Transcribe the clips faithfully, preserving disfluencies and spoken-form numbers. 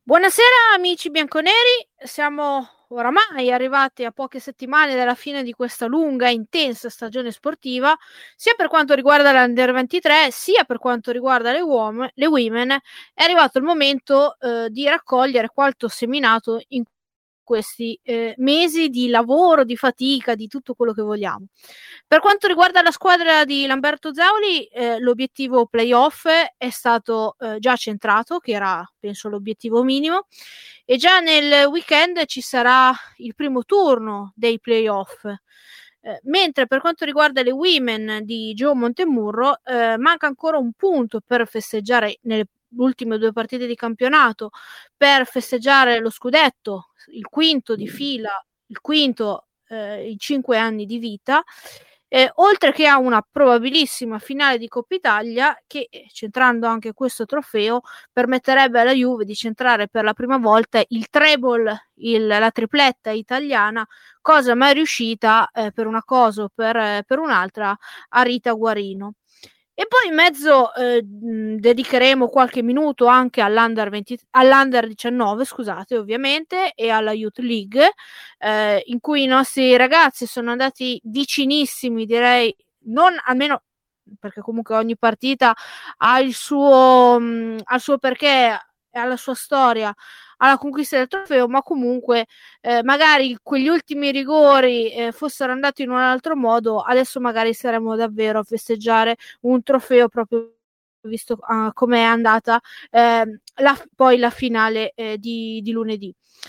Buonasera amici bianconeri, siamo oramai arrivati a poche settimane dalla fine di questa lunga e intensa stagione sportiva, sia per quanto riguarda l'Under ventitré, sia per quanto riguarda le, uom- le women. È arrivato il momento eh, di raccogliere quanto seminato in questi eh, mesi di lavoro, di fatica, di tutto quello che vogliamo. Per quanto riguarda la squadra di Lamberto Zauli, eh, l'obiettivo playoff è stato eh, già centrato, che era penso l'obiettivo minimo, e già nel weekend ci sarà il primo turno dei playoff. Eh, mentre per quanto riguarda le women di Joe Montemurro, eh, manca ancora un punto per festeggiare nelle ultime due partite di campionato, per festeggiare lo scudetto, il quinto di fila, il quinto eh, in cinque anni di vita, eh, oltre che a una probabilissima finale di Coppa Italia che, centrando anche questo trofeo, permetterebbe alla Juve di centrare per la prima volta il treble, il, la tripletta italiana, cosa mai riuscita eh, per una cosa o per, eh, per un'altra a Rita Guarino. E poi in mezzo eh, dedicheremo qualche minuto anche all'Under venti, all'Under diciannove, scusate, ovviamente, e alla Youth League, eh, in cui i nostri ragazzi sono andati vicinissimi, direi, non almeno perché comunque ogni partita ha il suo, mh, ha il suo perché, ha la sua storia, alla conquista del trofeo, ma comunque eh, magari quegli ultimi rigori eh, fossero andati in un altro modo, adesso magari saremmo davvero a festeggiare un trofeo proprio visto uh, come è andata eh, la, poi la finale eh, di, di lunedì.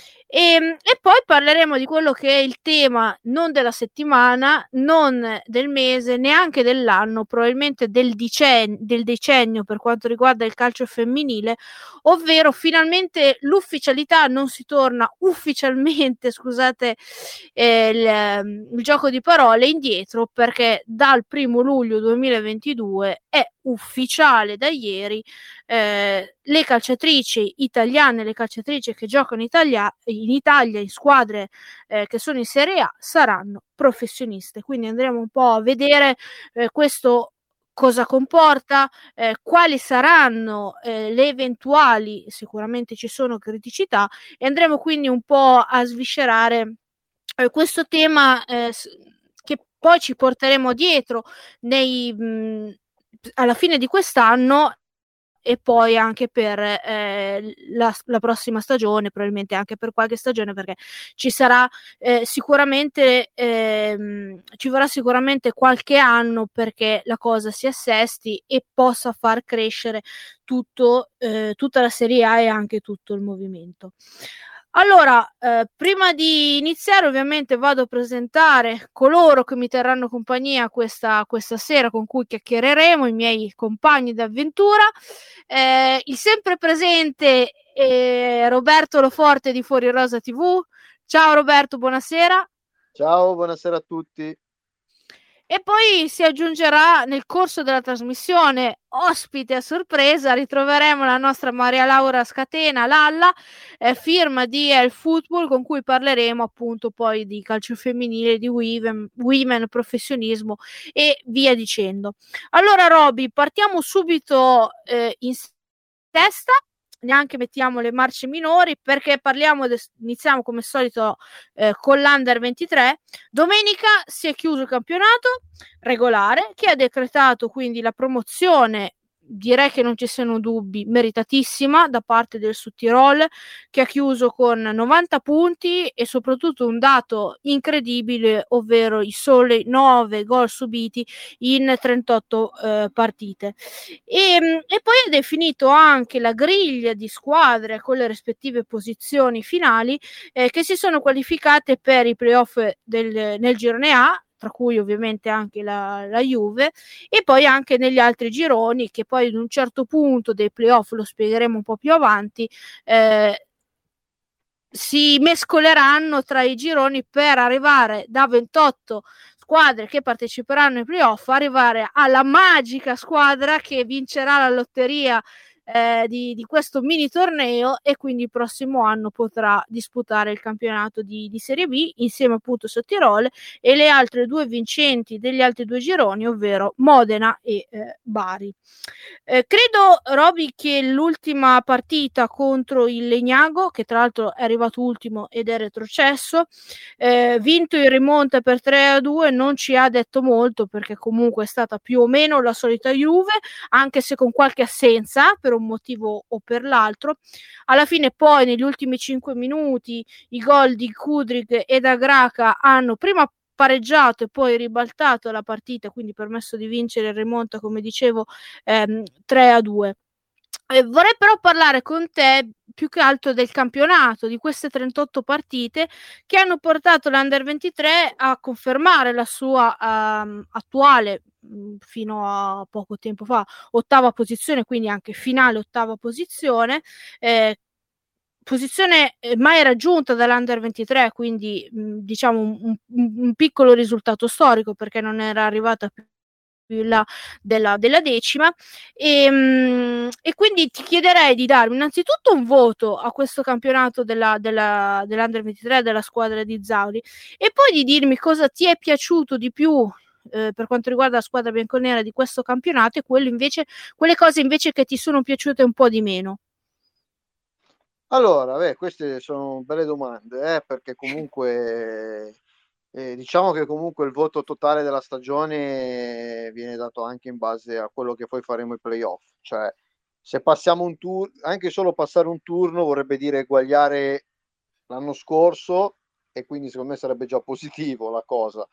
E, e poi parleremo di quello che è il tema non della settimana, non del mese, neanche dell'anno, probabilmente del, dicen- del decennio per quanto riguarda il calcio femminile, ovvero finalmente l'ufficialità, non si torna ufficialmente, scusate eh, il, il gioco di parole, indietro, perché dal primo luglio duemilaventidue è ufficiale da ieri, eh, le calciatrici italiane, le calciatrici che giocano in Italia, in Italia in squadre eh, che sono in Serie A, saranno professioniste. Quindi andremo un po' a vedere eh, questo cosa comporta, eh, quali saranno eh, le eventuali, sicuramente ci sono criticità, e andremo quindi un po' a sviscerare eh, questo tema eh, che poi ci porteremo dietro nei, mh, alla fine di quest'anno e poi anche per eh, la, la prossima stagione, probabilmente anche per qualche stagione, perché ci sarà eh, sicuramente ehm, ci vorrà sicuramente qualche anno perché la cosa si assesti e possa far crescere tutto, eh, tutta la Serie A e anche tutto il movimento. Allora, eh, prima di iniziare ovviamente vado a presentare coloro che mi terranno compagnia questa, questa sera, con cui chiacchiereremo, i miei compagni d'avventura. Eh, il sempre presente eh, Roberto Loforte di Fuori Rosa tivù. Ciao Roberto, buonasera. Ciao, buonasera a tutti. E poi si aggiungerà nel corso della trasmissione, ospite a sorpresa, ritroveremo la nostra Maria Laura Scatena, Lalla, eh, firma di El Football, con cui parleremo appunto poi di calcio femminile, di women, women professionismo e via dicendo. Allora Roby, partiamo subito eh, in testa, neanche mettiamo le marce minori, perché parliamo de- iniziamo come al solito eh, con l'Under ventitré. Domenica si è chiuso il campionato regolare, che ha decretato quindi la promozione, direi che non ci siano dubbi, meritatissima da parte del Südtirol, che ha chiuso con novanta punti e soprattutto un dato incredibile, ovvero i soli nove gol subiti in trentotto eh, partite. E, e poi è definito anche la griglia di squadre con le rispettive posizioni finali eh, che si sono qualificate per i playoff del, nel girone A, tra cui ovviamente anche la, la Juve, e poi anche negli altri gironi, che poi ad un certo punto dei playoff, lo spiegheremo un po' più avanti, eh, si mescoleranno tra i gironi per arrivare da ventotto squadre che parteciperanno ai playoff, arrivare alla magica squadra che vincerà la lotteria eh, di, di questo mini torneo, e quindi il prossimo anno potrà disputare il campionato di, di Serie B insieme appunto a Sottirol e le altre due vincenti degli altri due gironi, ovvero Modena e eh, Bari. Eh, credo, Roby, che l'ultima partita contro il Legnago, che tra l'altro è arrivato ultimo ed è retrocesso, eh, vinto in rimonta per tre a due, non ci ha detto molto, perché comunque è stata più o meno la solita Juve, anche se con qualche assenza per un motivo o per l'altro. Alla fine poi negli ultimi cinque minuti i gol di Kudryk e da Graca hanno prima pareggiato e poi ribaltato la partita, quindi permesso di vincere in rimonta, come dicevo, ehm, tre a due. Eh, vorrei però parlare con te più che altro del campionato, di queste trentotto partite che hanno portato l'Under ventitré a confermare la sua um, attuale, mh, fino a poco tempo fa, ottava posizione, quindi anche finale ottava posizione, eh, posizione mai raggiunta dall'Under ventitré, quindi mh, diciamo un, un, un piccolo risultato storico, perché non era arrivata più là della, della decima, e, mh, e quindi ti chiederei di darmi innanzitutto un voto a questo campionato della, della, dell'Under ventitré della squadra di Zauri, e poi di dirmi cosa ti è piaciuto di più eh, per quanto riguarda la squadra bianconera di questo campionato, e quello invece, quelle cose invece che ti sono piaciute un po' di meno. Allora, beh, queste sono belle domande, eh, perché comunque eh, diciamo che comunque il voto totale della stagione viene dato anche in base a quello che poi faremo i playoff. Cioè, se passiamo un tour, anche solo passare un turno vorrebbe dire eguagliare l'anno scorso, e quindi secondo me sarebbe già positivo la cosa.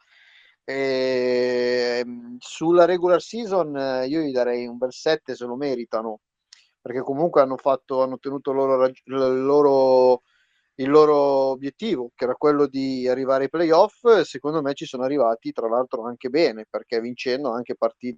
E, sulla regular season eh, io gli darei un bel sette, se lo meritano, perché comunque hanno fatto, hanno ottenuto il loro, rag- il loro, il loro obiettivo, che era quello di arrivare ai playoff. E secondo me ci sono arrivati, tra l'altro, anche bene, perché vincendo anche partite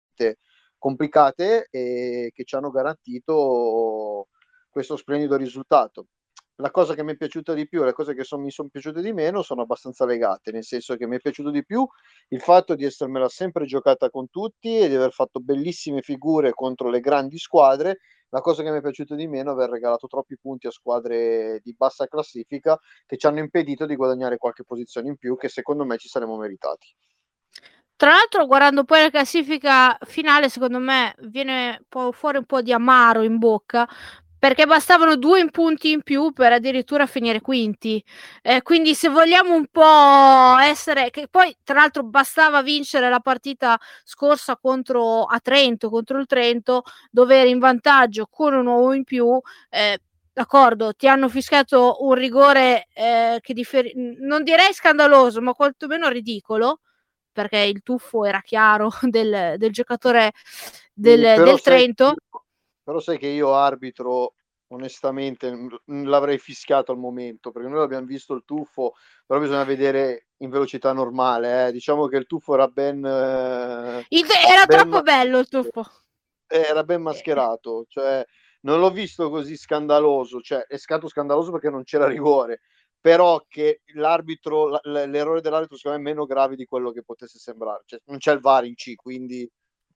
complicate e che ci hanno garantito questo splendido risultato. La cosa che mi è piaciuta di più e le cose che son, mi sono piaciute di meno sono abbastanza legate, nel senso che mi è piaciuto di più il fatto di essermela sempre giocata con tutti e di aver fatto bellissime figure contro le grandi squadre. La cosa che mi è piaciuta di meno è aver regalato troppi punti a squadre di bassa classifica, che ci hanno impedito di guadagnare qualche posizione in più, che secondo me ci saremmo meritati. Tra l'altro, guardando poi la classifica finale, secondo me viene po- fuori un po' di amaro in bocca, perché bastavano due punti in più per addirittura finire quinti. Eh, quindi se vogliamo un po' essere, che poi tra l'altro bastava vincere la partita scorsa contro a Trento, contro il Trento, dove eri in vantaggio con un uomo in più. Eh, d'accordo, ti hanno fischiato un rigore eh, che differ- non direi scandaloso, ma quantomeno ridicolo, perché il tuffo era chiaro del, del giocatore Sì, del, però del sai, Trento. però sai che io arbitro, onestamente, n- l'avrei fischiato al momento, perché noi abbiamo visto il tuffo, però bisogna vedere in velocità normale. Eh. Diciamo che il tuffo era ben, eh, Il, era ben troppo ma- bello il tuffo. era ben mascherato, cioè non l'ho visto così scandaloso, cioè è stato scandaloso perché non c'era rigore, però che l'arbitro, l- l'errore dell'arbitro secondo me è meno grave di quello che potesse sembrare, cioè, non c'è il V A R in C, quindi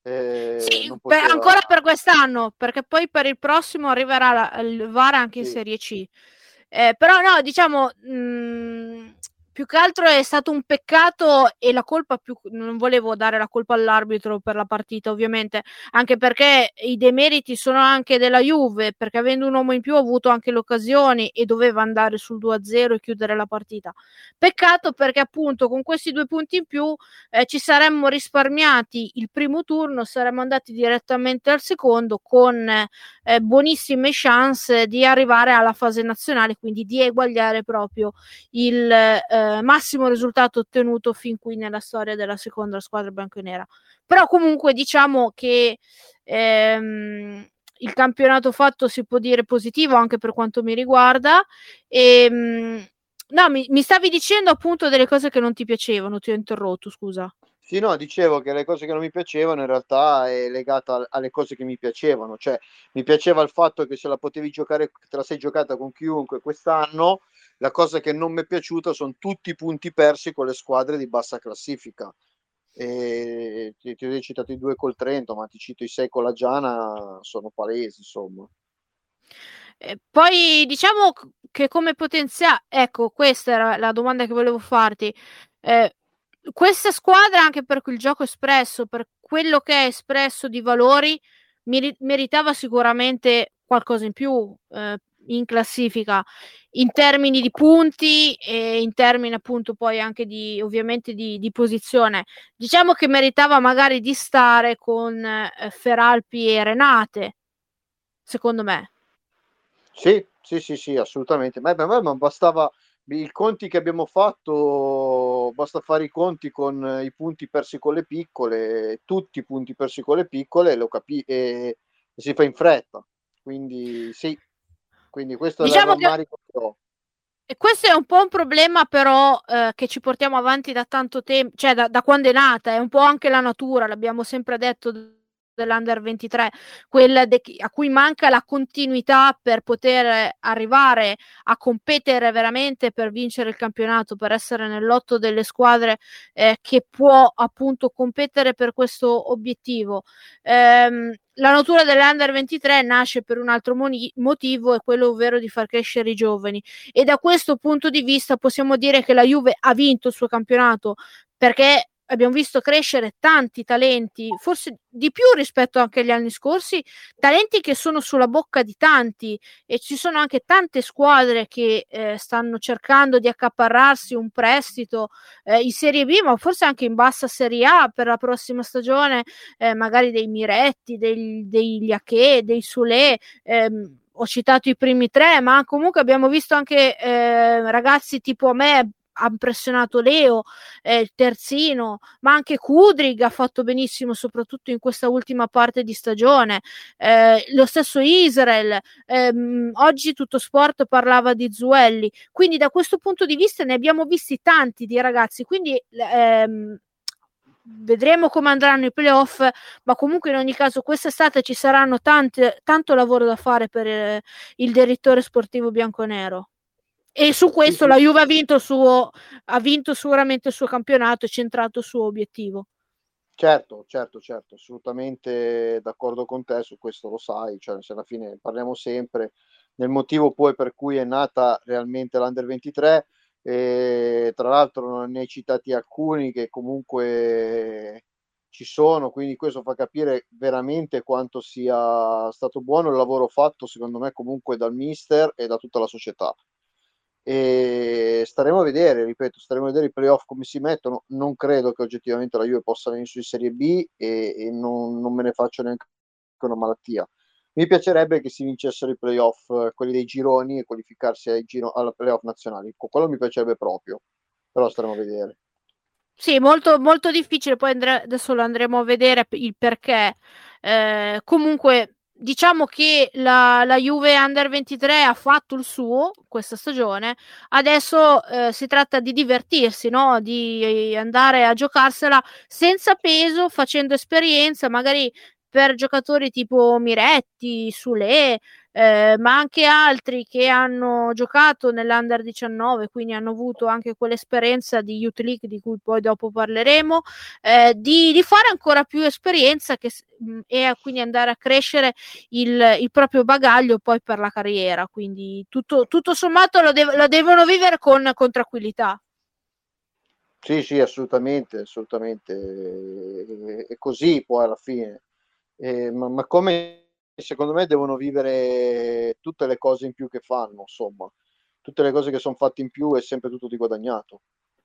eh, Sì, non per, poteva. ancora per quest'anno, perché poi per il prossimo arriverà la, il V A R anche in Sì. Serie C. Eh, però no, diciamo, mh, più che altro è stato un peccato, e la colpa più, non volevo dare la colpa all'arbitro per la partita, ovviamente, anche perché i demeriti sono anche della Juve, perché avendo un uomo in più ha avuto anche le occasioni e doveva andare sul due a zero e chiudere la partita. Peccato perché appunto con questi due punti in più eh, ci saremmo risparmiati il primo turno, saremmo andati direttamente al secondo con eh, buonissime chance di arrivare alla fase nazionale, quindi di eguagliare proprio il eh, massimo risultato ottenuto fin qui nella storia della seconda squadra bianconera. Però comunque diciamo che ehm, il campionato fatto si può dire positivo anche per quanto mi riguarda. E, mh, no, mi, mi stavi dicendo appunto delle cose che non ti piacevano, ti ho interrotto, scusa. Sì, no, dicevo che le cose che non mi piacevano in realtà è legata alle cose che mi piacevano, cioè mi piaceva il fatto che se la potevi giocare, te la sei giocata con chiunque quest'anno. La cosa che non mi è piaciuta sono tutti i punti persi con le squadre di bassa classifica, E ti, ti ho citato i due col Trento, ma ti cito i sei con la Giana, sono palesi, insomma. Eh, poi diciamo che come potenziale, ecco, questa era la domanda che volevo farti. Eh, questa squadra, anche per quel gioco espresso, per quello che è espresso di valori, meri- meritava sicuramente qualcosa in più eh, in classifica, in termini di punti e in termini appunto poi anche di, ovviamente, di, di posizione. Diciamo che meritava magari di stare con eh, Feralpi e Renate, secondo me. Sì, sì, sì, sì, assolutamente. Ma per me ma bastava i conti che abbiamo fatto, basta fare i conti con i punti persi con le piccole, tutti i punti persi con le piccole, lo capi- e, e si fa in fretta. Quindi sì, quindi questo è il Diciamo che rammarico che ho. e questo è un po' un problema però eh, che ci portiamo avanti da tanto tempo, cioè da, da quando è nata, è un po' anche la natura, l'abbiamo sempre detto d- dell'Under ventitré, quella de- a cui manca la continuità per poter arrivare a competere veramente per vincere il campionato, per essere nel lotto delle squadre eh, che può appunto competere per questo obiettivo. Ehm, la natura dell'Under ventitré nasce per un altro moni- motivo, è quello ovvero di far crescere i giovani, e da questo punto di vista possiamo dire che la Juve ha vinto il suo campionato perché abbiamo visto crescere tanti talenti, forse di più rispetto anche agli anni scorsi, talenti che sono sulla bocca di tanti, e ci sono anche tante squadre che eh, stanno cercando di accaparrarsi un prestito eh, in Serie B, ma forse anche in bassa Serie A per la prossima stagione, eh, magari dei Miretti, dei, degli Ache, dei Sule. ehm, ho citato i primi tre, ma comunque abbiamo visto anche eh, ragazzi tipo a me, ha impressionato Leo, eh, il terzino, ma anche Kudrig ha fatto benissimo, soprattutto in questa ultima parte di stagione. Eh, lo stesso Israel, ehm, oggi Tutto Sport parlava di Zuelli, quindi da questo punto di vista ne abbiamo visti tanti di ragazzi, quindi ehm, vedremo come andranno i playoff, ma comunque in ogni caso quest'estate ci saranno tante, tanto lavoro da fare per eh, il direttore sportivo bianconero. E su Sì, questo sì, la Juve ha vinto, il suo, ha vinto sicuramente il suo campionato, è centrato il suo obiettivo. certo, certo, certo, assolutamente d'accordo con te su questo, lo sai, cioè se alla fine parliamo sempre del motivo poi per cui è nata realmente l'Under ventitré, e tra l'altro non ne hai citati alcuni che comunque ci sono, quindi questo fa capire veramente quanto sia stato buono il lavoro fatto, secondo me, comunque dal mister e da tutta la società. E staremo a vedere, ripeto, staremo a vedere i playoff come si mettono. Non credo che oggettivamente la Juve possa venire su in Serie B, e, e non, non me ne faccio neanche una malattia. Mi piacerebbe che si vincessero i playoff, eh, quelli dei gironi, e qualificarsi ai giro, alla playoff nazionali. Quello mi piacerebbe proprio, però staremo a vedere. Sì, molto, molto difficile, poi andre- adesso lo andremo a vedere il perché. Eh, comunque, diciamo che la, la Juve Under ventitré ha fatto il suo questa stagione, adesso eh, si tratta di divertirsi, no? Di andare a giocarsela senza peso, facendo esperienza, magari per giocatori tipo Miretti, Sule, eh, ma anche altri che hanno giocato nell'Under diciannove, quindi hanno avuto anche quell'esperienza di Youth League di cui poi dopo parleremo, eh, di, di fare ancora più esperienza che, mh, e quindi andare a crescere il, il proprio bagaglio poi per la carriera, quindi tutto, tutto sommato lo, dev- lo devono vivere con, con tranquillità. Sì, sì, assolutamente, assolutamente. È così poi alla fine. Eh, ma, ma come secondo me devono vivere tutte le cose in più che fanno, insomma, tutte le cose che sono fatte in più è sempre tutto di guadagnato.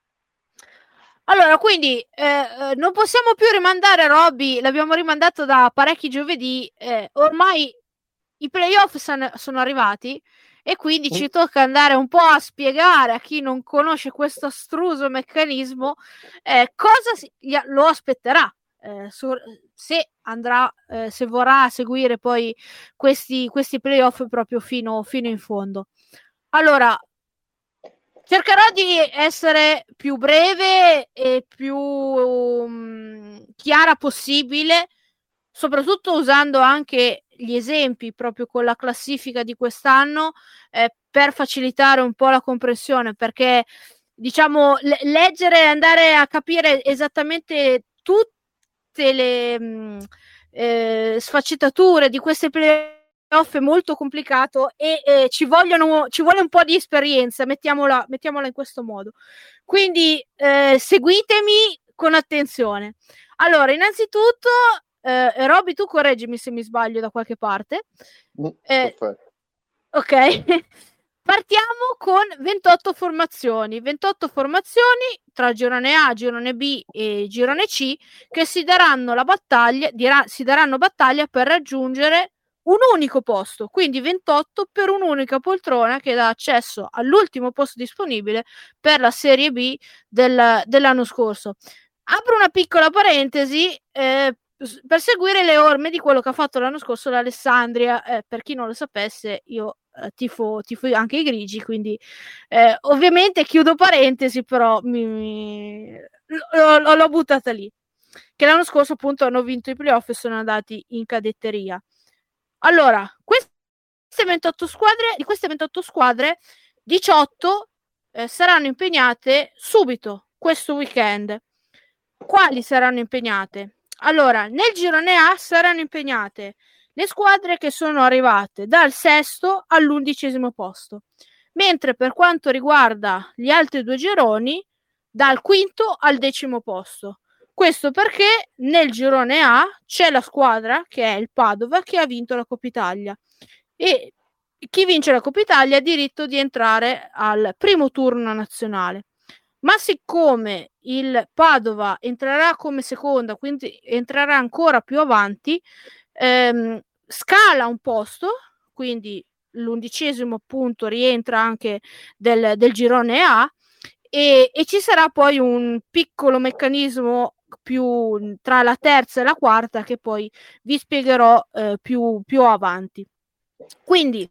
Allora, quindi eh, eh, non possiamo più rimandare Robby, l'abbiamo rimandato da parecchi giovedì, eh, ormai i playoff san- sono arrivati e quindi Mm. ci tocca andare un po' a spiegare a chi non conosce questo astruso meccanismo eh, cosa si- gli- lo aspetterà. eh, su- se andrà, eh, se vorrà seguire poi questi, questi playoff proprio fino, fino in fondo. Allora, cercherò di essere più breve e più um, chiara possibile, soprattutto usando anche gli esempi proprio con la classifica di quest'anno, eh, per facilitare un po' la comprensione, perché diciamo le- leggere e andare a capire esattamente tutte le mh, eh, sfaccettature di queste playoff è molto complicato e eh, ci vogliono ci vuole un po' di esperienza, mettiamola, mettiamola in questo modo. Quindi eh, seguitemi con attenzione. Allora, innanzitutto, eh, Robby, tu correggimi se mi sbaglio da qualche parte. Eh, ok. Partiamo con ventotto formazioni, ventotto formazioni tra girone A, girone B e girone C che si daranno la battaglia, dirà, si daranno battaglia per raggiungere un unico posto, quindi ventotto per un'unica poltrona che dà accesso all'ultimo posto disponibile per la Serie B del, dell'anno scorso. Apro una piccola parentesi eh, per seguire le orme di quello che ha fatto l'anno scorso l'Alessandria. Eh, per chi non lo sapesse, io eh, tifo, tifo anche i grigi, quindi eh, ovviamente chiudo parentesi, però mi, mi, l'ho, l'ho buttata lì, che l'anno scorso appunto hanno vinto i playoff e sono andati in cadetteria. Allora, queste ventotto squadre, di queste ventotto squadre, diciotto eh, saranno impegnate subito questo weekend. Quali saranno impegnate? Allora, nel girone A saranno impegnate le squadre che sono arrivate dal sesto all'undicesimo posto, mentre per quanto riguarda gli altri due gironi, dal quinto al decimo posto. Questo perché nel girone A c'è la squadra che è il Padova che ha vinto la Coppa Italia e chi vince la Coppa Italia ha diritto di entrare al primo turno nazionale. Ma siccome il Padova entrerà come seconda, quindi entrerà ancora più avanti, ehm, scala un posto, quindi l'undicesimo appunto rientra anche del, del girone A e, e ci sarà poi un piccolo meccanismo più tra la terza e la quarta che poi vi spiegherò eh, più, più avanti. Quindi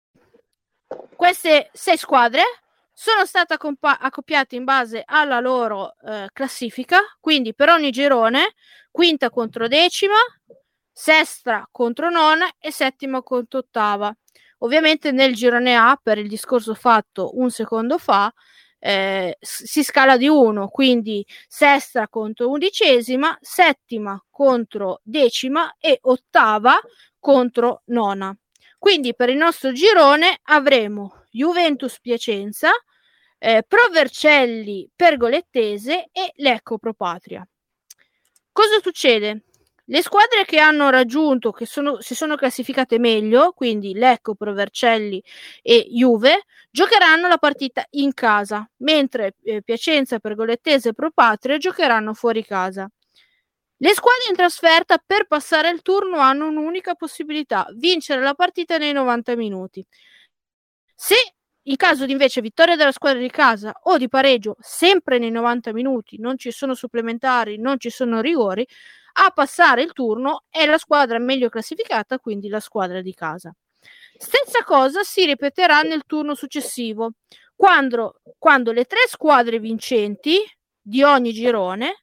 queste sei squadre sono state accompa- accoppiate in base alla loro eh, classifica, quindi per ogni girone quinta contro decima, sesta contro nona e settima contro ottava. Ovviamente nel girone A, per il discorso fatto un secondo fa, eh, si scala di uno, quindi sesta contro undicesima, settima contro decima e ottava contro nona. Quindi per il nostro girone avremo Juventus Piacenza, eh, Pro Vercelli Pergolettese e Lecco Pro Patria. Cosa succede? Le squadre che hanno raggiunto, che sono, si sono classificate meglio, quindi Lecco, Pro Vercelli e Juve, giocheranno la partita in casa, mentre eh, Piacenza, Pergolettese e Pro Patria giocheranno fuori casa. Le squadre in trasferta per passare il turno hanno un'unica possibilità: vincere la partita nei novanta minuti. Se in caso di invece vittoria della squadra di casa o di pareggio sempre nei novanta minuti, non ci sono supplementari, non ci sono rigori, a passare il turno è la squadra meglio classificata, quindi la squadra di casa. Stessa cosa si ripeterà nel turno successivo, quando, quando le tre squadre vincenti di ogni girone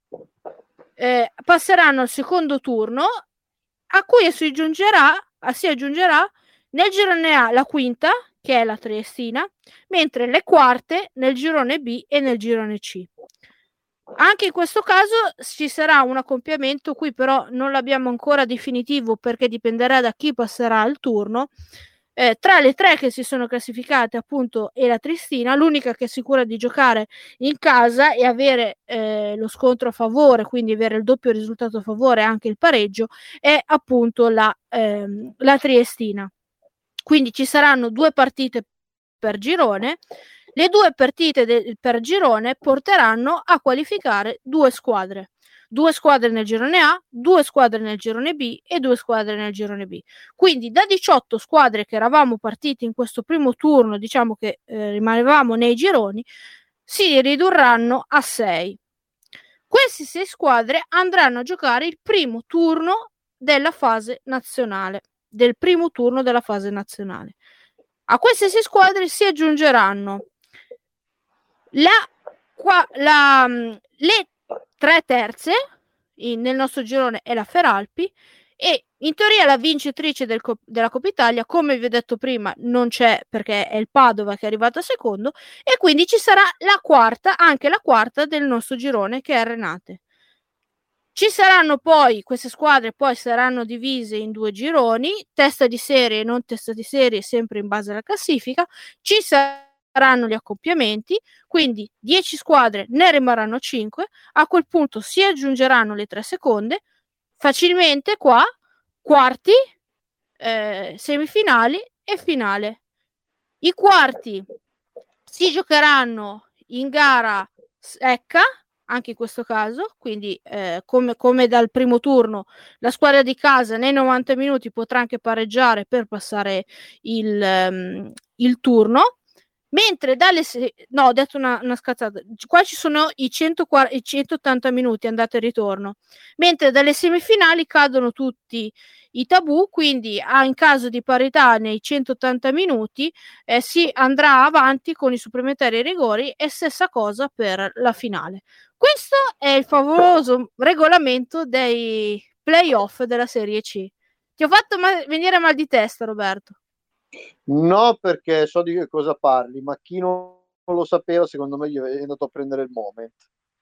eh, passeranno al secondo turno, a cui si aggiungerà, si aggiungerà nel girone A la quinta, che è la Triestina, mentre le quarte nel girone B e nel girone C. Anche in questo caso ci sarà un accoppiamento, qui però non l'abbiamo ancora definitivo perché dipenderà da chi passerà il turno. Eh, tra le tre che si sono classificate appunto e la Triestina, l'unica che è sicura di giocare in casa e avere eh, lo scontro a favore, quindi avere il doppio risultato a favore e anche il pareggio, è appunto la, ehm, la Triestina. Quindi ci saranno due partite per girone. Le due partite de- per girone porteranno a qualificare due squadre. Due squadre nel girone A, due squadre nel girone B e due squadre nel girone B. Quindi da diciotto squadre che eravamo partiti in questo primo turno, diciamo che eh, rimanevamo nei gironi, si ridurranno a sei. Queste sei squadre andranno a giocare il primo turno della fase nazionale, del primo turno della fase nazionale. A queste sei squadre si aggiungeranno la, qua, la, le tre terze, in, nel nostro girone è la Feralpi, e in teoria la vincitrice del, della Coppa Italia, come vi ho detto prima, non c'è perché è il Padova che è arrivato a secondo, e quindi ci sarà la quarta, anche la quarta del nostro girone, che è Renate. Ci saranno poi, queste squadre poi saranno divise in due gironi, testa di serie e non testa di serie, sempre in base alla classifica. Ci saranno gli accoppiamenti, quindi dieci squadre, ne rimarranno cinque. A quel punto si aggiungeranno le tre seconde. Facilmente qua, quarti, eh, semifinali e finale. I quarti si giocheranno in gara secca, anche in questo caso, quindi eh, come, come dal primo turno, la squadra di casa nei novanta minuti potrà anche pareggiare per passare il, um, il turno, mentre dalle se- no, ho detto una, una scazzata, qua ci sono i, centoquaranta, i centottanta minuti andata e ritorno, mentre dalle semifinali cadono tutti i tabù, quindi ah, in caso di parità nei centottanta minuti eh, si andrà avanti con i supplementari e i rigori, e stessa cosa per la finale. Questo è il favoloso regolamento dei playoff della Serie C. Ti ho fatto ma- venire mal di testa, Roberto. No, perché so di che cosa parli, ma chi non lo sapeva, secondo me, gli è andato a prendere il moment.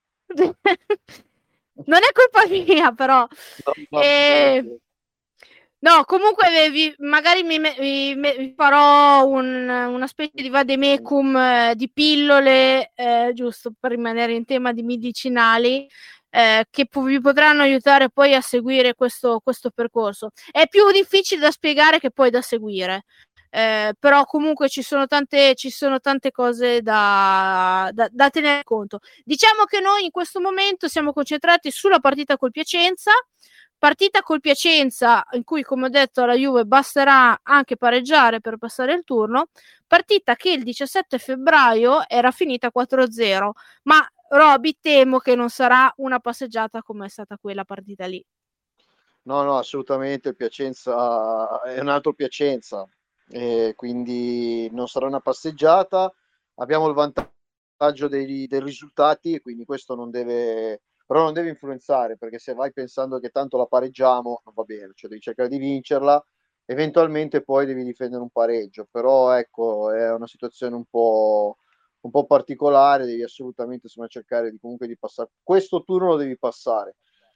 Non è colpa mia, però. No, no, E... No, comunque vi, magari mi, mi, mi farò un, una specie di vademecum eh, di pillole, eh, giusto per rimanere in tema di medicinali, eh, che po- vi potranno aiutare poi a seguire questo, questo percorso. È più difficile da spiegare che poi da seguire. Eh, però comunque ci sono tante, ci sono tante cose da, da, da tenere conto. Diciamo che noi in questo momento siamo concentrati sulla partita col Piacenza, partita col Piacenza in cui, come ho detto, alla Juve basterà anche pareggiare per passare il turno, partita che il diciassette febbraio era finita quattro a zero, ma Roby, temo che non sarà una passeggiata come è stata quella partita lì. No, no, assolutamente, il Piacenza è un altro Piacenza, e quindi non sarà una passeggiata. Abbiamo il vantaggio dei, dei risultati, e quindi questo non deve, però non deve influenzare, perché se vai pensando che tanto la pareggiamo, non va bene, cioè devi cercare di vincerla, eventualmente poi devi difendere un pareggio, però ecco, è una situazione un po', un po' particolare, devi assolutamente insomma, cercare di, comunque di passare. Questo turno lo devi passare.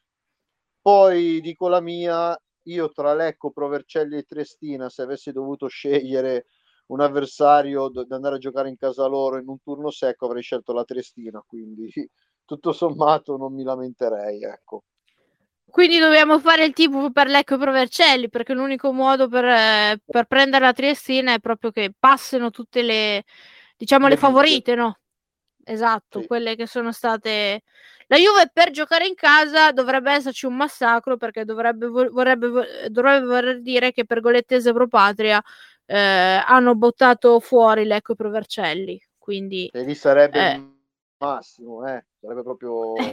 Poi dico la mia, io tra Lecco, Provercelli e Triestina, se avessi dovuto scegliere un avversario da andare a giocare in casa loro in un turno secco, avrei scelto la Triestina, quindi tutto sommato non mi lamenterei, ecco. Quindi dobbiamo fare il tifo per Lecco e Provercelli, perché l'unico modo per, eh, per prendere la Triestina è proprio che passino tutte le, diciamo, le, Le favorite, no? Esatto, sì. quelle che sono state... La Juve per giocare in casa dovrebbe esserci un massacro, perché dovrebbe, vorrebbe, dovrebbe voler dire che per Golettese Pro Patria eh, hanno buttato fuori Lecco e Provercelli, quindi... E lì sarebbe Eh, il massimo, eh? Sarebbe proprio...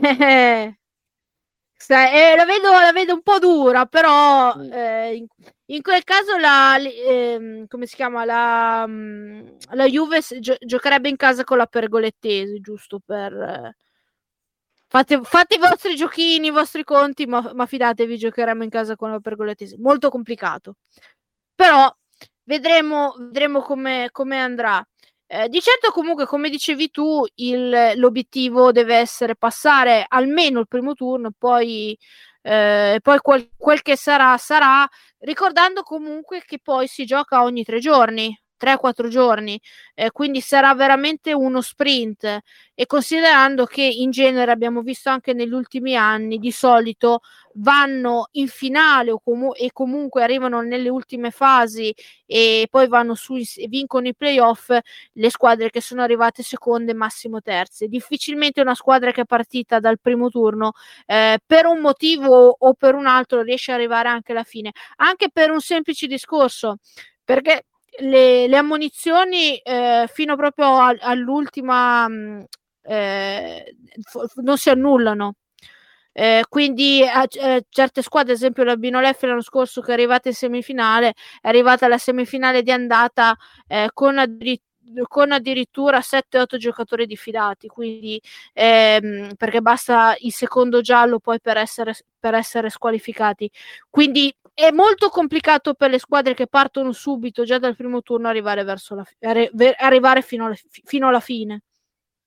Eh, la, vedo, la vedo un po' dura, però Mm. eh, in, in quel caso la, eh, come si chiama, la, la Juve gio- giocherebbe in casa con la Pergolettese, giusto per... Eh, fate, fate i vostri giochini, i vostri conti, ma, ma fidatevi, giocheremo in casa con la Pergolettese. Molto complicato. Però vedremo, vedremo come, come andrà. Eh, di certo comunque, come dicevi tu, il, l'obiettivo deve essere passare almeno il primo turno, poi, eh, poi quel, quel che sarà sarà, ricordando comunque che poi si gioca ogni tre giorni, tre quattro giorni, eh, quindi sarà veramente uno sprint, e considerando che in genere abbiamo visto anche negli ultimi anni, di solito vanno in finale o comu- e comunque arrivano nelle ultime fasi e poi vanno su e vincono i playoff le squadre che sono arrivate seconde, massimo terze. Difficilmente una squadra che è partita dal primo turno eh, per un motivo o per un altro riesce ad arrivare anche alla fine, anche per un semplice discorso, perché le, le ammonizioni eh, fino proprio a, all'ultima mh, eh, f- non si annullano. Eh, quindi eh, certe squadre, ad esempio la Binoleffe l'anno scorso, che è arrivata in semifinale, è arrivata alla semifinale di andata eh, con, addiri- con addirittura sette otto giocatori diffidati, quindi ehm, perché basta il secondo giallo poi per essere, per essere squalificati, quindi è molto complicato per le squadre che partono subito già dal primo turno arrivare verso la fi- arri- arrivare fino alla, fino alla fine.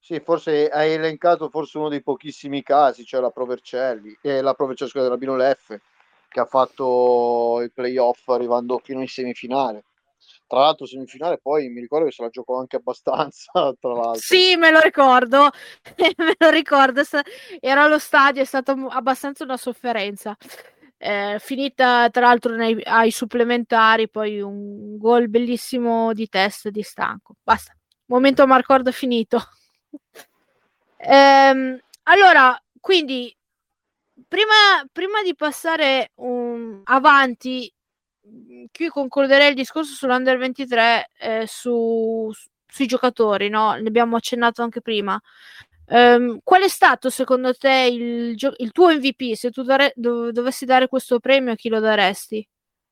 Sì, forse hai elencato forse uno dei pochissimi casi, cioè la Provercelli, e la Provercelli scusa, della Binolef, che ha fatto il playoff arrivando fino in semifinale. Tra l'altro semifinale poi mi ricordo che se la giocò anche abbastanza, tra l'altro. Sì, me lo ricordo, me lo ricordo, ero allo stadio, è stata abbastanza una sofferenza. Eh, finita tra l'altro nei, ai supplementari, poi un gol bellissimo di testa di Stanco. Basta, momento Marcord finito. ehm, allora, quindi prima, prima di passare um, avanti, qui concorderei il discorso sull'Under ventitré, eh, su, sui giocatori, no? Ne abbiamo accennato anche prima. Um, qual è stato secondo te il, il tuo M V P? Se tu dare, dov- dovessi dare questo premio, a chi lo daresti?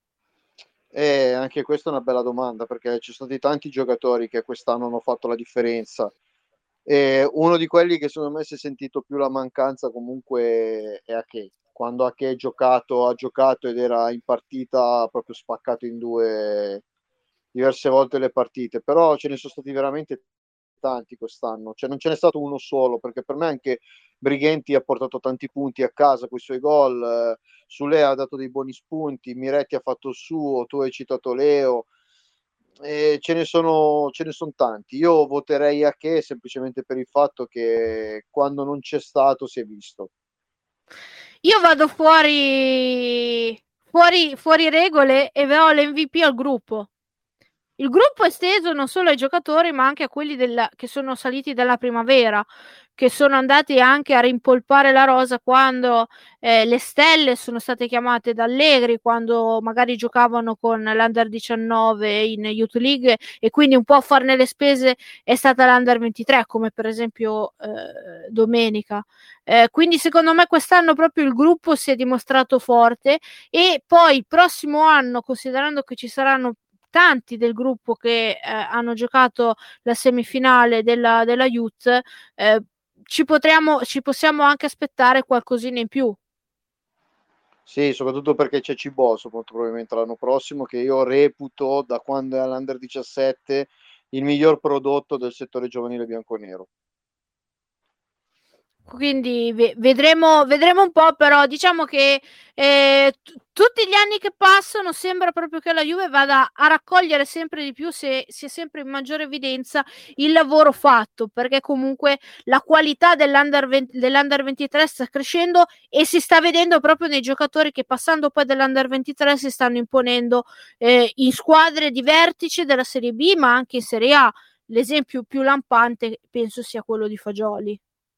E anche questa è una bella domanda, perché ci sono stati tanti giocatori che quest'anno hanno fatto la differenza. E uno di quelli che secondo me si è sentito più la mancanza comunque è Ake. Quando Ake ha giocato, ha giocato ed era in partita proprio spaccato in due diverse volte le partite, però ce ne sono stati veramente tanti quest'anno, cioè non ce n'è stato uno solo, perché per me anche Brighenti ha portato tanti punti a casa con i suoi gol, eh, Sule ha dato dei buoni spunti, Miretti ha fatto il suo, tu hai citato Leo, e ce ne sono, ce ne sono tanti. Io voterei a che semplicemente per il fatto che quando non c'è stato si è visto. Io vado fuori, fuori, fuori regole e do l'M V P al gruppo. Il gruppo è esteso non solo ai giocatori, ma anche a quelli della, che sono saliti dalla primavera, che sono andati anche a rimpolpare la rosa quando eh, le stelle sono state chiamate da Allegri, quando magari giocavano con l'Under diciannove in Youth League, e quindi un po' a farne le spese è stata l'Under ventitré, come per esempio eh, domenica. Eh, quindi secondo me quest'anno proprio il gruppo si è dimostrato forte, e poi il prossimo anno, considerando che ci saranno tanti del gruppo che eh, hanno giocato la semifinale della, della Youth, eh, ci, potremo, ci possiamo anche aspettare qualcosina in più. Sì, soprattutto perché c'è Ciboso molto probabilmente l'anno prossimo, che io reputo da quando è all'Under diciassette il miglior prodotto del settore giovanile bianconero. Quindi ve- vedremo, vedremo un po', però diciamo che eh, t- tutti gli anni che passano sembra proprio che la Juve vada a raccogliere sempre di più, se sia sempre in maggiore evidenza il lavoro fatto, perché comunque la qualità dell'Under venti, dell'Under ventitré sta crescendo, e si sta vedendo proprio nei giocatori che, passando poi dell'Under ventitré, si stanno imponendo eh, in squadre di vertice della Serie B, ma anche in Serie A. L'esempio più lampante penso sia quello di Fagioli.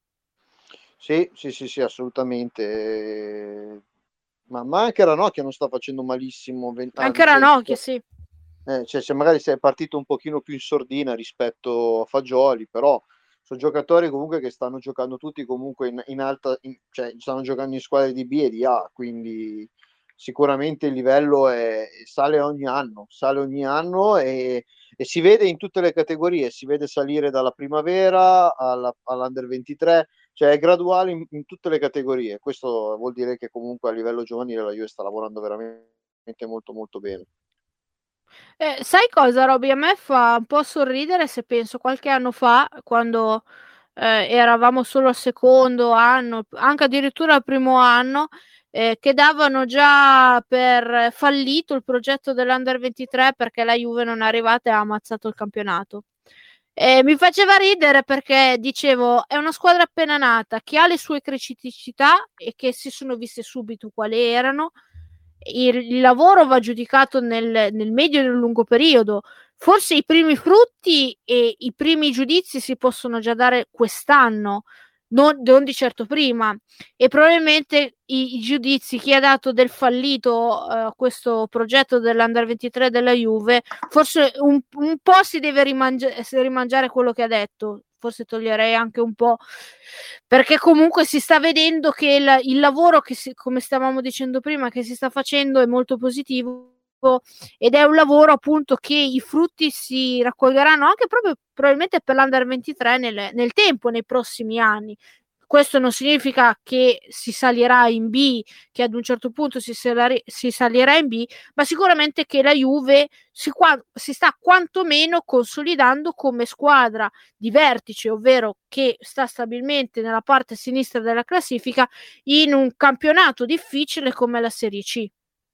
Sì, sì, sì, sì, assolutamente. Ma, ma anche Ranocchia non sta facendo malissimo. Ah, Anche cioè, Ranocchio, sì. eh, cioè, se magari sei partito un pochino più in sordina rispetto a Fagioli, però sono giocatori comunque che stanno giocando tutti comunque in, in alta, in, cioè stanno giocando in squadre di B e di A, quindi sicuramente il livello è, sale ogni anno, sale ogni anno e, e si vede in tutte le categorie, si vede salire dalla primavera alla, all'Under ventitré, cioè è graduale in, in tutte le categorie. Questo vuol dire che comunque a livello giovanile la Juve sta lavorando veramente molto molto bene. Eh, sai cosa, Roby? A me fa un po' sorridere se penso qualche anno fa, quando eh, eravamo solo al secondo anno, anche addirittura al primo anno, eh, che davano già per fallito il progetto dell'Under ventitré perché la Juve non è arrivata e ha ammazzato il campionato. E mi faceva ridere perché dicevo, è una squadra appena nata, che ha le sue criticità e che si sono viste subito quali erano. Il, il lavoro va giudicato nel, nel medio e nel lungo periodo. Forse i primi frutti e i primi giudizi si possono già dare quest'anno, non, non di certo prima, e probabilmente i, i giudizi, chi ha dato del fallito uh, questo progetto dell'Under ventitré della Juve, forse un, un po' si deve rimangi- rimangiare quello che ha detto, forse toglierei anche un po', perché comunque si sta vedendo che il, il lavoro che si, come stavamo dicendo prima, che si sta facendo è molto positivo, ed è un lavoro appunto che i frutti si raccoglieranno anche proprio probabilmente per l'Under ventitré nel, nel tempo, nei prossimi anni. Questo non significa che si salirà in B, che ad un certo punto si, salare, si salirà in B, ma sicuramente che la Juve si, qua, si sta quantomeno consolidando come squadra di vertice, ovvero che sta stabilmente nella parte sinistra della classifica in un campionato difficile come la Serie C.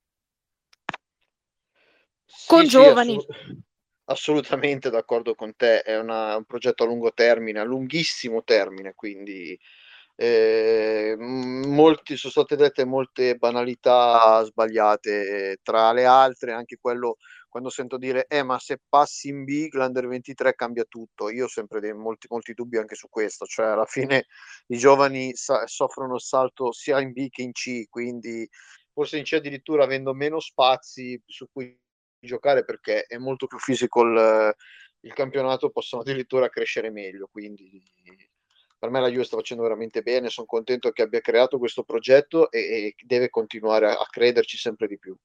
Con sì, sì, giovani. assolut- assolutamente d'accordo con te, è una- un progetto a lungo termine, a lunghissimo termine, quindi eh, m- molti, sono state dette molte banalità sbagliate, tra le altre anche quello quando sento dire eh ma se passi in B l'Under ventitré cambia tutto, io ho sempre dei, molti, molti dubbi anche su questo, cioè alla fine i giovani sa- soffrono il salto sia in B che in C, quindi forse in C addirittura avendo meno spazi su cui giocare perché è molto più fisico il, il campionato, possono addirittura crescere meglio, quindi per me la Juve sta facendo veramente bene, sono contento che abbia creato questo progetto e, e deve continuare a, a crederci sempre di più.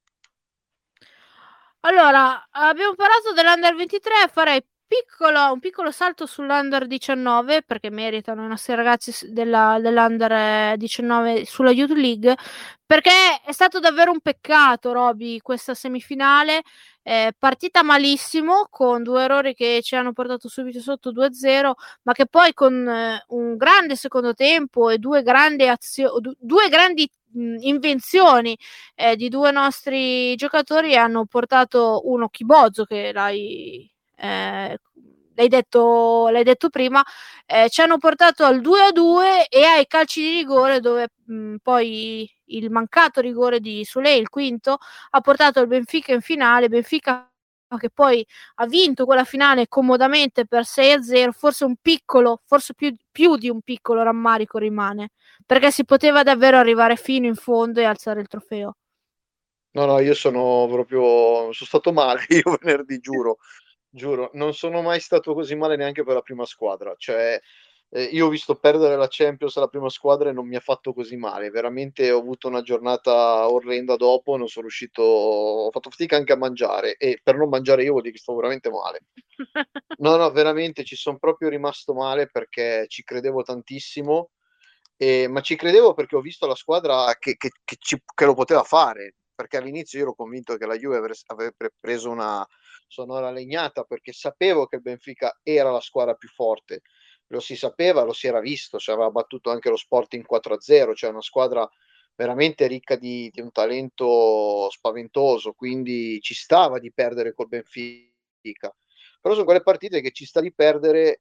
Allora, abbiamo parlato dell'Under ventitré, farei piccolo, un piccolo salto sull'Under diciannove, perché meritano i nostri ragazzi della, dell'Under diciannove sulla Youth League, perché è stato davvero un peccato, Roby, questa semifinale, eh, partita malissimo, con due errori che ci hanno portato subito sotto due a zero, ma che poi con eh, un grande secondo tempo e due grandi azioni, due grandi mh, invenzioni eh, di due nostri giocatori hanno portato uno Chibozzo che l'hai, eh, l'hai, detto, l'hai detto prima, eh, ci hanno portato al due a due e ai calci di rigore dove mh, poi il mancato rigore di Soulé, il quinto, ha portato il Benfica in finale. Benfica che poi ha vinto quella finale comodamente per sei a zero, forse un piccolo, forse più, più di un piccolo rammarico rimane, perché si poteva davvero arrivare fino in fondo e alzare il trofeo. No, no, io sono proprio, sono stato male, io venerdì giuro, giuro, non sono mai stato così male neanche per la prima squadra, cioè eh, io ho visto perdere la Champions alla prima squadra e non mi ha fatto così male, veramente ho avuto una giornata orrenda dopo, non sono riuscito, ho fatto fatica anche a mangiare e per non mangiare io vuol dire che sto veramente male. No, no, veramente ci sono proprio rimasto male perché ci credevo tantissimo, eh, ma ci credevo perché ho visto la squadra che, che- che ci- che lo poteva fare, perché all'inizio io ero convinto che la Juve avrebbe avrebbe preso una sonora legnata perché sapevo che il Benfica era la squadra più forte, lo si sapeva, lo si era visto, ci aveva battuto anche lo Sporting quattro a zero, cioè una squadra veramente ricca di, di un talento spaventoso, quindi ci stava di perdere col Benfica. Però sono quelle partite che ci sta di perdere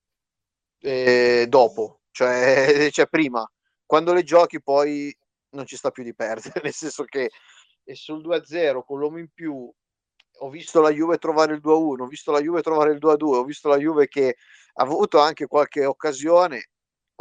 eh, dopo, cioè, cioè prima, quando le giochi poi non ci sta più di perdere, nel senso che e sul due a zero con l'uomo in più ho visto la Juve trovare il due a uno, ho visto la Juve trovare il due a due, ho visto la Juve che ha avuto anche qualche occasione,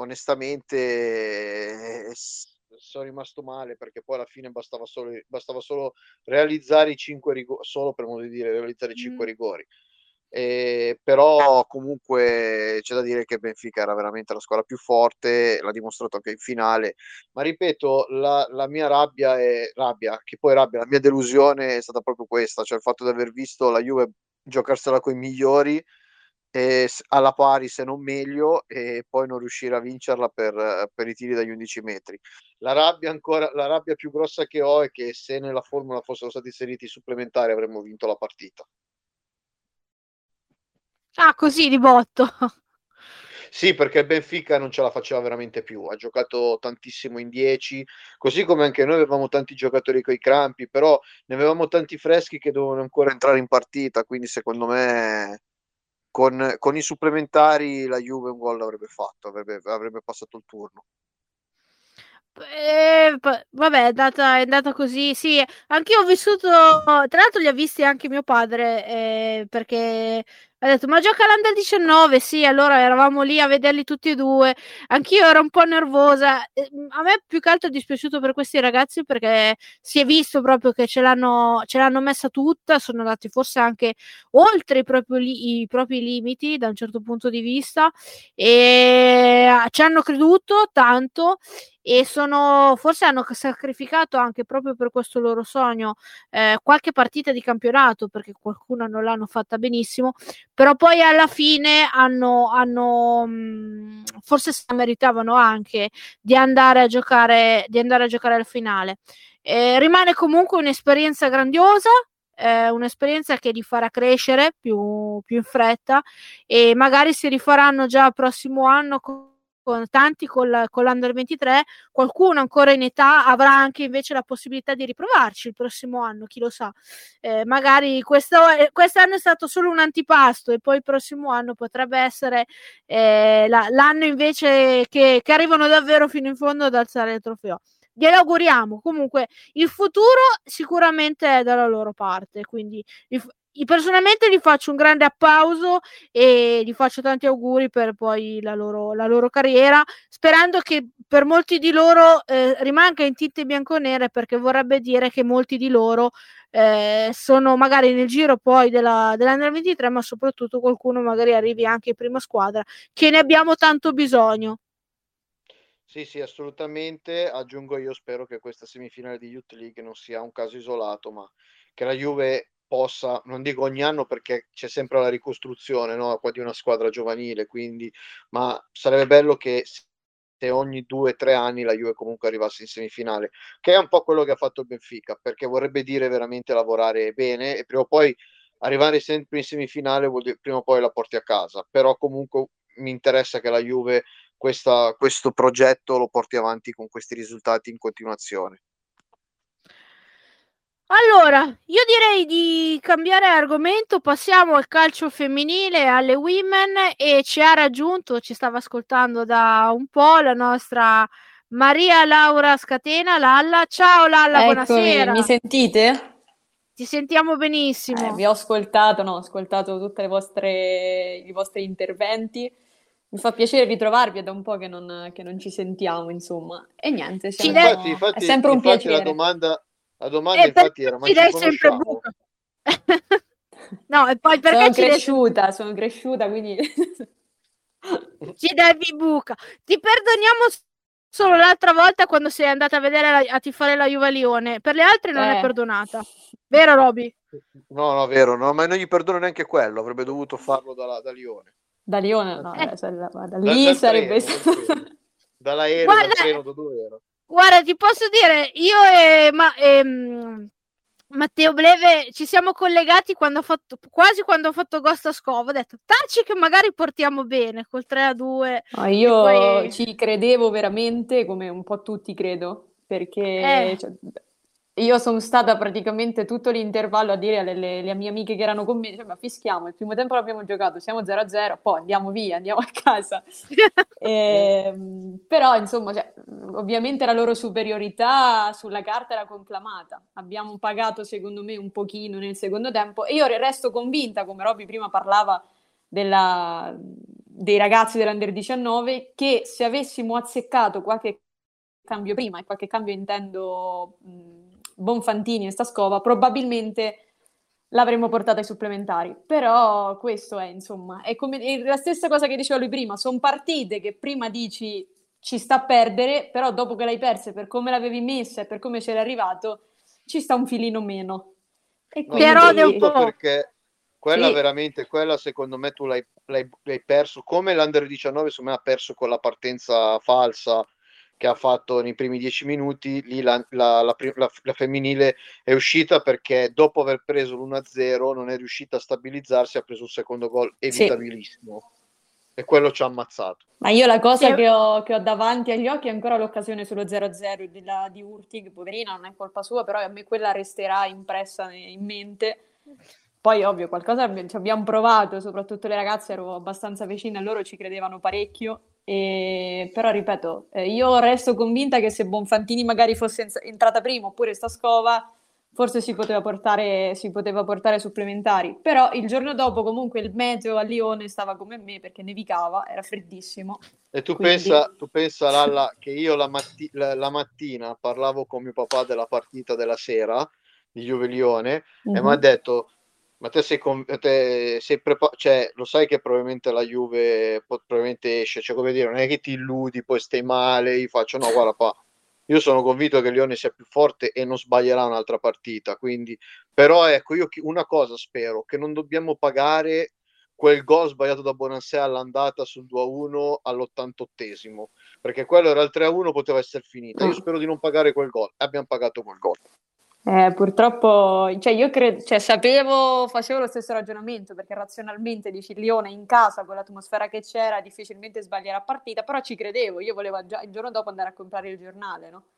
onestamente eh, sono rimasto male perché poi alla fine bastava solo, bastava solo realizzare i cinque rigori, solo per modo di dire, realizzare i cinque Mm. rigori. Eh, però comunque c'è da dire che Benfica era veramente la squadra più forte, l'ha dimostrato anche in finale, ma ripeto, la, la mia rabbia è rabbia, che poi rabbia, la mia delusione è stata proprio questa, cioè il fatto di aver visto la Juve giocarsela con i migliori e alla pari se non meglio e poi non riuscire a vincerla per, per i tiri dagli undici metri. La rabbia ancora, la rabbia più grossa che ho è che se nella formula fossero stati inseriti i supplementari avremmo vinto la partita. Ah, così di botto. Sì, perché il Benfica non ce la faceva veramente più, ha giocato tantissimo in dieci, così come anche noi avevamo tanti giocatori coi crampi, però ne avevamo tanti freschi che dovevano ancora entrare in partita, quindi secondo me con, con i supplementari la Juve un gol l'avrebbe fatto, avrebbe, avrebbe passato il turno. Eh, p- vabbè, è andata, è andata così. Sì, anch'io ho vissuto. Tra l'altro, li ha visti anche mio padre. Eh, perché ha detto: Ma gioca l'Under diciannove? Sì, allora eravamo lì a vederli tutti e due. Anch'io ero un po' nervosa. Eh, A me più che altro è dispiaciuto per questi ragazzi perché si è visto proprio che ce l'hanno, ce l'hanno messa tutta. Sono andati forse anche oltre i propri, li- i propri limiti da un certo punto di vista. E ci hanno creduto tanto e sono forse hanno sacrificato anche proprio per questo loro sogno eh, qualche partita di campionato perché qualcuna non l'hanno fatta benissimo però poi alla fine hanno, hanno mh, forse se la meritavano anche di andare a giocare, di andare a giocare al finale. Eh, rimane comunque un'esperienza grandiosa, eh, un'esperienza che li farà crescere più, più in fretta, e magari si rifaranno già il prossimo anno con, con tanti con, con l'Under ventitré. Qualcuno ancora in età avrà anche invece la possibilità di riprovarci il prossimo anno, chi lo sa. Eh, magari questo, quest'anno è stato solo un antipasto e poi il prossimo anno potrebbe essere eh, la, l'anno invece che, che arrivano davvero fino in fondo ad alzare il trofeo. Glielo auguriamo. Comunque il futuro sicuramente è dalla loro parte, quindi io personalmente gli faccio un grande applauso e gli faccio tanti auguri per poi la loro, la loro carriera, sperando che per molti di loro eh, rimanga in tinte bianconere, perché vorrebbe dire che molti di loro eh, sono magari nel giro poi della, dell'Under ventitré, ma soprattutto qualcuno magari arrivi anche in prima squadra, che ne abbiamo tanto bisogno. Sì, sì, assolutamente. Aggiungo io, spero che questa semifinale di Youth League non sia un caso isolato, ma che la Juve possa, non dico ogni anno perché c'è sempre la ricostruzione, no, qua di una squadra giovanile, quindi, ma sarebbe bello che se ogni due o tre anni la Juve comunque arrivasse in semifinale, che è un po' quello che ha fatto il Benfica, perché vorrebbe dire veramente lavorare bene e prima o poi arrivare sempre in semifinale vuol dire prima o poi la porti a casa, però comunque mi interessa che la Juve questa, questo progetto lo porti avanti con questi risultati in continuazione. Allora, io direi di cambiare argomento, passiamo al calcio femminile, alle women, e ci ha raggiunto, ci stava ascoltando da un po' la nostra Maria Laura Scatena, Lalla. Ciao Lalla, Eccomi, buonasera. mi sentite? Ti sentiamo benissimo. Eh, vi ho ascoltato, no, ho ascoltato tutti i vostri interventi. Mi fa piacere ritrovarvi, è da un po' che non, che non ci sentiamo, insomma. E niente, siamo... infatti, infatti, è sempre un infatti piacere. La domanda, la domanda e infatti era, ma ci lei sempre conosciamo? buca. No, e poi perché sono ci cresciuta, devi... sono cresciuta, quindi... ci devi buca. Ti perdoniamo solo l'altra volta quando sei andata a vedere la, a tifare la Juve Lione, per le altre non eh. è perdonata, vero Roby? No, no, vero, no, ma non gli perdono neanche quello, avrebbe dovuto farlo da, da Lione. Da Lione, no, Eh. da, da Da, lì dal sarebbe treno, stato... dal treno. Dall'aereo, Guarda, dal treno, da dove era? Guarda, ti posso dire, io e, ma, ehm, Matteo Bleve ci siamo collegati quando ho fatto, quasi quando ho fatto Ghost a Scova. Ho detto, taci che magari portiamo bene col tre a due. No, io poi... ci credevo veramente, come un po' tutti credo, perché Eh. cioè, io sono stata praticamente tutto l'intervallo a dire alle, alle- alle mie amiche che erano con me, cioè, ma fischiamo, il primo tempo l'abbiamo giocato, siamo zero a zero, poi andiamo via, andiamo a casa. Ehm, però insomma, cioè, ovviamente la loro superiorità sulla carta era conclamata. Abbiamo pagato secondo me un pochino nel secondo tempo e io resto convinta, come Robby prima parlava della, dei ragazzi dell'Under diciannove, che se avessimo azzeccato qualche cambio prima, e qualche cambio intendo mh, Bonfantini e Staskova, probabilmente l'avremmo portata ai supplementari. Però questo è, insomma, è, come, è la stessa cosa che diceva lui prima, sono partite che prima dici ci sta a perdere, però dopo che l'hai persa per come l'avevi messa e per come c'era arrivato, ci sta un filino meno. E No, quindi... soprattutto perché quella Sì. veramente, quella secondo me tu l'hai, l'hai, l'hai perso, come l'Under diciannove secondo me ha perso con la partenza falsa che ha fatto nei primi dieci minuti, lì la, la, la, la, la femminile è uscita perché dopo aver preso l'uno a zero non è riuscita a stabilizzarsi, ha preso un secondo gol evitabilissimo. Sì. E quello ci ha ammazzato. Ma io la cosa Sì. che, ho, che ho davanti agli occhi è ancora l'occasione sullo zero a zero di, la, di Hurtig, poverina, non è colpa sua, però a me quella resterà impressa in mente. Poi ovvio, qualcosa ci abbiamo provato, soprattutto le ragazze, ero abbastanza vicina a loro, ci credevano parecchio, e... però ripeto, eh, io resto convinta che se Bonfantini magari fosse entrata prima oppure Staskova, forse si poteva portare, si poteva portare supplementari, però il giorno dopo comunque il meteo a Lione stava come me perché nevicava, era freddissimo. E tu quindi... pensa, tu pensa Lalla, che io la, matti- la, la mattina parlavo con mio papà della partita della sera di Juve Lione mm-hmm. e mi ha detto: ma te sei, con, te sei prepa- cioè lo sai che probabilmente la Juve probabilmente esce, cioè come dire, non è che ti illudi, poi stai male, io faccio no, guarda pa, io sono convinto che Lione sia più forte e non sbaglierà un'altra partita, quindi però ecco, io una cosa spero, che non dobbiamo pagare quel gol sbagliato da Bonansea all'andata sul due a uno all'ottantottesimo, perché quello era il tre a uno, poteva essere finita. Io spero di non pagare quel gol. Abbiamo pagato quel gol. Eh, purtroppo, cioè io credo, cioè sapevo, facevo lo stesso ragionamento, perché razionalmente dici Lione in casa con l'atmosfera che c'era difficilmente sbaglierà partita, però ci credevo, io volevo già il giorno dopo andare a comprare il giornale, no?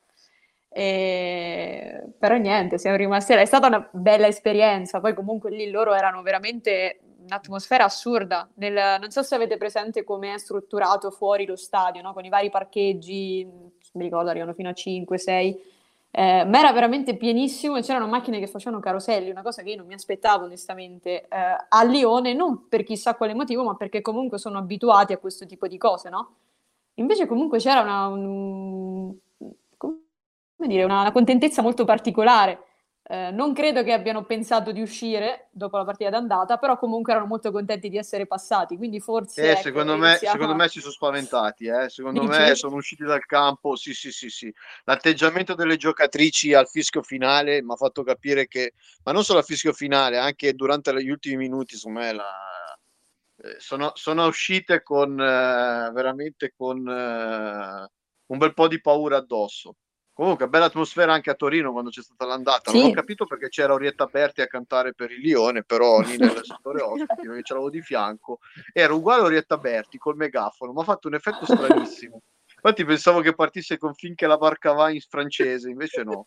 E... però niente, siamo rimasti là. È stata una bella esperienza, poi comunque lì loro erano veramente un'atmosfera assurda. Nel... non so se avete presente come è strutturato fuori lo stadio, no? Con i vari parcheggi, non mi ricordo, arrivano fino a cinque sei. Eh, ma era veramente pienissimo e c'erano macchine che facevano caroselli, una cosa che io non mi aspettavo onestamente eh, a Lione, non per chissà quale motivo, ma perché comunque sono abituati a questo tipo di cose, no? Invece comunque c'era una, un, come dire, una, una contentezza molto particolare. Eh, non credo che abbiano pensato di uscire dopo la partita d'andata, però comunque erano molto contenti di essere passati, quindi forse Eh, ecco, secondo me, iniziamo secondo a... me si sono spaventati, eh. Secondo Dici? me sono usciti dal campo. Sì, sì, sì, sì. L'atteggiamento delle giocatrici al fischio finale mi ha fatto capire che, ma non solo al fischio finale, anche durante gli ultimi minuti, insomma, è la... eh, sono, sono uscite con eh, veramente con eh, un bel po' di paura addosso. Comunque, bella atmosfera anche a Torino quando c'è stata l'andata. Non ho Sì. capito perché c'era Orietta Berti a cantare per il Lione, però lì nel settore ospiti, perché ce l'avevo di fianco. Era uguale a Orietta Berti col megafono, mi ha fatto un effetto stranissimo. Infatti pensavo che partisse con Finché la barca va in francese, invece no.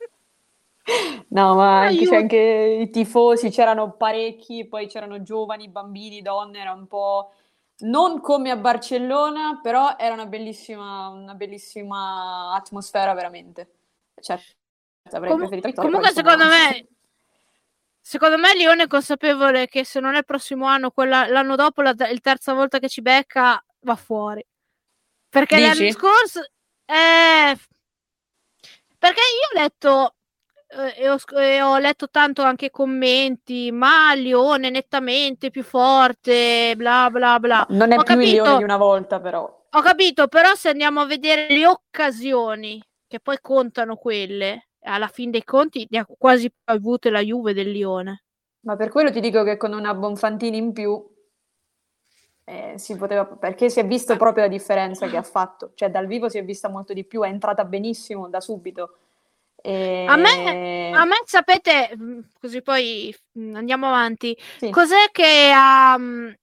No, ma anche, cioè, Aiuto. anche i tifosi, c'erano parecchi, poi c'erano giovani, bambini, donne, era un po' non come a Barcellona, però era una bellissima, una bellissima atmosfera veramente. Certo, avrei Com- preferito vittoria, però comunque insomma... secondo me secondo me Lione è consapevole che se non è il prossimo anno, quella, l'anno dopo, la, il terza volta che ci becca va fuori, perché l'anno Dici? scorso eh, perché io ho letto eh, e, ho, e ho letto tanto anche commenti, ma Lione nettamente più forte, bla bla bla. No, non Ho è più il Lione di capito, una volta, però. ho capito, però se andiamo a vedere le occasioni, che poi contano quelle, alla fin dei conti ne ha quasi avute la Juve del Lione. Ma per quello ti dico che con una Bonfantini in più eh, si poteva, perché si è visto proprio la differenza che ha fatto, cioè dal vivo si è vista molto di più, è entrata benissimo da subito. E... A me, a me sapete, così poi andiamo avanti, sì. cos'è che ha,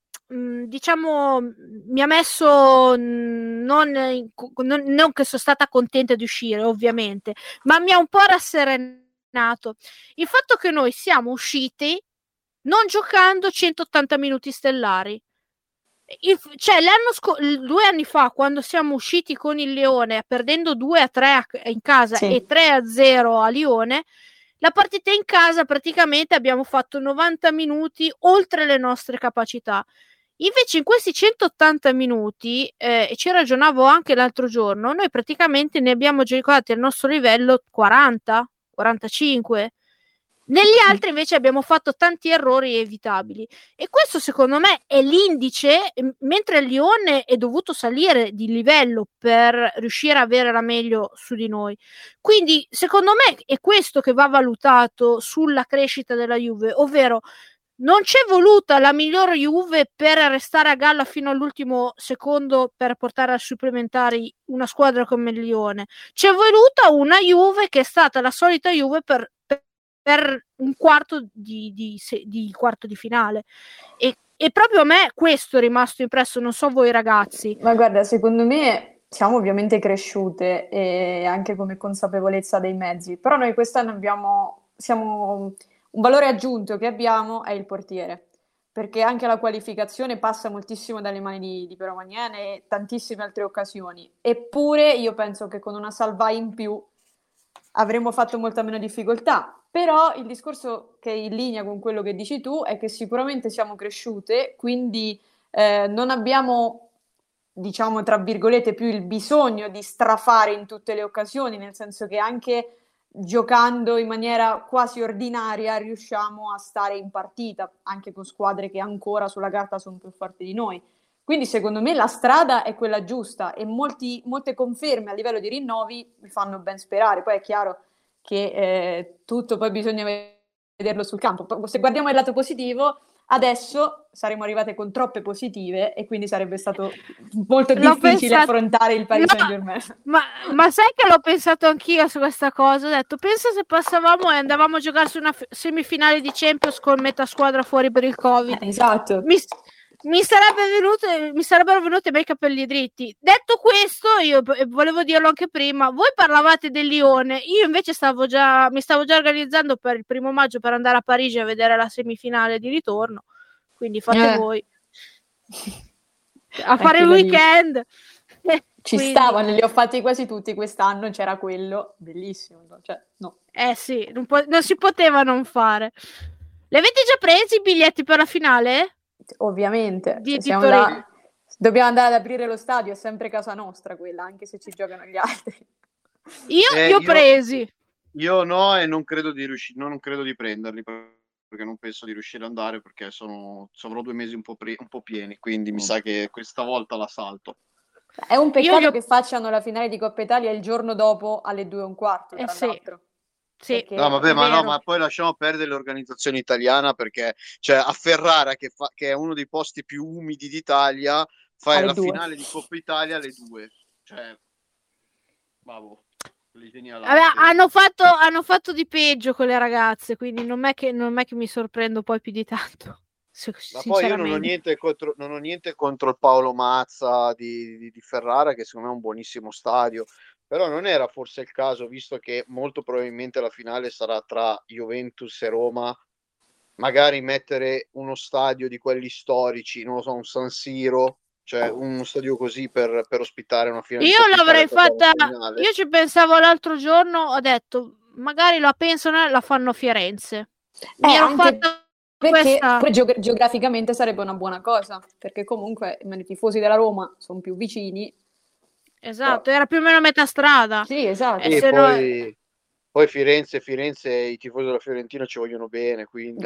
diciamo, mi ha messo, non, non, non che sono stata contenta di uscire, ovviamente, ma mi ha un po' rasserenato il fatto che noi siamo usciti non giocando centottanta minuti stellari. Il, cioè l'anno sc- due anni fa, quando siamo usciti con il Lione perdendo due a tre a, in casa Sì. e tre a zero a Lione, la partita in casa praticamente abbiamo fatto novanta minuti oltre le nostre capacità. Invece in questi centottanta minuti, eh, e ci ragionavo anche l'altro giorno, noi praticamente ne abbiamo giocati al nostro livello quaranta quarantacinque. Negli altri invece abbiamo fatto tanti errori evitabili e questo secondo me è l'indice, mentre il Lione è dovuto salire di livello per riuscire a avere la meglio su di noi. Quindi secondo me è questo che va valutato sulla crescita della Juve, ovvero non c'è voluta la migliore Juve per restare a galla fino all'ultimo secondo per portare ai supplementari una squadra come il Lione. C'è voluta una Juve che è stata la solita Juve per, per, per un quarto di, di, di quarto di finale. E, e proprio a me questo è rimasto impresso, non so voi ragazzi. Ma guarda, secondo me siamo ovviamente cresciute e anche come consapevolezza dei mezzi, però noi quest'anno abbiamo, siamo... un valore aggiunto che abbiamo è il portiere, perché anche la qualificazione passa moltissimo dalle mani di, di Piero Magnene e tantissime altre occasioni. Eppure io penso che con una Salvai in più avremmo fatto molta meno difficoltà. Però il discorso che è in linea con quello che dici tu è che sicuramente siamo cresciute, quindi eh, non abbiamo, diciamo tra virgolette, più il bisogno di strafare in tutte le occasioni, nel senso che anche giocando in maniera quasi ordinaria riusciamo a stare in partita anche con squadre che ancora sulla carta sono più forti di noi. Quindi secondo me la strada è quella giusta e molti, molte conferme a livello di rinnovi mi fanno ben sperare. Poi è chiaro che eh, tutto poi bisogna vederlo sul campo. Se guardiamo il lato positivo, Adesso saremmo arrivate con troppe positive e quindi sarebbe stato molto L'ho difficile pensato- affrontare il Paris No, Saint-Germain. Ma, ma sai che l'ho pensato anch'io su questa cosa? Ho detto, pensa se passavamo e andavamo a giocare su una f- semifinale di Champions con metà squadra fuori per il Covid. Eh, esatto. Mi, mi sarebbe venute, mi sarebbero venuti bei capelli dritti. Detto questo, io e volevo dirlo anche prima, voi parlavate del Lione, io invece stavo già, mi stavo già organizzando per il primo maggio per andare a Parigi a vedere la semifinale di ritorno, quindi fate Eh. voi. A fare il quello lì. weekend. Ci Quindi- stavano, li ho fatti quasi tutti quest'anno, c'era quello, bellissimo, no? Cioè, no. Eh sì, non, po- non si poteva non fare. Li avete già presi i biglietti per la finale? Ovviamente, Di- se di siamo Torino. là, dobbiamo andare ad aprire lo stadio, è sempre casa nostra quella, anche se ci giocano gli altri. Io Eh, li ho io- presi. Io no, e non credo di riuscire, non credo di prenderli perché non penso di riuscire ad andare perché sono, avrò due mesi un po', pre- un po' pieni, quindi mi sa che questa volta la salto. È un peccato li ho- che facciano la finale di Coppa Italia il giorno dopo alle due e un quarto, Eh tra sì. l'altro. Sì, Perché- No, vabbè, è ma no, vero. ma poi lasciamo perdere l'organizzazione italiana perché, cioè, a Ferrara, che, fa, che è uno dei posti più umidi d'Italia, fai Alle la due. finale di Coppa Italia alle due. Cioè, bravo. Li tieni Vabbè, all'arte. hanno fatto, hanno fatto di peggio con le ragazze, quindi non è che, non è che mi sorprendo poi più di tanto. si- Ma poi io non ho, Sinceramente. niente contro, non ho niente contro il Paolo Mazza di, di- di Ferrara, che secondo me è un buonissimo stadio, però non era forse il caso, visto che molto probabilmente la finale sarà tra Juventus e Roma, magari mettere uno stadio di quelli storici, non lo so, un San Siro, cioè uno stadio così per, per ospitare una finale di Io Coppa l'avrei Italia per la fatta. finale. Io ci pensavo l'altro giorno, ho detto, magari la pensano e la fanno a Firenze. Mi Eh, ero anche fatta perché questa. poi geog- geograficamente sarebbe una buona cosa, perché comunque i tifosi della Roma sono più vicini. Esatto, era più o meno a metà strada. Sì, esatto. Eh, E se no- poi, poi Firenze, Firenze, i tifosi della Fiorentina ci vogliono bene, quindi...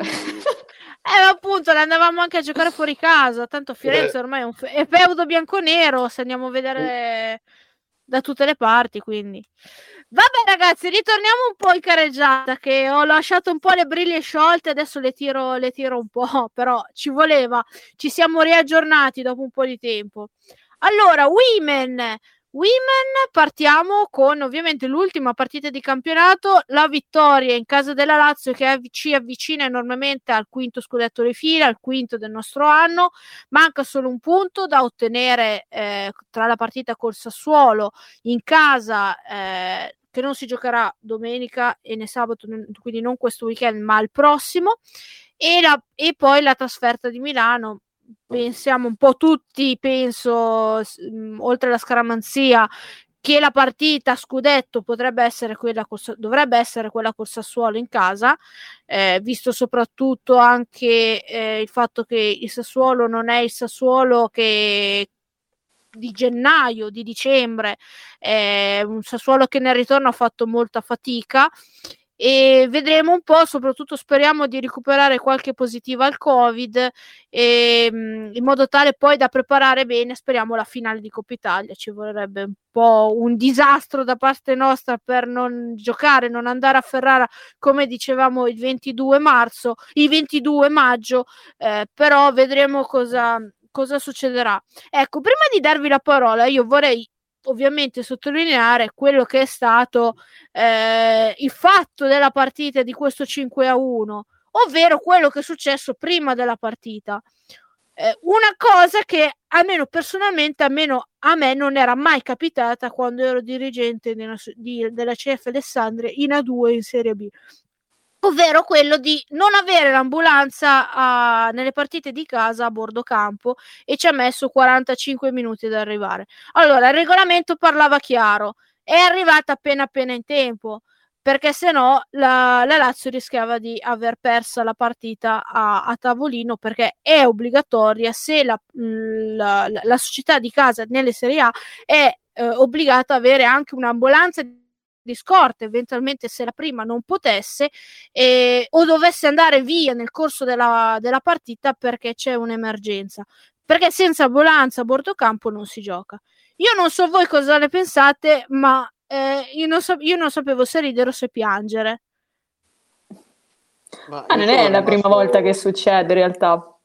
Eh, ma appunto, le andavamo anche a giocare fuori casa. Tanto Firenze ormai è un fe- è feudo bianconero. Se andiamo a vedere da tutte le parti. Quindi, vabbè, ragazzi, ritorniamo un po' in carreggiata. Che ho lasciato un po' le briglie sciolte. Adesso le tiro, le tiro un po'. Però ci voleva. Ci siamo riaggiornati dopo un po' di tempo. Allora, Women. Women, partiamo con ovviamente l'ultima partita di campionato, la vittoria in casa della Lazio che av- ci avvicina enormemente al quinto scudetto di fila, al quinto del nostro anno. Manca solo un punto da ottenere eh, tra la partita col Sassuolo in casa, eh, che non si giocherà domenica e né sabato, quindi non questo weekend ma il prossimo, e, la, e poi la trasferta di Milano. Pensiamo un po' tutti, penso, mh, oltre alla scaramanzia, che la partita scudetto potrebbe essere quella col, dovrebbe essere quella col Sassuolo in casa, eh, visto soprattutto anche eh, il fatto che il Sassuolo non è il Sassuolo che di gennaio, di dicembre, è un Sassuolo che nel ritorno ha fatto molta fatica. E vedremo un po', soprattutto speriamo di recuperare qualche positiva al Covid, e, mh, in modo tale poi da preparare bene, speriamo, la finale di Coppa Italia. Ci vorrebbe un po' un disastro da parte nostra per non giocare, non andare a Ferrara come dicevamo il ventidue marzo, il ventidue maggio, eh, però vedremo cosa, cosa succederà. Ecco, prima di darvi la parola, io vorrei ovviamente sottolineare quello che è stato eh, il fatto della partita di questo cinque a uno, ovvero quello che è successo prima della partita. Eh, una cosa che almeno personalmente, almeno a me, non era mai capitata quando ero dirigente della, di, della C F Alessandria in A due in Serie B, ovvero quello di non avere l'ambulanza a, nelle partite di casa a bordo campo, e ci ha messo quarantacinque minuti ad arrivare. Allora, il regolamento parlava chiaro, è arrivata appena appena in tempo, perché se no la, la Lazio rischiava di aver persa la partita a, a tavolino, perché è obbligatoria, se la, la, la, la società di casa nelle Serie A è eh, obbligata ad avere anche un'ambulanza di scorta, eventualmente se la prima non potesse eh, o dovesse andare via nel corso della, della partita perché c'è un'emergenza, perché senza ambulanza a bordo campo non si gioca. Io non so voi cosa ne pensate, ma eh, io, non so, io non sapevo se ridere o se piangere. Ma Ah, non è la prima volta che succede in realtà.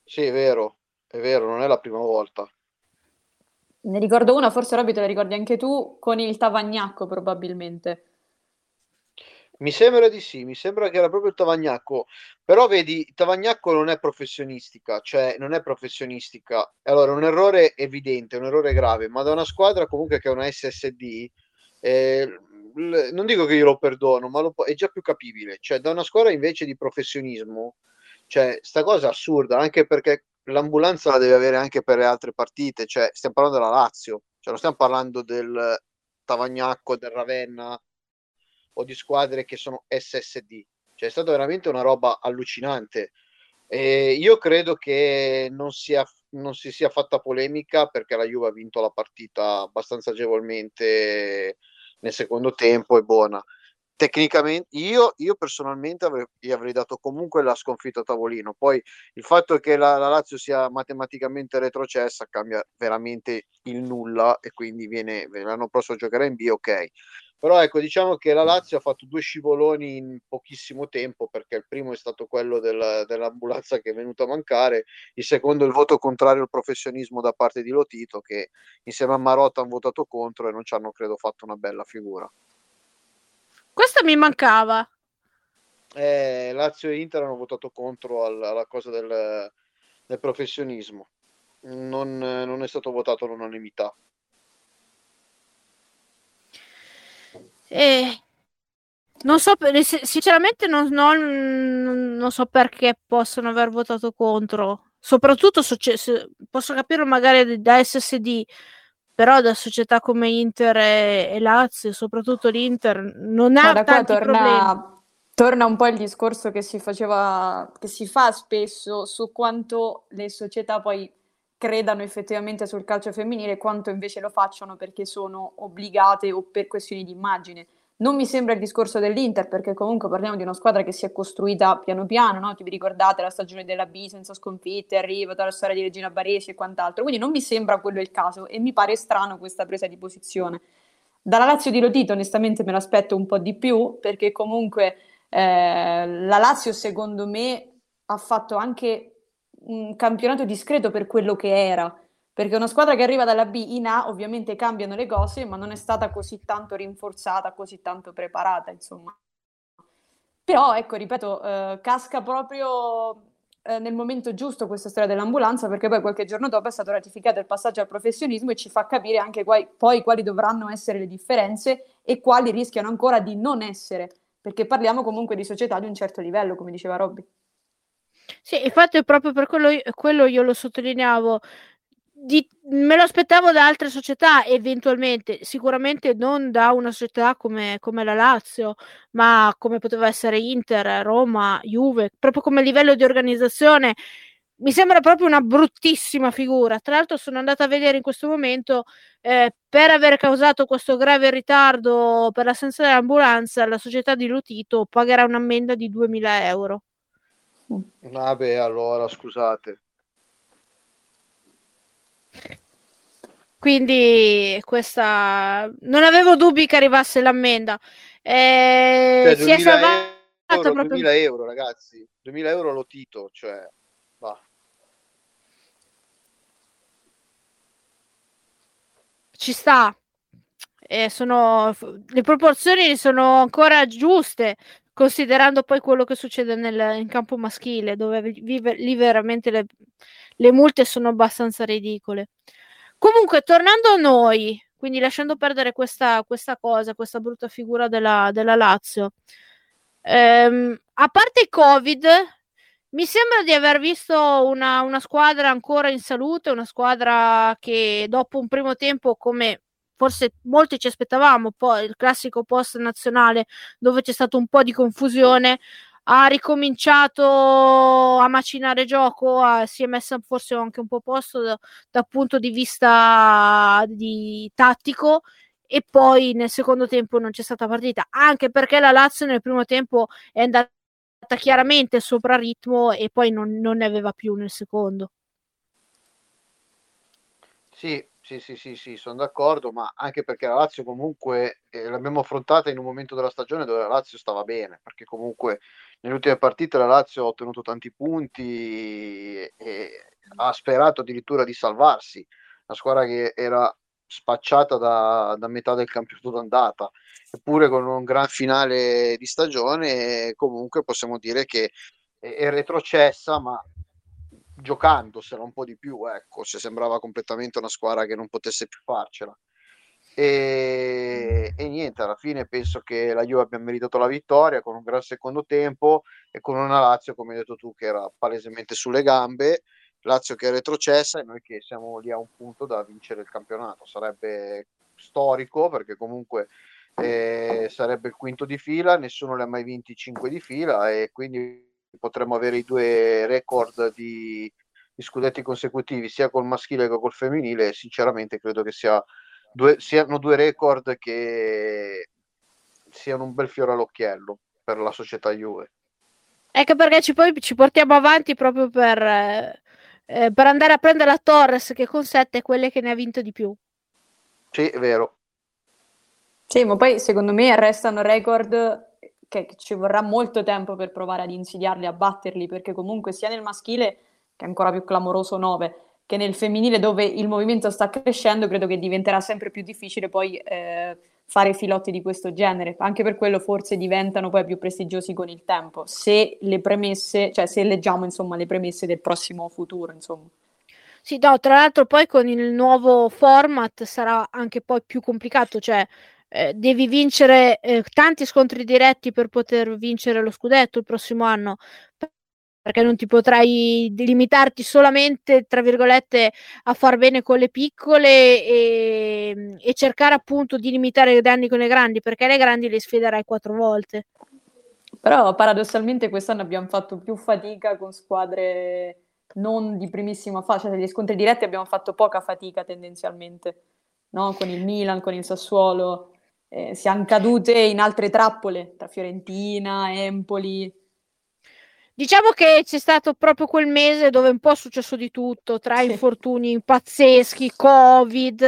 Sì, è vero, è vero, non è la prima volta. Ne ricordo una, forse Robby te la ricordi anche tu, con il Tavagnacco probabilmente. Mi sembra di sì, mi sembra che era proprio il Tavagnacco, però vedi, Tavagnacco non è professionistica, cioè non è professionistica. Allora, è un errore evidente, un errore grave, ma da una squadra comunque che è una S S D, eh, l- non dico che io lo perdono, ma lo po- è già più capibile. Cioè, da una squadra invece di professionismo, cioè, sta cosa è assurda, anche perché l'ambulanza la deve avere anche per le altre partite, cioè, stiamo parlando della Lazio, cioè, non stiamo parlando del Tavagnacco, del Ravenna o di squadre che sono S S D. Cioè, è stata veramente una roba allucinante. E io credo che non, sia, non si sia fatta polemica perché la Juve ha vinto la partita abbastanza agevolmente nel secondo tempo e buona. Tecnicamente, io, io personalmente avrei, gli avrei dato comunque la sconfitta a tavolino. Poi il fatto che la, la Lazio sia matematicamente retrocessa cambia veramente il nulla e quindi viene l'anno prossimo giocherà in B, ok. Però ecco, diciamo che la Lazio ha fatto due scivoloni in pochissimo tempo, perché il primo è stato quello del, dell'ambulanza che è venuto a mancare, il secondo il voto contrario al professionismo da parte di Lotito, che insieme a Marotta hanno votato contro e non ci hanno, credo, fatto una bella figura. Questa mi mancava. Eh, Lazio e Inter hanno votato contro al- alla cosa del, del professionismo. Non, non è stato votato all'unanimità. E non so, per- sinceramente non, non- non so perché possono aver votato contro. Soprattutto socie- se- posso capirlo magari da S S D, però da società come Inter e, e Lazio, soprattutto l'Inter, non Ma ha da qua tanti problemi. torna, torna un po' il discorso che si faceva, che si fa spesso su quanto le società poi credano effettivamente sul calcio femminile e quanto invece lo facciano perché sono obbligate o per questioni di immagine. Non mi sembra il discorso dell'Inter, perché comunque parliamo di una squadra che si è costruita piano piano, no? Ti vi ricordate la stagione della B senza sconfitte, arriva dalla storia di Regina Baresi e quant'altro. Quindi non mi sembra quello il caso e mi pare strano questa presa di posizione. Dalla Lazio di Lotito onestamente me l'aspetto un po' di più, perché comunque eh, la Lazio secondo me ha fatto anche un campionato discreto per quello che era, perché una squadra che arriva dalla B in A ovviamente cambiano le cose, ma non è stata così tanto rinforzata, così tanto preparata, insomma. Però, ecco, ripeto, eh, casca proprio eh, nel momento giusto questa storia dell'ambulanza, perché poi qualche giorno dopo è stato ratificato il passaggio al professionismo e ci fa capire anche quai- poi quali dovranno essere le differenze e quali rischiano ancora di non essere, perché parliamo comunque di società di un certo livello, come diceva Robby. Sì, infatti è proprio per quello, quello io lo sottolineavo. Di, me lo aspettavo da altre società, eventualmente, sicuramente non da una società come, come la Lazio, ma come poteva essere Inter, Roma, Juve, proprio come livello di organizzazione. Mi sembra proprio una bruttissima figura. Tra l'altro, sono andata a vedere in questo momento eh, per aver causato questo grave ritardo per l'assenza dell'ambulanza, la società di Lotito pagherà un'ammenda di duemila euro. Vabbè, allora, scusate. Quindi questa non avevo dubbi che arrivasse l'ammenda. Eh, Cioè, si è duemila salvata euro, proprio. duemila euro, ragazzi. duemila euro lo Tito, cioè, va. Ci sta. Eh, sono, le proporzioni sono ancora giuste, considerando poi quello che succede nel, in campo maschile, dove vive, lì veramente le, le multe sono abbastanza ridicole. Comunque, tornando a noi, quindi lasciando perdere questa, questa cosa, questa brutta figura della, della Lazio, ehm, a parte il Covid, mi sembra di aver visto una, una squadra ancora in salute, una squadra che dopo un primo tempo, come forse molti ci aspettavamo, poi il classico post nazionale dove c'è stato un po' di confusione, ha ricominciato a macinare gioco, a, si è messa forse anche un po' a posto da, dal punto di vista di tattico e poi nel secondo tempo non c'è stata partita, anche perché la Lazio nel primo tempo è andata chiaramente sopra ritmo e poi non, non ne aveva più nel secondo. Sì, sì, sì, sì, sì, sono d'accordo, ma anche perché la Lazio comunque eh, l'abbiamo affrontata in un momento della stagione dove la Lazio stava bene, perché comunque nelle ultime partite la Lazio ha ottenuto tanti punti e ha sperato addirittura di salvarsi, una squadra che era spacciata da, da metà del campionato d'andata, eppure con un gran finale di stagione comunque possiamo dire che è, è retrocessa, ma giocandosela un po' di più, ecco, se sembrava completamente una squadra che non potesse più farcela. E, e niente, alla fine penso che la Juve abbia meritato la vittoria con un gran secondo tempo e con una Lazio, come hai detto tu, che era palesemente sulle gambe. Lazio che è retrocessa e noi che siamo lì a un punto da vincere il campionato. Sarebbe storico, perché comunque eh, sarebbe il quinto di fila, nessuno li ha mai vinti cinque di fila, e quindi potremmo avere i due record di, di scudetti consecutivi sia col maschile che col femminile, e sinceramente credo che sia due, siano due record che siano un bel fiore all'occhiello per la società Juve. Ecco perché ci, poi, ci portiamo avanti proprio per, eh, per andare a prendere la Torres, che con sette è quelle che ne ha vinto di più. Sì, è vero. Sì, ma poi secondo me restano record che, che ci vorrà molto tempo per provare ad insidiarli, a batterli, perché comunque sia nel maschile, che è ancora più clamoroso nove, che nel femminile, dove il movimento sta crescendo, credo che diventerà sempre più difficile poi eh, fare filotti di questo genere. Anche per quello forse diventano poi più prestigiosi con il tempo, se le premesse, cioè se leggiamo insomma le premesse del prossimo futuro, insomma. Sì, no, tra l'altro poi con il nuovo format sarà anche poi più complicato, cioè eh, devi vincere eh, tanti scontri diretti per poter vincere lo scudetto il prossimo anno, perché non ti potrai limitarti solamente, tra virgolette, a far bene con le piccole e, e cercare appunto di limitare i danni con le grandi, perché le grandi le sfiderai quattro volte. Però paradossalmente quest'anno abbiamo fatto più fatica con squadre non di primissima fascia, cioè degli scontri diretti abbiamo fatto poca fatica tendenzialmente, no? Con il Milan, con il Sassuolo, eh, siamo cadute in altre trappole, tra Fiorentina, Empoli. Diciamo che c'è stato proprio quel mese dove un po' è successo di tutto, tra Sì. infortuni pazzeschi, Covid,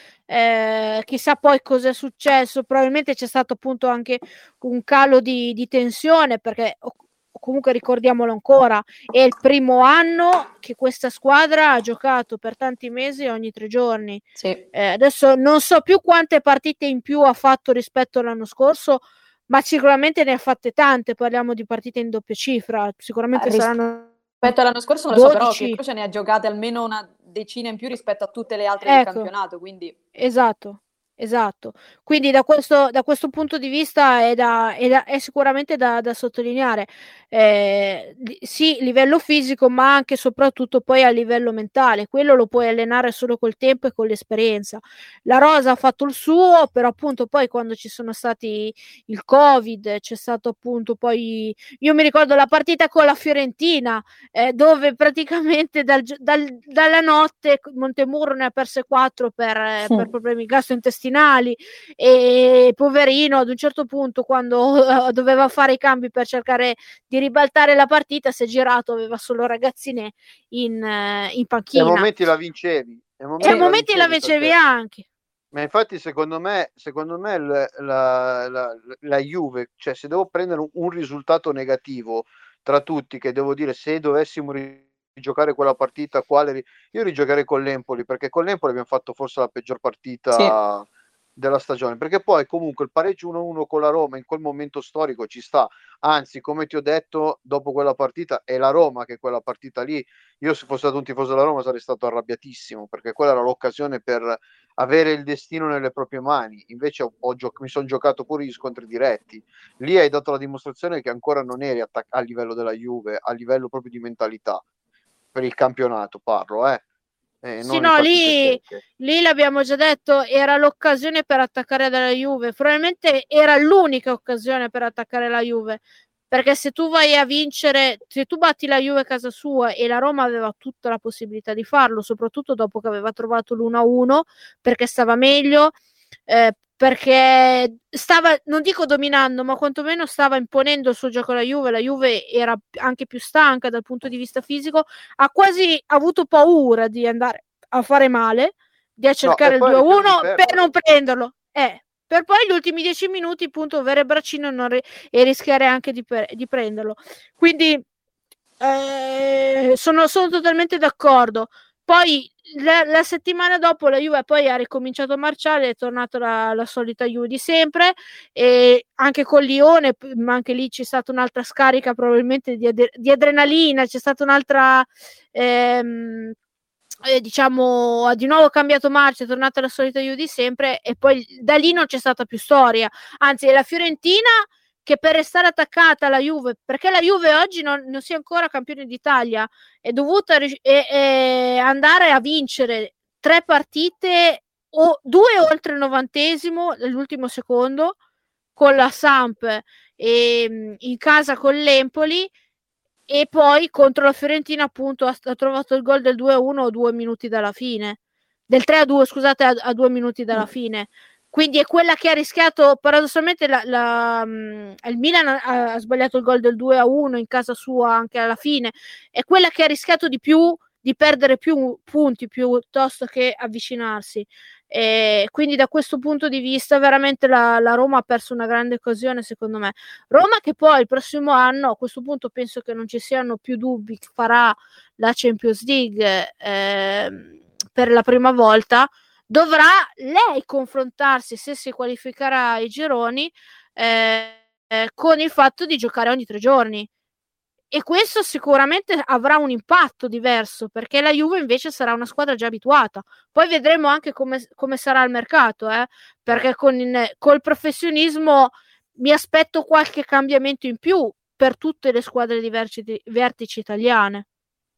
eh, chissà poi cosa è successo, probabilmente c'è stato appunto anche un calo di, di tensione, perché comunque ricordiamolo ancora, è il primo anno che questa squadra ha giocato per tanti mesi ogni tre giorni. Sì. Eh, adesso non so più quante partite in più ha fatto rispetto all'anno scorso, ma sicuramente ne ha fatte tante, parliamo di partite in doppia cifra, sicuramente Ris- saranno rispetto all'anno scorso non lo so, però Croce ne ha giocate almeno una decina in più rispetto a tutte le altre ecco, del campionato, quindi... Esatto, esatto. Quindi da questo, da questo punto di vista è, da, è, da, è sicuramente da, da sottolineare. Eh, sì, livello fisico, ma anche e soprattutto poi a livello mentale. Quello lo puoi allenare solo col tempo e con l'esperienza. La Rosa ha fatto il suo, però appunto poi quando ci sono stati il Covid, c'è stato appunto poi... Io mi ricordo la partita con la Fiorentina, eh, dove praticamente dal, dal, dalla notte Montemurro ne ha perse quattro per, sì. per problemi gastrointestinali, e poverino ad un certo punto, quando uh, doveva fare i cambi per cercare di ribaltare la partita, si è girato, aveva solo ragazzine in, uh, in panchina. E a momenti la vincevi. E a momenti, e a momenti la vincevi perché... anche. Ma infatti secondo me, secondo me la, la, la, la Juve, cioè se devo prendere un, un risultato negativo tra tutti, che devo dire, se dovessimo rigiocare quella partita, quale io rigiocherei con l'Empoli, perché con l'Empoli abbiamo fatto forse la peggior partita sì. della stagione, perché poi comunque il pareggio uno a uno con la Roma in quel momento storico ci sta, anzi come ti ho detto, dopo quella partita è la Roma che quella partita lì, io se fossi stato un tifoso della Roma sarei stato arrabbiatissimo, perché quella era l'occasione per avere il destino nelle proprie mani, invece ho, ho gio- mi sono giocato pure gli scontri diretti, lì hai dato la dimostrazione che ancora non eri attac- a livello della Juve, a livello proprio di mentalità, per il campionato parlo, eh. Eh, sì, no, lì, lì l'abbiamo già detto, era l'occasione per attaccare dalla Juve, probabilmente era l'unica occasione per attaccare la Juve, perché se tu vai a vincere, se tu batti la Juve a casa sua, e la Roma aveva tutta la possibilità di farlo, soprattutto dopo che aveva trovato l'uno a uno, perché stava meglio, eh, perché stava, non dico dominando, ma quantomeno stava imponendo il suo gioco alla Juve. La Juve era anche più stanca dal punto di vista fisico, ha quasi avuto paura di andare a fare male, di cercare no, il due a uno per non prenderlo, eh, per poi gli ultimi dieci minuti appunto avere braccino non ri- e rischiare anche di, per- di prenderlo. Quindi eh, sono, sono totalmente d'accordo. Poi la, la settimana dopo la Juve poi ha ricominciato a marciare, è tornata la, la solita Juve di sempre, e anche con Lione, ma anche lì c'è stata un'altra scarica probabilmente di, ad- di adrenalina, c'è stata un'altra ehm, eh, diciamo, ha di nuovo cambiato marcia, è tornata la solita Juve di sempre, e poi da lì non c'è stata più storia. Anzi, è la Fiorentina che, per restare attaccata alla Juve, perché la Juve oggi non, non sia ancora campione d'Italia, è dovuta ri- e, e andare a vincere tre partite, o due oltre il novantesimo, nell'ultimo secondo, con la Samp, e in casa con l'Empoli, e poi contro la Fiorentina appunto ha, ha trovato il gol del due a uno due minuti dalla fine, del tre a due, scusate, a, a due minuti dalla fine. Quindi è quella che ha rischiato, paradossalmente la, la, um, il Milan ha, ha sbagliato il gol del due a uno in casa sua anche alla fine, è quella che ha rischiato di più di perdere più punti piuttosto che avvicinarsi. E quindi da questo punto di vista veramente la, la Roma ha perso una grande occasione, secondo me. Roma che poi il prossimo anno, a questo punto penso che non ci siano più dubbi, farà la Champions League eh, per la prima volta, dovrà lei confrontarsi, se si qualificherà ai gironi, eh, eh, con il fatto di giocare ogni tre giorni. E questo sicuramente avrà un impatto diverso, perché la Juve invece sarà una squadra già abituata. Poi vedremo anche come, come sarà il mercato, eh? Perché con il, col professionismo mi aspetto qualche cambiamento in più per tutte le squadre di vertici, vertici italiane.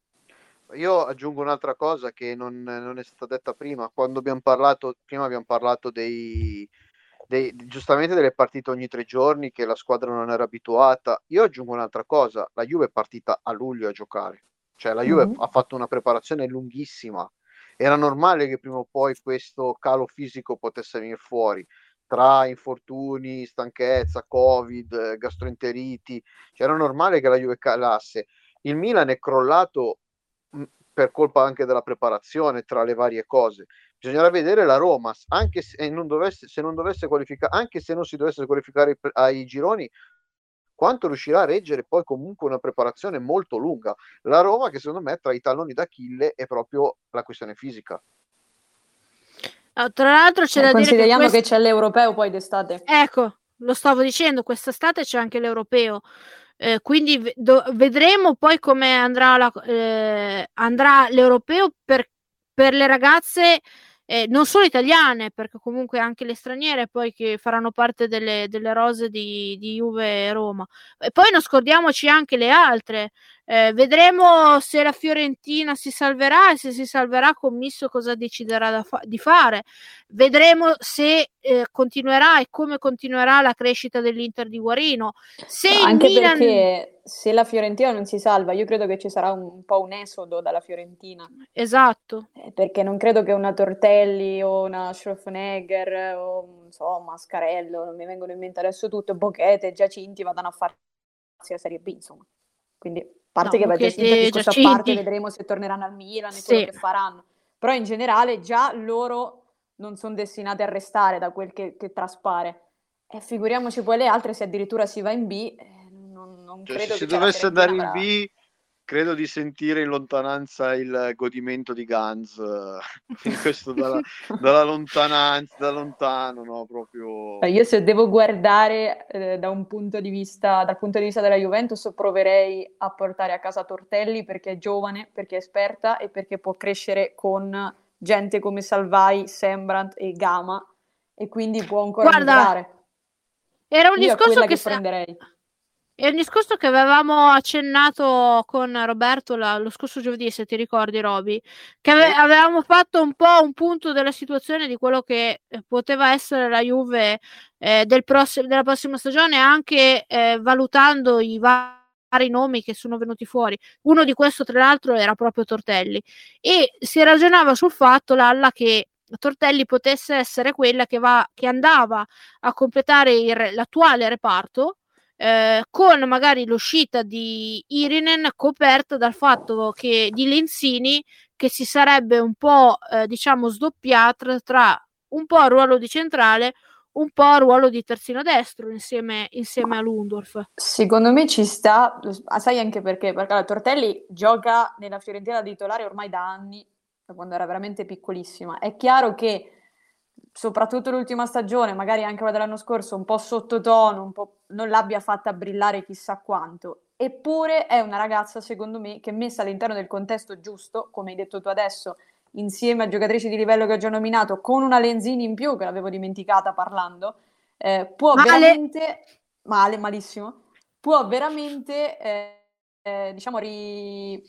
Io aggiungo un'altra cosa che non, non è stata detta prima. Quando abbiamo parlato, prima abbiamo parlato dei, dei, giustamente delle partite ogni tre giorni, che la squadra non era abituata. Io aggiungo un'altra cosa: la Juve è partita a luglio a giocare, cioè la Juve Mhm. ha fatto una preparazione lunghissima. Era normale che prima o poi questo calo fisico potesse venire fuori, tra infortuni, stanchezza, Covid, gastroenteriti. Cioè, era normale che la Juve calasse. Il Milan è crollato mh, per colpa anche della preparazione, tra le varie cose. Bisognerà vedere la Roma, anche se non dovesse, se non dovesse qualificare, anche se non si dovesse qualificare ai gironi, quanto riuscirà a reggere poi comunque una preparazione molto lunga. La Roma, che secondo me tra i talloni d'Achille è proprio la questione fisica. No, tra l'altro c'è Eh, da dire che, consideriamo quest- che c'è l'europeo poi d'estate. ecco, lo stavo dicendo, quest'estate c'è anche l'europeo. Eh, quindi v- do- vedremo poi come andrà, la, eh, andrà l'europeo per, per le ragazze, eh, non solo italiane, perché comunque anche le straniere poi che faranno parte delle, delle rose di, di Juve e Roma. E poi non scordiamoci anche le altre. Eh, vedremo se la Fiorentina si salverà, e se si salverà Commisso cosa deciderà da fa- di fare. Vedremo se eh, continuerà e come continuerà la crescita dell'Inter di Guarino. Se il Anche Milan... perché se la Fiorentina non si salva, io credo che ci sarà un, un po' un esodo dalla Fiorentina. Esatto. Eh, perché non credo che una Tortelli o una Schroffenegger o non so, Mascarello, non mi vengono in mente adesso tutto, Bochete e Giacinti vadano a farsi la Serie B, insomma. Quindi, a parte No, che va Giacinti, Bochete, discorso a parte, Giacinti. vedremo se torneranno al Milan e Sì. quello che faranno. Però in generale già loro non sono destinati a restare da quel che, che traspare. E figuriamoci poi le altre, se addirittura si va in B, eh, non, non Cioè, credo se si che c'è la dovesse Fiorentina andare in avrà... B, credo di sentire in lontananza il godimento di Guns, in questo dalla, dalla lontananza, da lontano, no? Proprio. Io se devo guardare eh, da un punto di vista, dal punto di vista della Juventus, proverei a portare a casa Tortelli perché è giovane, perché è esperta e perché può crescere con gente come Salvai, Sembrant e Gama e quindi può ancora Guarda, migliorare. era un Io è discorso quella che che sa- prenderei. è un discorso che avevamo accennato con Roberto la- lo scorso giovedì, se ti ricordi, Roby, che ave- Sì. avevamo fatto un po' un punto della situazione di quello che eh, poteva essere la Juve eh, del pross- della prossima stagione, anche eh, valutando i va- vari nomi che sono venuti fuori. Uno di questo, tra l'altro, era proprio Tortelli. E si ragionava sul fatto, Lalla, che Tortelli potesse essere quella che, va, che andava a completare il, l'attuale reparto, eh, con magari l'uscita di Irinen coperta dal fatto che di Lenzini, che si sarebbe un po' eh, diciamo sdoppiata tra un po' il ruolo di centrale, un po' a ruolo di terzino destro insieme, insieme a Lundorf. Secondo me ci sta, sai anche perché? Perché allora, Tortelli gioca nella Fiorentina da titolare ormai da anni, da quando era veramente piccolissima. È chiaro che soprattutto l'ultima stagione, magari anche quella dell'anno scorso, un po' sottotono, un po' non l'abbia fatta brillare chissà quanto. Eppure è una ragazza, secondo me, che messa all'interno del contesto giusto, come hai detto tu adesso, insieme a giocatrici di livello che ho già nominato, con una Lenzini in più, che l'avevo dimenticata parlando, eh, può Male. veramente... Male, malissimo. Può veramente, eh, eh, diciamo, ri...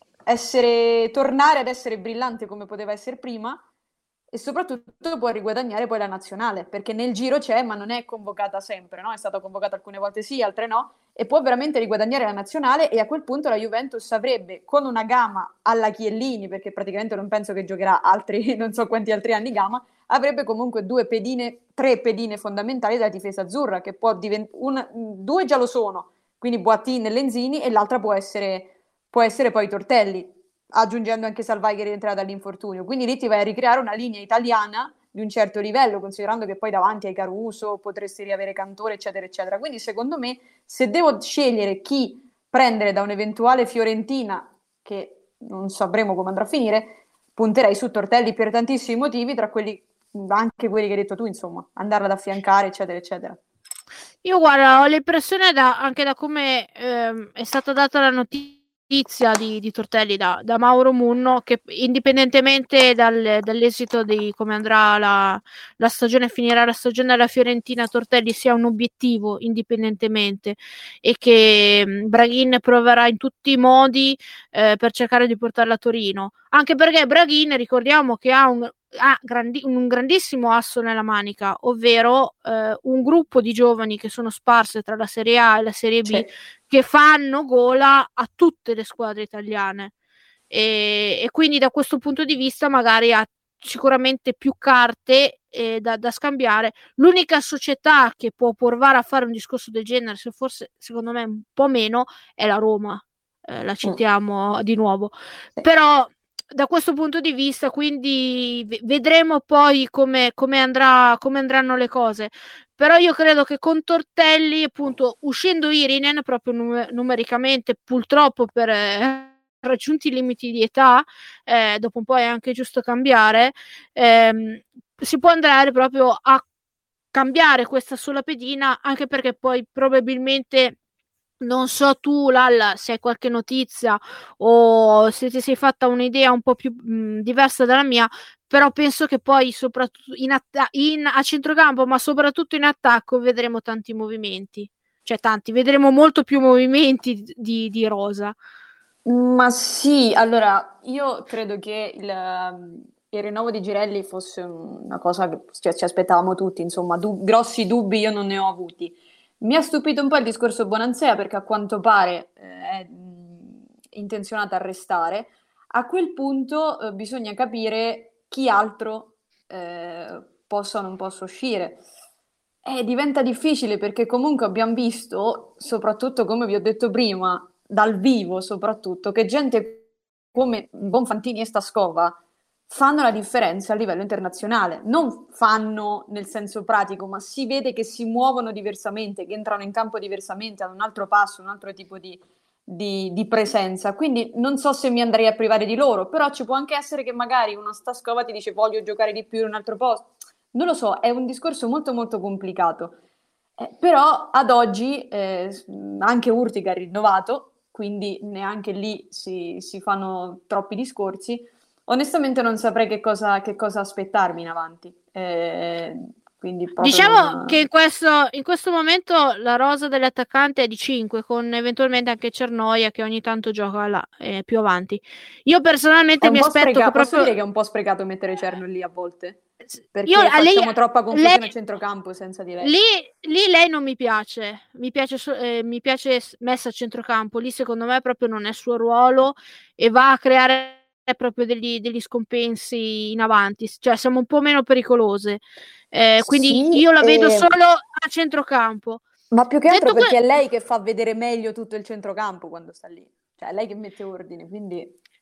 essere, tornare ad essere brillante come poteva essere prima, e soprattutto può riguadagnare poi la nazionale, perché nel giro c'è, ma non è convocata sempre, no? È stata convocata alcune volte sì, altre no, e può veramente riguadagnare la nazionale, e a quel punto la Juventus avrebbe, con una Gama alla Chiellini, perché praticamente non penso che giocherà altri, non so quanti altri anni Gama, avrebbe comunque due pedine, tre pedine fondamentali della difesa azzurra, che può diventare, due già lo sono, quindi Boattin e Lenzini, e l'altra può essere, può essere poi Tortelli, aggiungendo anche Salvai che rientrerà dall'infortunio. Quindi lì ti vai a ricreare una linea italiana di un certo livello, considerando che poi davanti hai Caruso, potresti riavere Cantore, eccetera, eccetera. Quindi secondo me, se devo scegliere chi prendere da un'eventuale Fiorentina, che non sapremo come andrà a finire, punterei su Tortelli per tantissimi motivi, tra quelli anche quelli che hai detto tu, insomma, andarla ad affiancare, eccetera, eccetera. Io guarda, ho l'impressione da, anche da come ehm, è stata data la notizia di, di Tortelli da, da Mauro Munno, che indipendentemente dal, dall'esito di come andrà la, la stagione, finirà la stagione alla Fiorentina, Tortelli sia un obiettivo indipendentemente, e che mh, Braghin proverà in tutti i modi eh, per cercare di portarla a Torino, anche perché Braghin, ricordiamo che ha un ha grandi- un grandissimo asso nella manica, ovvero eh, un gruppo di giovani che sono sparse tra la Serie A e la Serie B, Sì. che fanno gola a tutte le squadre italiane, e, e quindi da questo punto di vista magari ha sicuramente più carte eh, da, da scambiare. L'unica società che può provare a fare un discorso del genere, se forse secondo me un po' meno, è la Roma, eh, la citiamo mm. di nuovo, sì. Però da questo punto di vista, quindi vedremo poi come, come, andrà, come andranno le cose. Però io credo che con Tortelli, appunto, uscendo Irinen proprio numer- numericamente, purtroppo per eh, raggiunti i limiti di età, eh, dopo un po' è anche giusto cambiare, ehm, si può andare proprio a cambiare questa sola pedina, anche perché poi probabilmente, non so tu Lalla se hai qualche notizia o se ti sei fatta un'idea un po' più mh, diversa dalla mia, però penso che poi soprattutto in atta- in, a centrocampo, ma soprattutto in attacco, vedremo tanti movimenti, cioè tanti, vedremo molto più movimenti di, di Rosa. Ma sì, allora io credo che il, il rinnovo di Girelli fosse una cosa che cioè, ci aspettavamo tutti, insomma, du- grossi dubbi io non ne ho avuti. Mi ha stupito un po' il discorso Bonansea, perché a quanto pare eh, è mh, intenzionata a restare. A quel punto eh, bisogna capire chi altro eh, possa o non possa uscire. Eh, diventa difficile perché comunque abbiamo visto, soprattutto come vi ho detto prima, dal vivo soprattutto, che gente come Bonfantini e Staskova fanno la differenza a livello internazionale. Non fanno nel senso pratico, ma si vede che si muovono diversamente, che entrano in campo diversamente, hanno un altro passo, un altro tipo di, di, di presenza. Quindi non so se mi andrei a privare di loro, però ci può anche essere che magari una Staskova ti dice voglio giocare di più in un altro posto. Non lo so, è un discorso molto molto complicato. Eh, però ad oggi eh, anche Urtica ha rinnovato, quindi neanche lì si, si fanno troppi discorsi. Onestamente non saprei che cosa, che cosa aspettarmi in avanti. Eh, quindi proprio diciamo non... che in questo, in questo momento la rosa dell'attaccante è di cinque, con eventualmente anche Cernoia che ogni tanto gioca là, eh, più avanti. Io personalmente mi aspetto spreca- che proprio... Posso dire che è un po' sprecato mettere Cerno lì a volte? Perché Io, facciamo lei, troppa confusione lei, a centrocampo senza di lei. Lì, lì lei non mi piace, mi piace, eh, mi piace messa a centrocampo, lì secondo me proprio non è il suo ruolo e va a creare proprio degli, degli scompensi in avanti, cioè siamo un po' meno pericolose, eh, quindi Sì, io la vedo e... solo a centrocampo. Ma più che altro Detto perché que- è lei che fa vedere meglio tutto il centrocampo quando sta lì, cioè è lei che mette ordine, quindi...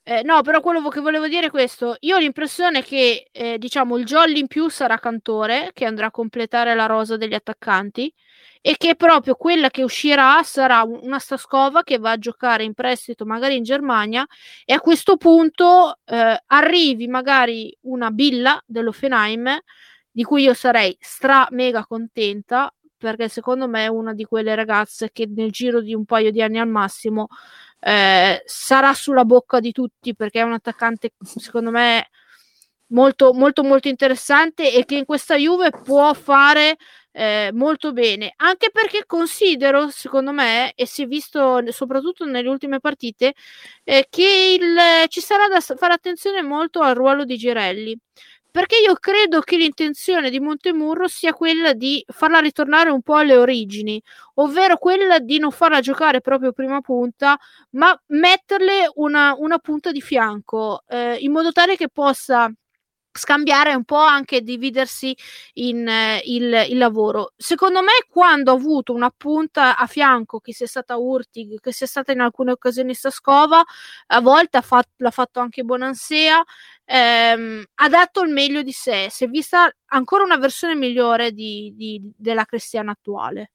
Eh, no, però quello che volevo dire è questo. Io ho l'impressione che, eh, diciamo, il jolly in più sarà Cantore, che andrà a completare la rosa degli attaccanti, e che proprio quella che uscirà sarà un- una Staskova che va a giocare in prestito magari in Germania, e a questo punto eh, arrivi magari una Billa dell'Hoffenheim, di cui io sarei stra mega contenta, perché secondo me è una di quelle ragazze che nel giro di un paio di anni al massimo eh, sarà sulla bocca di tutti, perché è un attaccante secondo me molto molto molto interessante e che in questa Juve può fare eh, molto bene, anche perché considero, secondo me, e si è visto soprattutto nelle ultime partite, eh, che il, ci sarà da fare attenzione molto al ruolo di Girelli, perché io credo che l'intenzione di Montemurro sia quella di farla ritornare un po' alle origini, ovvero quella di non farla giocare proprio prima punta, ma metterle una, una punta di fianco, eh, in modo tale che possa scambiare un po', anche dividersi in eh, il, il lavoro. Secondo me, quando ha avuto una punta a fianco, che sia stata Urtig, che sia stata in alcune occasioni Staskova, a volte ha fatto, l'ha fatto anche Bonansea, ehm, ha dato il meglio di sé. Si è vista ancora una versione migliore di, di, della Cristiana attuale.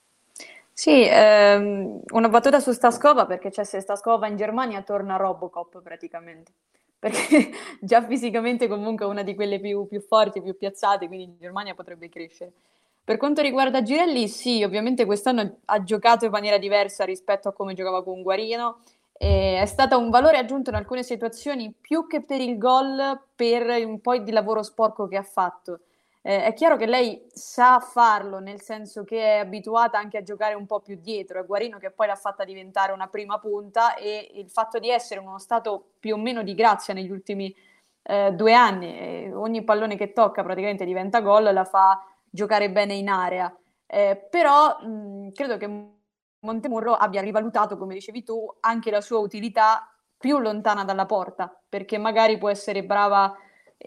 Sì, ehm, una battuta su Staskova, perché cioè, se Staskova in Germania torna Robocop praticamente, perché già fisicamente comunque è una di quelle più, più forti, più piazzate, quindi in Germania potrebbe crescere. Per quanto riguarda Girelli, sì, ovviamente quest'anno ha giocato in maniera diversa rispetto a come giocava con Guarino, e è stato un valore aggiunto in alcune situazioni più che per il gol, per un po' di lavoro sporco che ha fatto. Eh, è chiaro che lei sa farlo, nel senso che è abituata anche a giocare un po' più dietro, è Guarino che poi l'ha fatta diventare una prima punta, e il fatto di essere in uno stato più o meno di grazia negli ultimi eh, due anni, eh, ogni pallone che tocca praticamente diventa gol, la fa giocare bene in area. Eh, però mh, credo che Montemurro abbia rivalutato, come dicevi tu, anche la sua utilità più lontana dalla porta, perché magari può essere brava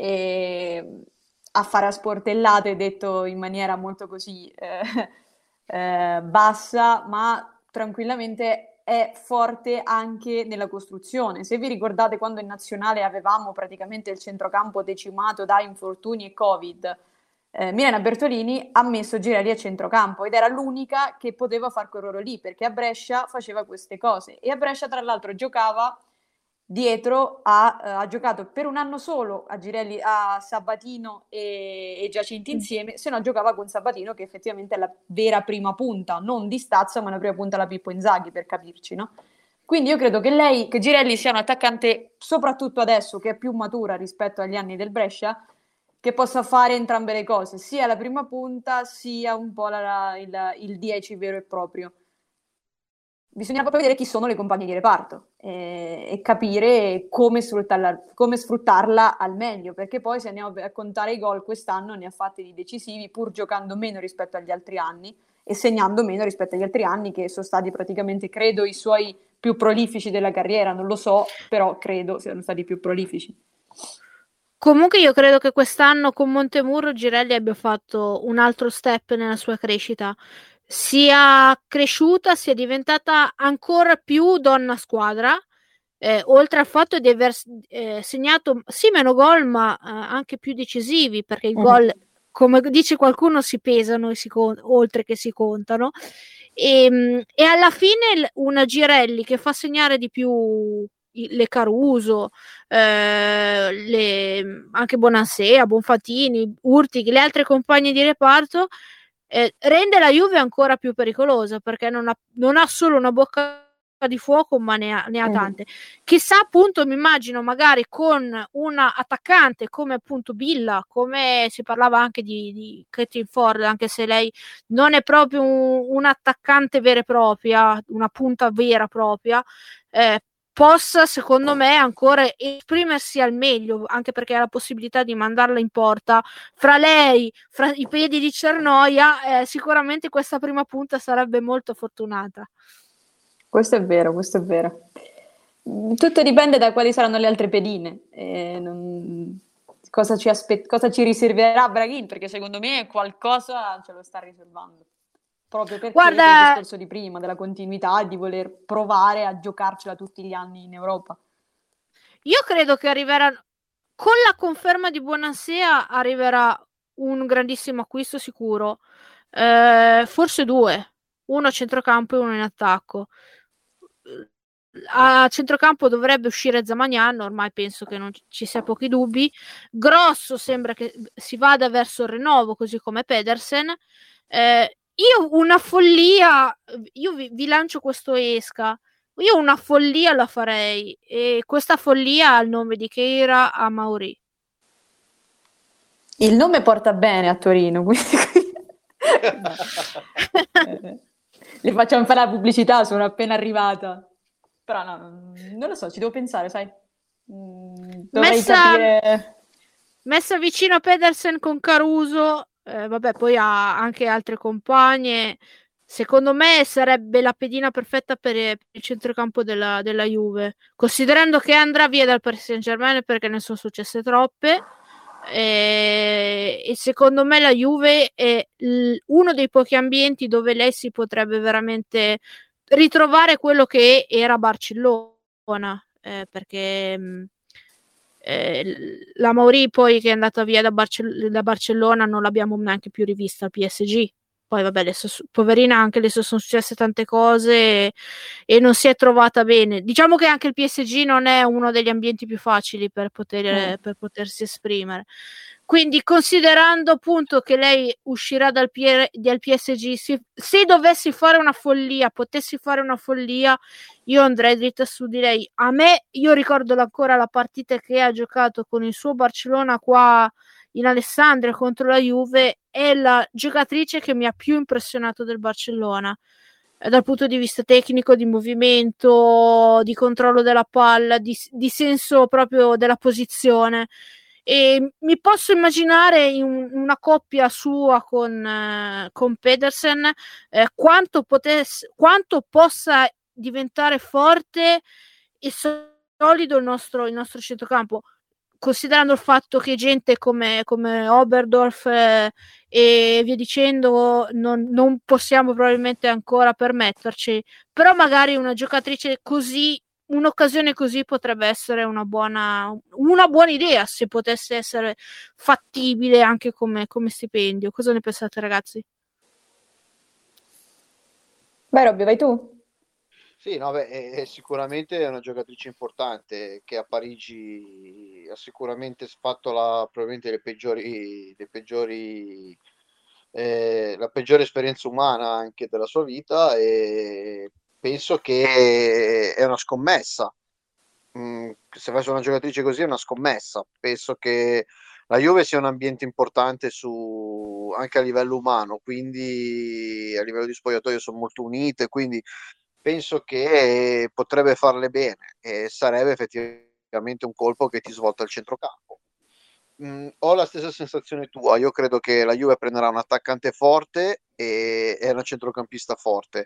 eh, a fare a sportellate, detto in maniera molto così eh, eh, bassa, ma tranquillamente è forte anche nella costruzione. Se vi ricordate, quando in nazionale avevamo praticamente il centrocampo decimato da infortuni e Covid, eh, Milena Bertolini ha messo Girelli a centrocampo ed era l'unica che poteva far quel ruolo lì, perché a Brescia faceva queste cose, e a Brescia tra l'altro giocava dietro, a, eh, ha giocato per un anno solo a Girelli, a Sabatino e, e Giacinti insieme, se no giocava con Sabatino, che effettivamente è la vera prima punta, non di stazza, ma la prima punta la Pippo Inzaghi, per capirci, no? Quindi io credo che lei, che Girelli sia un attaccante, soprattutto adesso che è più matura rispetto agli anni del Brescia, che possa fare entrambe le cose, sia la prima punta sia un po' la, il, il dieci vero e proprio. Bisogna proprio vedere chi sono le compagne di reparto e, e capire come sfruttarla, come sfruttarla al meglio, perché poi se andiamo a contare i gol quest'anno ne ha fatti di decisivi, pur giocando meno rispetto agli altri anni e segnando meno rispetto agli altri anni, che sono stati praticamente, credo, i suoi più prolifici della carriera, non lo so, però credo siano stati più prolifici. Comunque io credo che quest'anno con Montemurro Girelli abbia fatto un altro step nella sua crescita. Sia cresciuta, sia diventata ancora più donna squadra, eh, oltre al fatto di aver eh, segnato sì meno gol, ma eh, anche più decisivi, perché i gol, Mm-hmm. come dice qualcuno, si pesano e si con- oltre che si contano. E, e alla fine una Girelli che fa segnare di più le Caruso, eh, le, anche Bonansea, Bonfatini, Urtig, le altre compagne di reparto, eh, rende la Juve ancora più pericolosa, perché non ha, non ha solo una bocca di fuoco, ma ne ha, ne ha tante. Mm-hmm. Chissà, appunto, mi immagino magari con una attaccante come appunto Billa, come si parlava anche di, di Caitlin Ford, anche se lei non è proprio un, un attaccante vera e propria, una punta vera e propria, eh, possa, secondo me, ancora esprimersi al meglio, anche perché ha la possibilità di mandarla in porta. Fra lei, fra i piedi di Cernoia, eh, sicuramente questa prima punta sarebbe molto fortunata. Questo è vero, questo è vero. Tutto dipende da quali saranno le altre pedine. Eh, non... cosa, ci aspe... cosa ci riserverà Braghin, perché secondo me qualcosa ce lo sta riservando. Proprio perché Guarda, per il discorso di prima, della continuità, di voler provare a giocarcela tutti gli anni in Europa. Io credo che arriverà, con la conferma di Buonasera arriverà un grandissimo acquisto sicuro, eh, forse due, uno a centrocampo e uno in attacco. A centrocampo dovrebbe uscire Zamagnan, ormai penso che non ci sia pochi dubbi. Grosso sembra che si vada verso il rinnovo, così come Pedersen. Eh, io una follia, io vi, vi lancio questo esca, io una follia la farei, e questa follia ha il nome di Keira Amauri. Il nome porta bene a Torino, quindi... Le facciamo fare la pubblicità, sono appena arrivata. Però no, non lo so, ci devo pensare, sai. Dovrei messa, capire... messa vicino a Pedersen con Caruso, eh, vabbè, poi ha anche altre compagne. Secondo me sarebbe la pedina perfetta per il centrocampo della, della Juve, considerando che andrà via dal Paris Saint-Germain perché ne sono successe troppe. E, e secondo me la Juve è l- uno dei pochi ambienti dove lei si potrebbe veramente ritrovare quello che era Barcellona, eh, perché mh, eh, la Mauri poi che è andata via da, Barcell- da Barcellona non l'abbiamo neanche più rivista al P S G. Poi vabbè, le so- poverina, anche le sono successe tante cose e, e non si è trovata bene. Diciamo che anche il P S G non è uno degli ambienti più facili per, poter, mm. per potersi esprimere. Quindi, considerando appunto che lei uscirà dal, P- dal P S G, se, se dovessi fare una follia, potessi fare una follia, io andrei dritta su di lei. A me, io ricordo ancora la partita che ha giocato con il suo Barcellona qua in Alessandria contro la Juve, è la giocatrice che mi ha più impressionato del Barcellona, eh, dal punto di vista tecnico, di movimento, di controllo della palla, di, di senso proprio della posizione. E mi posso immaginare in una coppia sua con, eh, con Pedersen eh, quanto, potesse, quanto possa diventare forte e solido il nostro, il nostro centrocampo, considerando il fatto che gente come, come Oberdorf eh, e via dicendo non, non possiamo probabilmente ancora permetterci, però magari una giocatrice così, un'occasione così potrebbe essere una buona, una buona idea, se potesse essere fattibile anche come, come stipendio. Cosa ne pensate, ragazzi? Vai Robby, vai tu. Sì, no, beh, è, è sicuramente è una giocatrice importante che a Parigi ha sicuramente fatto la, probabilmente le peggiori, le peggiori eh, la peggiore esperienza umana anche della sua vita, e penso che è una scommessa. Mm, se fai una giocatrice così è una scommessa. Penso che la Juve sia un ambiente importante su, anche a livello umano, quindi a livello di spogliatoio sono molto unite, quindi penso che potrebbe farle bene e sarebbe effettivamente un colpo che ti svolta il centrocampo. Mm, ho la stessa sensazione tua, io credo che la Juve prenderà un attaccante forte e, e una centrocampista forte.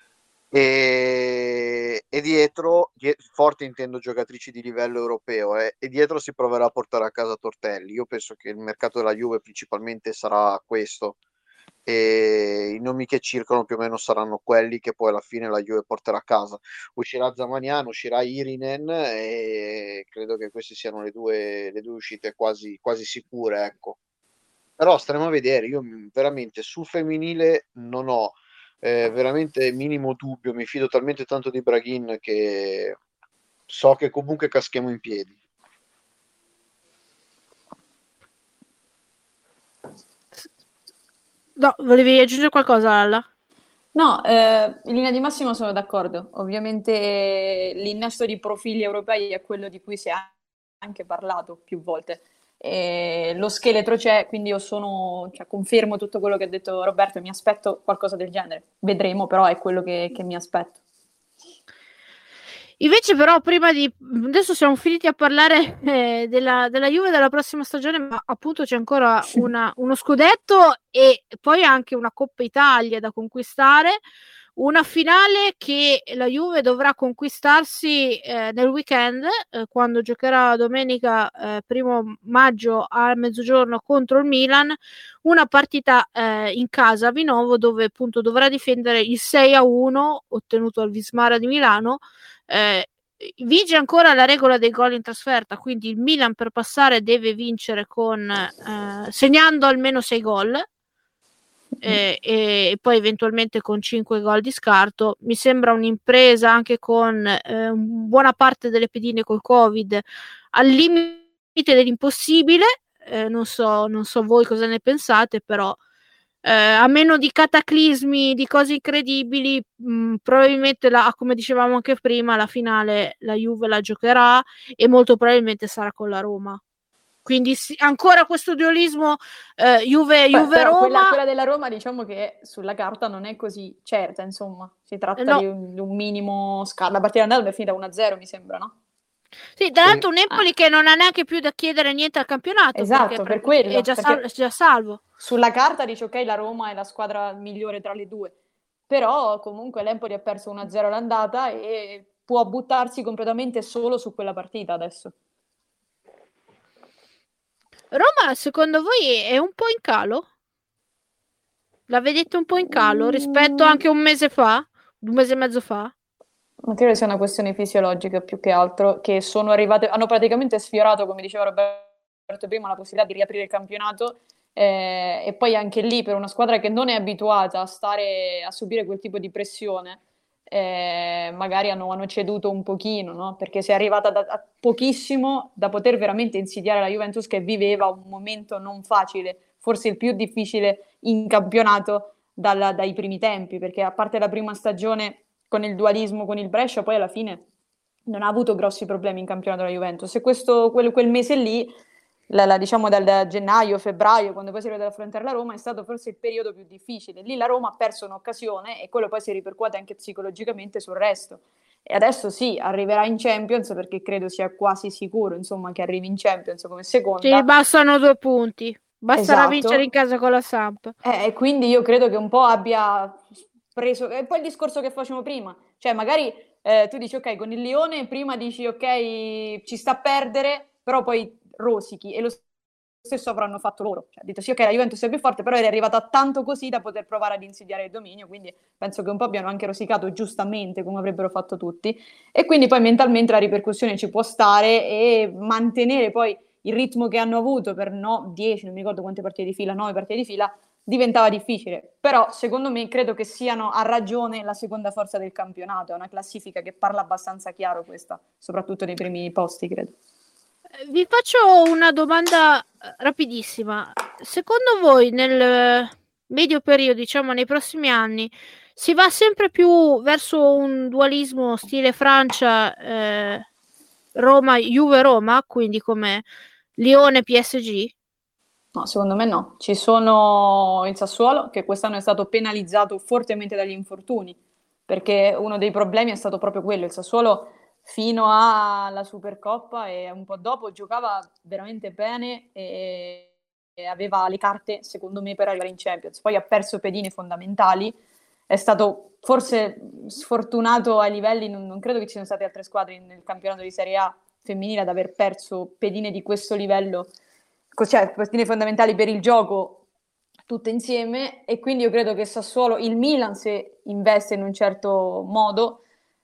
E, e dietro, die, forte intendo giocatrici di livello europeo, eh, e dietro si proverà a portare a casa Tortelli. Io penso che il mercato della Juve principalmente sarà questo, e i nomi che circolano più o meno saranno quelli che poi alla fine la Juve porterà a casa. Uscirà Zamaniano, uscirà Irinen, e credo che queste siano le due, le due uscite quasi, quasi sicure, ecco. Però staremo a vedere. Io veramente sul femminile non ho eh, veramente minimo dubbio, mi fido talmente tanto di Braghin che so che comunque caschiamo in piedi. No, volevi aggiungere qualcosa, Alla? No, eh, in linea di massima sono d'accordo. Ovviamente l'innesto di profili europei è quello di cui si è anche parlato più volte. E lo scheletro c'è, quindi io sono, cioè, confermo tutto quello che ha detto Roberto e mi aspetto qualcosa del genere. Vedremo, però è quello che, che mi aspetto. Invece però prima di... adesso siamo finiti a parlare eh, della, della Juve della prossima stagione, ma appunto c'è ancora una, uno scudetto e poi anche una Coppa Italia da conquistare, una finale che la Juve dovrà conquistarsi eh, nel weekend, eh, quando giocherà domenica eh, primo maggio a mezzogiorno contro il Milan, una partita eh, in casa a Vinovo, dove appunto dovrà difendere il sei a uno ottenuto al Vismara di Milano, Eh, vige ancora la regola dei gol in trasferta, quindi il Milan per passare deve vincere con eh, segnando almeno sei gol eh, e, e poi eventualmente con cinque gol di scarto. Mi sembra un'impresa anche con eh, buona parte delle pedine col Covid al limite dell'impossibile. Eh, non so, non so voi cosa ne pensate, però Eh, a meno di cataclismi, di cose incredibili, mh, probabilmente, la, come dicevamo anche prima, la finale la Juve la giocherà e molto probabilmente sarà con la Roma. Quindi sì, ancora questo dualismo eh, Juve, Beh, Juve però Roma. quella, quella della Roma, diciamo che sulla carta non è così certa, insomma. Si tratta No. di, un, di un minimo scarto. La partita d'andata è finita uno a zero, mi sembra, no? Sì, tra Sì. l'altro un Empoli Ah. che non ha neanche più da chiedere niente al campionato, Esatto, perché per quello, è già, perché- sal- è già salvo. Sulla carta dice ok, la Roma è la squadra migliore tra le due, però comunque l'Empoli ha perso uno a zero l'andata e può buttarsi completamente solo su quella partita adesso. Roma, secondo voi è un po' in calo? La vedete un po' in calo rispetto Mm. anche a un mese fa? Un mese e mezzo fa? Ma credo sia una questione fisiologica più che altro, che sono arrivate, hanno praticamente sfiorato, come diceva Roberto prima, la possibilità di riaprire il campionato eh, e poi anche lì per una squadra che non è abituata a stare a subire quel tipo di pressione, eh, magari hanno, hanno ceduto un pochino, no? Perché si è arrivata da, a pochissimo da poter veramente insidiare la Juventus che viveva un momento non facile, forse il più difficile in campionato dalla, dai primi tempi, perché a parte la prima stagione con il dualismo con il Brescia, poi alla fine non ha avuto grossi problemi in campionato la Juventus. E questo, quel, quel mese lì, la, la, diciamo dal gennaio, febbraio, quando poi si è arrivato ad affrontare la Roma, è stato forse il periodo più difficile. Lì la Roma ha perso un'occasione e quello poi si ripercuote anche psicologicamente sul resto. E adesso sì, arriverà in Champions perché credo sia quasi sicuro, insomma, che arrivi in Champions come seconda. Ci bastano due punti. Basterà Esatto. vincere in casa con la Samp. E eh, quindi io credo che un po' abbia preso... E poi il discorso che facevamo prima, cioè magari eh, tu dici ok, con il Lione prima dici ok, ci sta a perdere, però poi rosichi e lo stesso avranno fatto loro. Cioè, detto sì, ok, la Juventus è più forte, però è arrivata tanto così da poter provare ad insidiare il dominio, quindi penso che un po' abbiano anche rosicato giustamente, come avrebbero fatto tutti, e quindi poi mentalmente la ripercussione ci può stare e mantenere poi il ritmo che hanno avuto per no, dieci, non mi ricordo quante partite di fila, nove partite di fila, diventava difficile. Però secondo me credo che siano a ragione la seconda forza del campionato, è una classifica che parla abbastanza chiaro questa, soprattutto nei primi posti, credo. Vi faccio una domanda rapidissima. Secondo voi nel medio periodo, diciamo nei prossimi anni, si va sempre più verso un dualismo stile Francia, eh, Roma, Juve-Roma, quindi come Lione-P S G? No, secondo me no. Ci sono il Sassuolo, che quest'anno è stato penalizzato fortemente dagli infortuni, perché uno dei problemi è stato proprio quello. Il Sassuolo fino alla Supercoppa e un po' dopo giocava veramente bene e aveva le carte, secondo me, per arrivare in Champions. Poi ha perso pedine fondamentali, è stato forse sfortunato ai livelli, non, non credo che ci siano state altre squadre nel campionato di Serie A femminile ad aver perso pedine di questo livello, cioè pedine fondamentali per il gioco tutte insieme, e quindi io credo che Sassuolo, il Milan, se investe in un certo modo,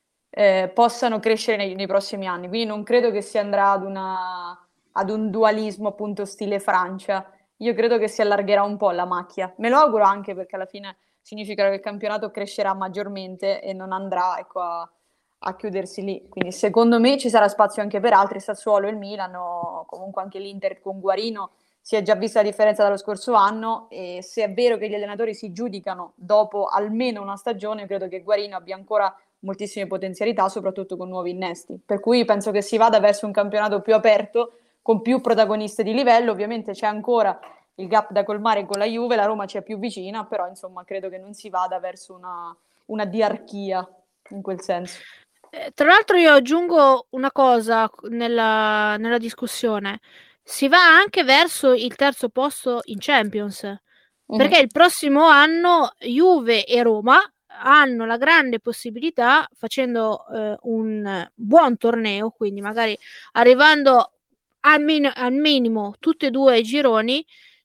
eh, possano crescere nei, nei prossimi anni. Quindi non credo che si andrà ad, una, ad un dualismo appunto stile Francia. Io credo che si allargherà un po' la macchia. Me lo auguro anche perché alla fine significa che il campionato crescerà maggiormente e non andrà, ecco, a, a chiudersi lì. Quindi secondo me ci sarà spazio anche per altri, Sassuolo e il Milan, o comunque anche l'Inter con Guarino. Si è già vista la differenza dallo scorso anno e se è vero che gli allenatori si giudicano dopo almeno una stagione, credo che Guarino abbia ancora moltissime potenzialità, soprattutto con nuovi innesti. Per cui penso che si vada verso un campionato più aperto, con più protagoniste di livello. Ovviamente c'è ancora il gap da colmare con la Juve, la Roma ci è più vicina, però insomma credo che non si vada verso una, una diarchia in quel senso. Eh, tra l'altro io aggiungo una cosa nella, nella discussione. Si va anche verso il terzo posto in Champions, mm-hmm. perché il prossimo anno Juve e Roma hanno la grande possibilità, facendo eh, un buon torneo, quindi magari arrivando al, min- al minimo tutti e due ai gironi,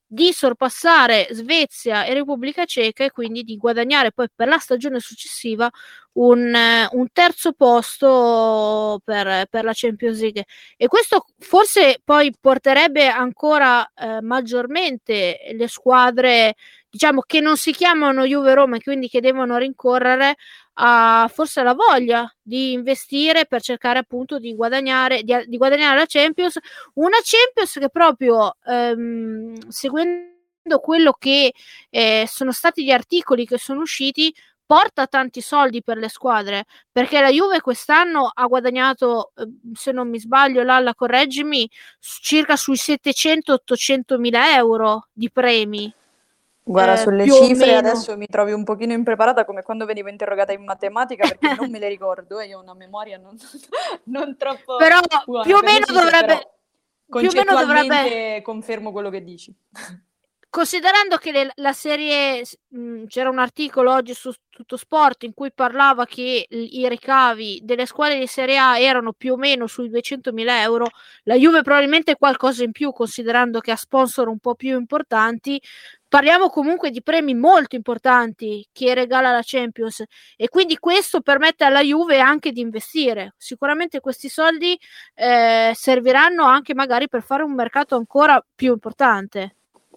di sorpassare Svezia e Repubblica Ceca e quindi di guadagnare poi per la stagione successiva un, un terzo posto per, per la Champions League, e questo forse poi porterebbe ancora eh, maggiormente le squadre, diciamo, che non si chiamano Juve Roma e quindi che devono rincorrere a forse la voglia di investire per cercare appunto di guadagnare di, di guadagnare la Champions, una Champions che proprio ehm, seguendo quello che eh, sono stati gli articoli che sono usciti, porta tanti soldi per le squadre, perché la Juve quest'anno ha guadagnato, se non mi sbaglio, Lalla correggimi, circa sui settecento ottocento mila euro di premi. Guarda, eh, sulle cifre adesso mi trovi un pochino impreparata, come quando venivo interrogata in matematica, perché non me le ricordo, e io ho una memoria non, non troppo però buona, più o meno precisa, dovrebbe concettualmente più o meno dovrebbe... confermo quello che dici. Considerando che le, la serie, mh, c'era un articolo oggi su Tutto Sport in cui parlava che i, i ricavi delle squadre di Serie A erano più o meno sui duecentomila euro, la Juve probabilmente qualcosa in più, considerando che ha sponsor un po' più importanti. Parliamo comunque di premi molto importanti che regala la Champions, e quindi questo permette alla Juve anche di investire. Sicuramente questi soldi eh, serviranno anche magari per fare un mercato ancora più importante.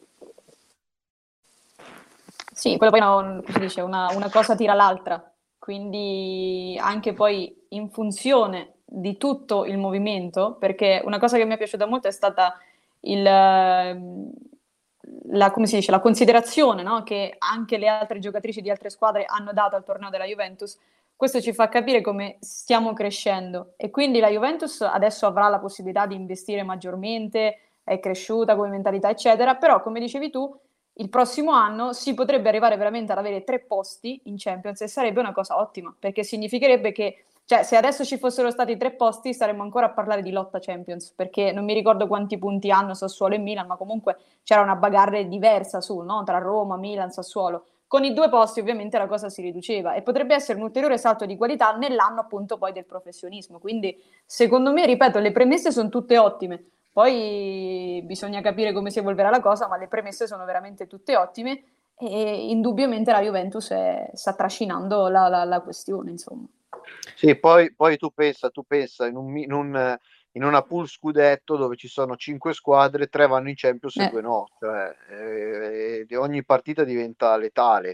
Sì, quello poi non, si dice, una, una cosa tira l'altra, quindi anche poi in funzione di tutto il movimento, perché una cosa che mi è piaciuta molto è stata il, la, come si dice, la considerazione, no? Che anche le altre giocatrici di altre squadre hanno dato al torneo della Juventus. Questo ci fa capire come stiamo crescendo, e quindi la Juventus adesso avrà la possibilità di investire maggiormente, è cresciuta come mentalità eccetera, però come dicevi tu, il prossimo anno si potrebbe arrivare veramente ad avere tre posti in Champions, e sarebbe una cosa ottima, perché significherebbe che, cioè, se adesso ci fossero stati tre posti saremmo ancora a parlare di lotta Champions, perché non mi ricordo quanti punti hanno Sassuolo e Milan, ma comunque c'era una bagarre diversa su, no? Tra Roma, Milan, Sassuolo. Con i due posti ovviamente la cosa si riduceva, e potrebbe essere un ulteriore salto di qualità nell'anno appunto poi del professionismo. Quindi secondo me, ripeto, le premesse sono tutte ottime. Poi bisogna capire come si evolverà la cosa, ma le premesse sono veramente tutte ottime, e indubbiamente la Juventus è, sta trascinando la, la, la questione, insomma. Sì, poi, poi tu pensa, tu pensa in, un, in, un, in una pool scudetto dove ci sono cinque squadre, tre vanno in Champions e eh. due no, cioè eh, eh, ogni partita diventa letale.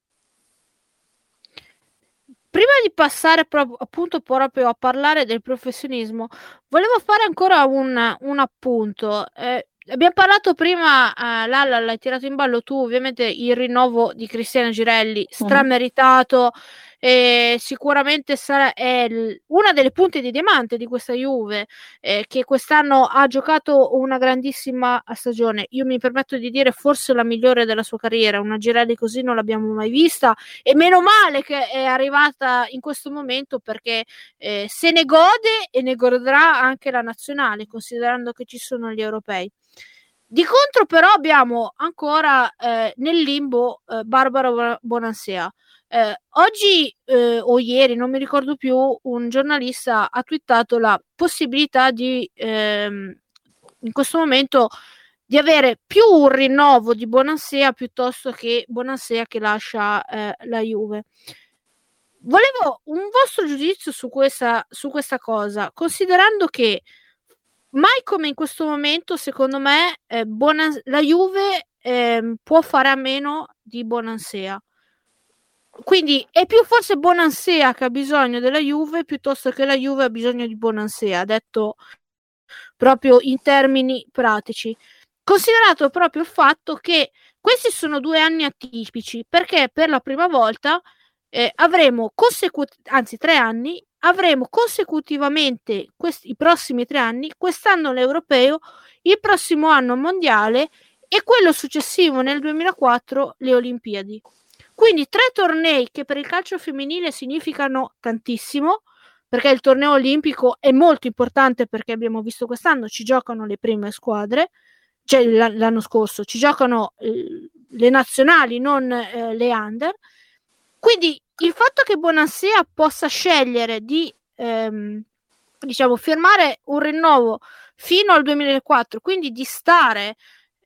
Prima di passare proprio, appunto proprio a parlare del professionismo, volevo fare ancora un, un appunto. Eh, abbiamo parlato prima, eh, Lalla, l'hai tirato in ballo tu, ovviamente il rinnovo di Cristiana Girelli, strameritato, e sicuramente sarà è l- una delle punte di diamante di questa Juve, eh, che quest'anno ha giocato una grandissima stagione. Io mi permetto di dire forse la migliore della sua carriera. Una Girelli così non l'abbiamo mai vista, e meno male che è arrivata in questo momento, perché eh, se ne gode e ne godrà anche la nazionale, considerando che ci sono gli europei. Di contro però abbiamo ancora eh, nel limbo eh, Barbara Bonansea. Eh, oggi eh, o ieri, non mi ricordo più, un giornalista ha twittato la possibilità di ehm, in questo momento di avere più un rinnovo di Bonansea piuttosto che Bonansea che lascia eh, la Juve. Volevo un vostro giudizio su questa, su questa cosa, considerando che mai come in questo momento, secondo me, eh, Bonan- la Juve eh, può fare a meno di Bonansea. Quindi è più forse Bonansea che ha bisogno della Juve piuttosto che la Juve ha bisogno di Bonansea, detto proprio in termini pratici. Considerato proprio il fatto che questi sono due anni atipici, perché per la prima volta eh, avremo consecut- anzi tre anni, avremo consecutivamente questi, i prossimi tre anni, quest'anno l'Europeo, il prossimo anno Mondiale e quello successivo nel duemilaquattro le Olimpiadi. Quindi tre tornei che per il calcio femminile significano tantissimo, perché il torneo olimpico è molto importante, perché abbiamo visto quest'anno ci giocano le prime squadre, cioè l'anno scorso ci giocano eh, le nazionali, non eh, le under. Quindi il fatto che Bonansea possa scegliere di ehm, diciamo firmare un rinnovo fino al duemilaquattro, quindi di stare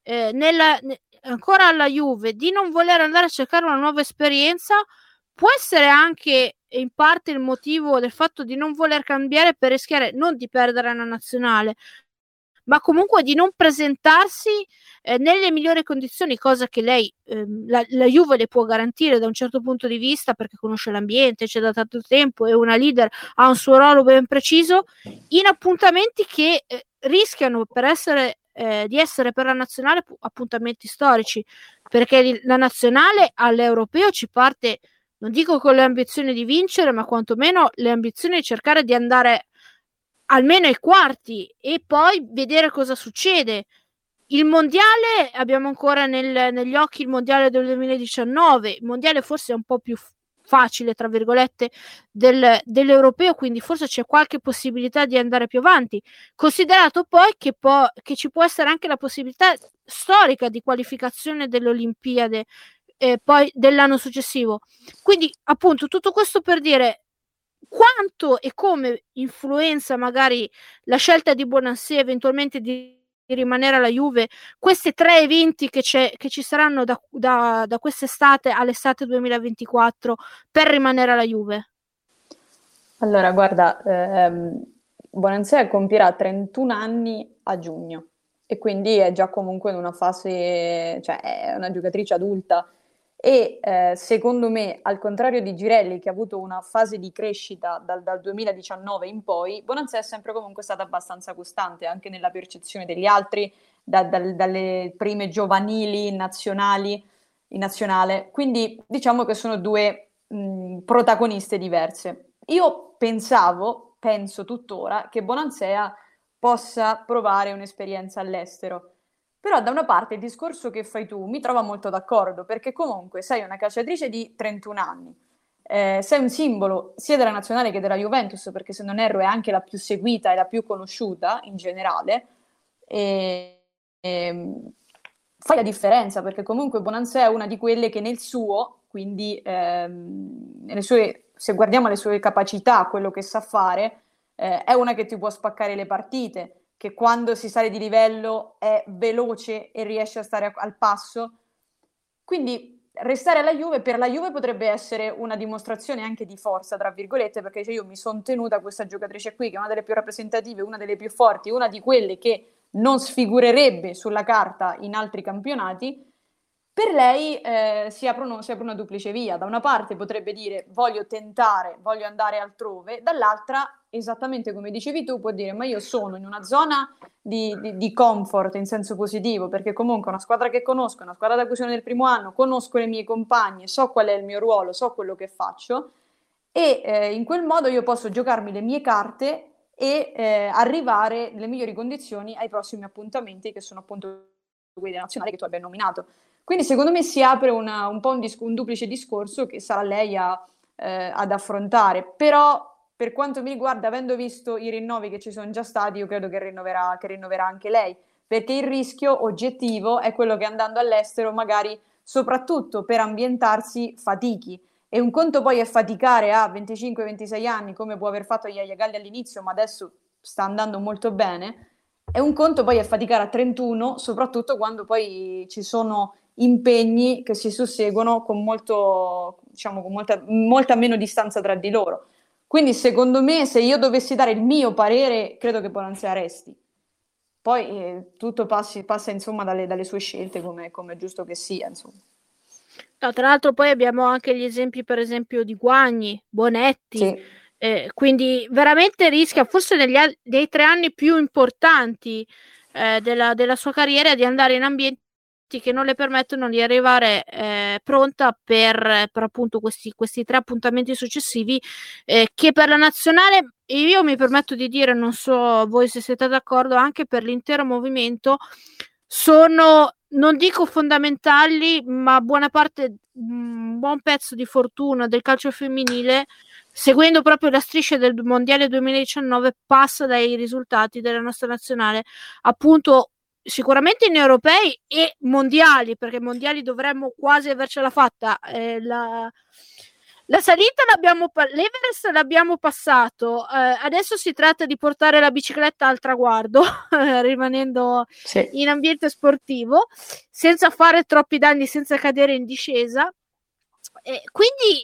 eh, nella, ne, ancora alla Juve di non voler andare a cercare una nuova esperienza può essere anche in parte il motivo del fatto di non voler cambiare per rischiare non di perdere una nazionale, ma comunque di non presentarsi eh, nelle migliori condizioni, cosa che lei, eh, la, la Juve le può garantire da un certo punto di vista, perché conosce l'ambiente, c'è da tanto tempo, è una leader, ha un suo ruolo ben preciso, in appuntamenti che eh, rischiano per essere, eh, di essere per la nazionale appuntamenti storici, perché la nazionale all'europeo ci parte, non dico con le ambizioni di vincere, ma quantomeno le ambizioni di cercare di andare almeno ai quarti e poi vedere cosa succede. Il mondiale, abbiamo ancora nel, negli occhi il mondiale del duemiladiciannove, il mondiale forse è un po' più f- facile, tra virgolette, del, dell'europeo, quindi forse c'è qualche possibilità di andare più avanti, considerato poi che, po- che ci può essere anche la possibilità storica di qualificazione delle Olimpiadi eh, poi dell'anno successivo. Quindi appunto tutto questo per dire quanto e come influenza magari la scelta di Bonansé eventualmente di rimanere alla Juve questi tre eventi che, c'è, che ci saranno da, da, da quest'estate all'estate duemilaventiquattro per rimanere alla Juve. Allora guarda, ehm, Bonansé compierà trentuno anni a giugno e quindi è già comunque in una fase, cioè è una giocatrice adulta. E eh, secondo me, al contrario di Girelli, che ha avuto una fase di crescita dal, dal duemiladiciannove in poi, Bonansé è sempre comunque stata abbastanza costante anche nella percezione degli altri, da, dal, dalle prime giovanili nazionali in nazionale. Quindi diciamo che sono due mh, protagoniste diverse. Io pensavo, penso tuttora, che Bonansé possa provare un'esperienza all'estero. Però da una parte il discorso che fai tu mi trova molto d'accordo, perché comunque sei una calciatrice di trentuno anni, eh, sei un simbolo sia della nazionale che della Juventus, perché se non erro è anche la più seguita e la più conosciuta in generale, e, e fai la differenza, perché comunque Bonansé è una di quelle che nel suo, quindi ehm, nelle sue, se guardiamo le sue capacità, quello che sa fare, eh, è una che ti può spaccare le partite, che quando si sale di livello è veloce e riesce a stare al passo. Quindi restare alla Juve, per la Juve potrebbe essere una dimostrazione anche di forza, tra virgolette, perché cioè, io mi sono tenuta a questa giocatrice qui, che è una delle più rappresentative, una delle più forti, una di quelle che non sfigurerebbe sulla carta in altri campionati. Per lei eh, si, aprono, si apre una duplice via. Da una parte potrebbe dire voglio tentare, voglio andare altrove, dall'altra, esattamente come dicevi tu, può dire ma io sono in una zona di, di, di comfort in senso positivo, perché comunque è una squadra che conosco, è una squadra da cui sono nel primo anno, conosco le mie compagne, so qual è il mio ruolo, so quello che faccio e eh, in quel modo io posso giocarmi le mie carte e eh, arrivare nelle migliori condizioni ai prossimi appuntamenti, che sono appunto quelli nazionali che tu abbia nominato. Quindi secondo me si apre una, un po' un, dis- un duplice discorso che sarà lei a, eh, ad affrontare, però per quanto mi riguarda, avendo visto i rinnovi che ci sono già stati, io credo che rinnoverà, che rinnoverà anche lei, perché il rischio oggettivo è quello che andando all'estero magari, soprattutto per ambientarsi, fatichi. E un conto poi è faticare a venticinque ventisei anni, come può aver fatto Yaya Galli all'inizio, ma adesso sta andando molto bene, e un conto poi è faticare a trentuno, soprattutto quando poi ci sono impegni che si susseguono con molto, diciamo, con molta, molta meno distanza tra di loro. Quindi secondo me, se io dovessi dare il mio parere, credo che Bonansé resti. Poi eh, tutto passi, passa insomma dalle, dalle sue scelte, come è giusto che sia, insomma. No, tra l'altro poi abbiamo anche gli esempi, per esempio, di Guagni, Bonetti, Sì. eh, quindi veramente rischia, forse negli a- dei tre anni più importanti eh, della, della sua carriera, di andare in ambienti che non le permettono di arrivare eh, pronta per, per appunto questi, questi tre appuntamenti successivi eh, che per la nazionale, io mi permetto di dire, non so voi se siete d'accordo, anche per l'intero movimento sono, non dico fondamentali, ma buona parte, un buon pezzo di fortuna del calcio femminile, seguendo proprio la striscia del mondiale duemiladiciannove, passa dai risultati della nostra nazionale, appunto sicuramente in europei e mondiali, perché mondiali dovremmo quasi avercela fatta. Eh, la, La salita l'abbiamo, l'Everest l'abbiamo passato, eh, adesso si tratta di portare la bicicletta al traguardo, rimanendo sì. in ambiente sportivo, senza fare troppi danni, senza cadere in discesa. Eh, quindi,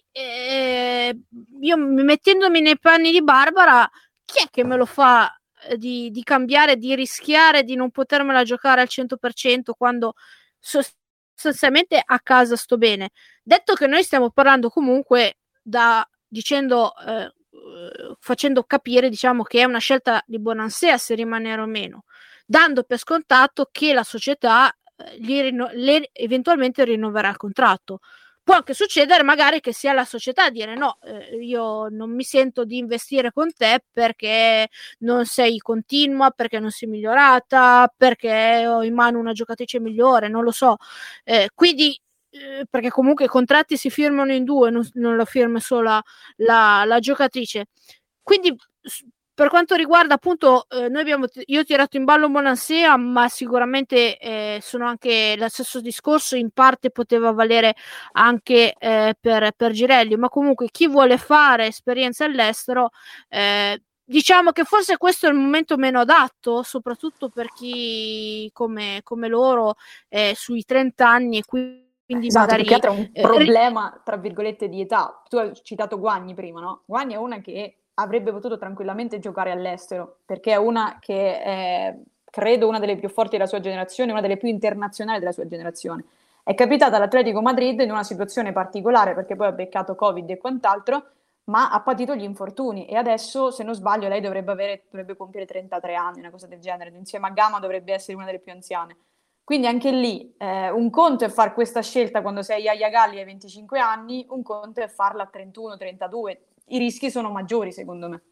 eh, io mettendomi nei panni di Barbara, chi è che me lo fa di, di cambiare, di rischiare di non potermela giocare al cento per cento quando sostanzialmente a casa sto bene? Detto che noi stiamo parlando comunque da dicendo eh, facendo capire, diciamo, che è una scelta di buonansia se rimanere o meno, dando per scontato che la società eh, gli rinno- le eventualmente rinnoverà il contratto. Può anche succedere magari che sia la società a dire no, eh, io non mi sento di investire con te perché non sei continua, perché non sei migliorata, perché ho in mano una giocatrice migliore, non lo so. Eh, quindi, eh, perché comunque i contratti si firmano in due, non, non lo firma solo la, la, la giocatrice. Quindi, per quanto riguarda appunto, eh, noi abbiamo t- io ho tirato in ballo Bonansea, ma sicuramente eh, sono anche lo stesso discorso, in parte poteva valere anche eh, per, per Girelli, ma comunque chi vuole fare esperienza all'estero, eh, diciamo che forse questo è il momento meno adatto, soprattutto per chi come, come loro eh, sui trenta anni e qui. Quindi esatto, magari, più che altro è un problema, tra virgolette, di età. Tu hai citato Guagni prima, no? Guagni è una che avrebbe potuto tranquillamente giocare all'estero, perché è una che è, credo, una delle più forti della sua generazione, una delle più internazionali della sua generazione. È capitata all'Atletico Madrid in una situazione particolare, perché poi ha beccato Covid e quant'altro, ma ha patito gli infortuni e adesso, se non sbaglio, lei dovrebbe, avere, dovrebbe compiere trentatré anni, una cosa del genere, insieme a Gama dovrebbe essere una delle più anziane. Quindi anche lì eh, un conto è fare questa scelta quando sei Yaya Galli ai venticinque anni, un conto è farla a trentuno trentadue. I rischi sono maggiori, secondo me.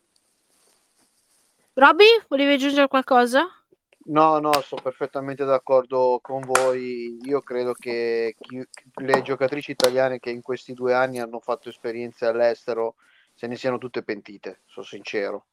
Robby, volevi aggiungere qualcosa? No, no, sono perfettamente d'accordo con voi. Io credo che chi, le giocatrici italiane che in questi due anni hanno fatto esperienze all'estero se ne siano tutte pentite, sono sincero.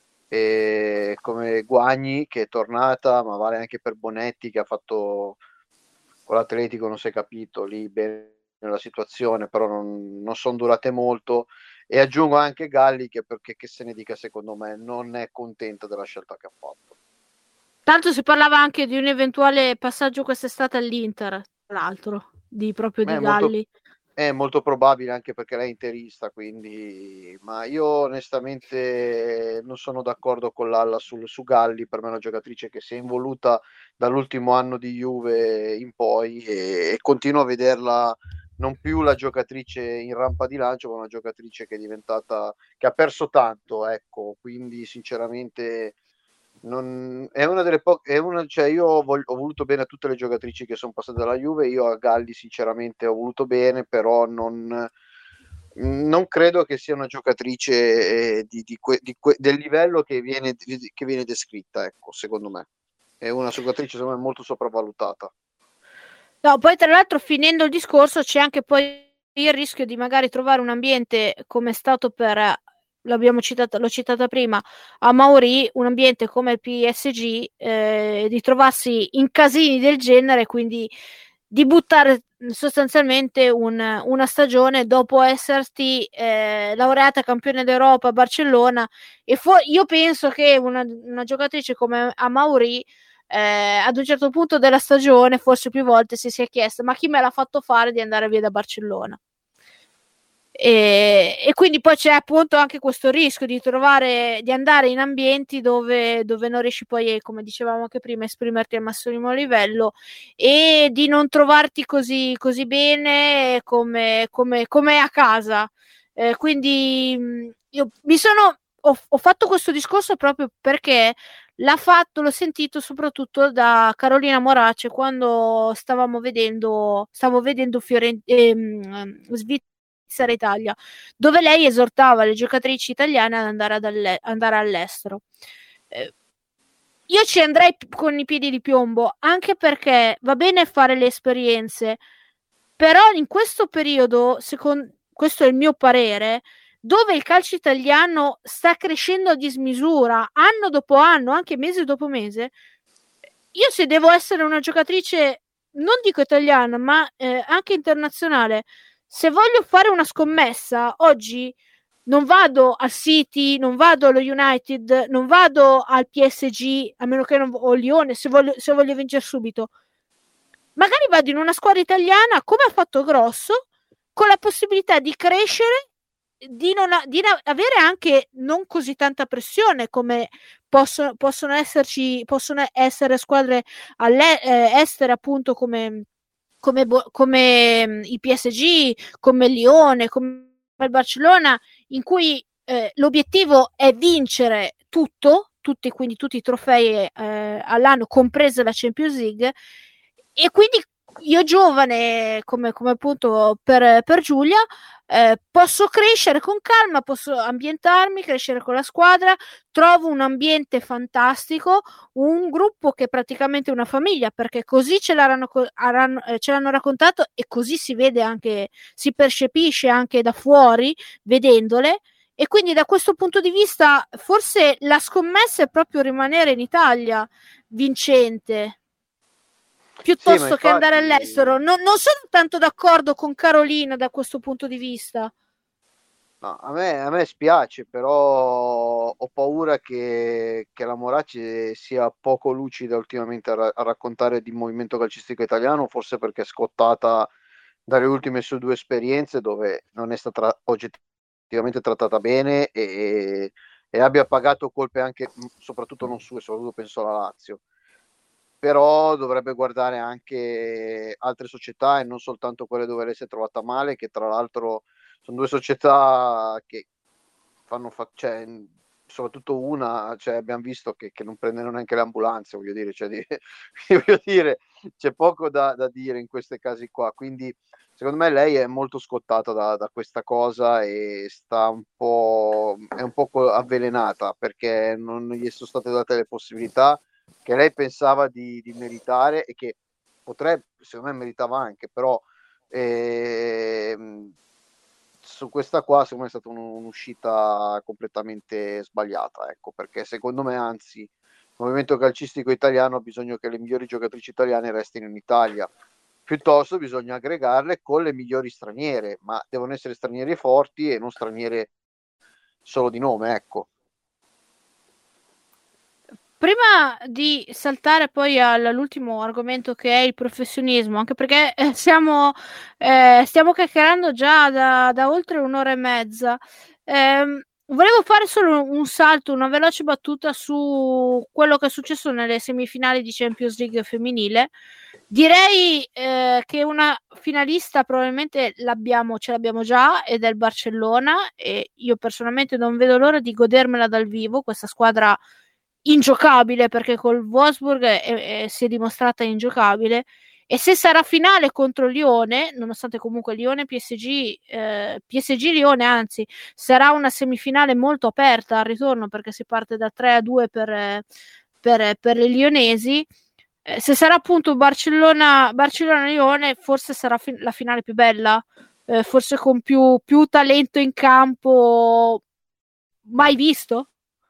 E come Guagni che è tornata, ma vale anche per Bonetti che ha fatto con l'Atletico, non si è capito lì bene la situazione, però non, non sono durate molto. E aggiungo anche Galli che, perché che se ne dica, secondo me non è contenta della scelta che ha fatto. Tanto si parlava anche di un eventuale passaggio quest'estate all'Inter, tra l'altro, di proprio di è Galli. Molto, è molto probabile, anche perché lei è interista, quindi, ma io onestamente non sono d'accordo con l'Alla sul, su Galli. Per me è una giocatrice che si è involuta dall'ultimo anno di Juve in poi e, e continuo a vederla non più la giocatrice in rampa di lancio, ma una giocatrice che è diventata, che ha perso tanto, ecco, quindi sinceramente non, è una delle poche, è una, cioè io ho, vol- ho voluto bene a tutte le giocatrici che sono passate dalla Juve. Io a Galli sinceramente ho voluto bene, però non, non credo che sia una giocatrice eh, di, di que, di que, del livello che viene, che viene descritta, ecco, secondo me è una giocatrice secondo me molto sopravvalutata. No, poi tra l'altro, finendo il discorso, c'è anche poi il rischio di magari trovare un ambiente come è stato per, l'abbiamo citata, l'ho citata prima, a Mauri, un ambiente come il P S G, eh, di trovarsi in casini del genere, quindi di buttare sostanzialmente un, una stagione dopo esserti eh, laureata campione d'Europa a Barcellona. E fu- io penso che una, una giocatrice come Amauri Eh, ad un certo punto della stagione, forse più volte, si sia chiesto ma chi me l'ha fatto fare di andare via da Barcellona. E, e quindi poi c'è appunto anche questo rischio di trovare, di andare in ambienti dove, dove non riesci poi, come dicevamo anche prima, a esprimerti al massimo livello e di non trovarti così, così bene come, come, come a casa. Eh, quindi io mi sono ho, ho fatto questo discorso proprio perché l'ha fatto, l'ho sentito soprattutto da Carolina Morace quando stavamo vedendo, stavo vedendo Fiorent- ehm, Svizzera Italia, dove lei esortava le giocatrici italiane ad andare, ad alle- andare all'estero. Eh, io ci andrei con i piedi di piombo, anche perché va bene fare le esperienze, però in questo periodo, secondo questo è il mio parere, dove il calcio italiano sta crescendo a dismisura, anno dopo anno, anche mese dopo mese, io se devo essere una giocatrice, non dico italiana, ma eh, anche internazionale, se voglio fare una scommessa oggi non vado al City, non vado allo United, non vado al P S G, a meno che non o Lione, se voglio, se voglio vincere subito. Magari vado in una squadra italiana, come ha fatto Grosso, con la possibilità di crescere, di, non a, di avere anche non così tanta pressione come possono, possono esserci, possono essere squadre all'estere, eh, appunto come, come, come i P S G, come Lione, come il Barcellona, in cui eh, l'obiettivo è vincere tutto, tutti, quindi tutti i trofei eh, all'anno, compresa la Champions League, e quindi io giovane, come, come appunto per, per Giulia, eh, posso crescere con calma, posso ambientarmi, crescere con la squadra, trovo un ambiente fantastico, un gruppo che è praticamente una famiglia, perché così ce l'hanno, eh, ce l'hanno raccontato e così si vede anche, si percepisce anche da fuori, vedendole. E quindi da questo punto di vista forse la scommessa è proprio rimanere in Italia vincente piuttosto sì, infatti, che andare all'estero. Non, non sono tanto d'accordo con Carolina da questo punto di vista. No, a me, a me spiace, però ho paura che, che la Moracci sia poco lucida ultimamente a, ra- a raccontare di movimento calcistico italiano, forse perché è scottata dalle ultime sue due esperienze dove non è stata oggettivamente trattata bene e, e abbia pagato colpe anche, soprattutto non sue, soprattutto penso alla Lazio. Però dovrebbe guardare anche altre società e non soltanto quelle dove lei si è trovata male, che tra l'altro sono due società che fanno fa- cioè, soprattutto una, cioè, abbiamo visto che, che non prendono neanche le ambulanze, voglio dire, cioè, di, voglio dire c'è poco da, da dire in questi casi qua, quindi secondo me lei è molto scottata da, da questa cosa e sta un po' è un po' avvelenata perché non gli sono state date le possibilità che lei pensava di, di meritare e che potrebbe, secondo me meritava anche, però ehm, su questa qua secondo me è stata un, un'uscita completamente sbagliata, ecco, perché secondo me anzi il movimento calcistico italiano ha bisogno che le migliori giocatrici italiane restino in Italia, piuttosto bisogna aggregarle con le migliori straniere, ma devono essere straniere forti e non straniere solo di nome, ecco. Prima di saltare poi all'ultimo argomento che è il professionismo, anche perché eh, siamo, eh, stiamo chiacchierando già da, da oltre un'ora e mezza, eh, volevo fare solo un salto, una veloce battuta su quello che è successo nelle semifinali di Champions League femminile. Direi eh, che una finalista probabilmente l'abbiamo, ce l'abbiamo già ed è il Barcellona, e io personalmente non vedo l'ora di godermela dal vivo, questa squadra ingiocabile, perché col Wolfsburg è, è, si è dimostrata ingiocabile, e se sarà finale contro Lione, nonostante comunque Lione P S G eh, P S G Lione, anzi sarà una semifinale molto aperta al ritorno, perché si parte da tre a due per, per, per le lionesi. Eh, se sarà appunto Barcellona Barcellona Lione, forse sarà fi- la finale più bella, eh, forse con più, più talento in campo mai visto.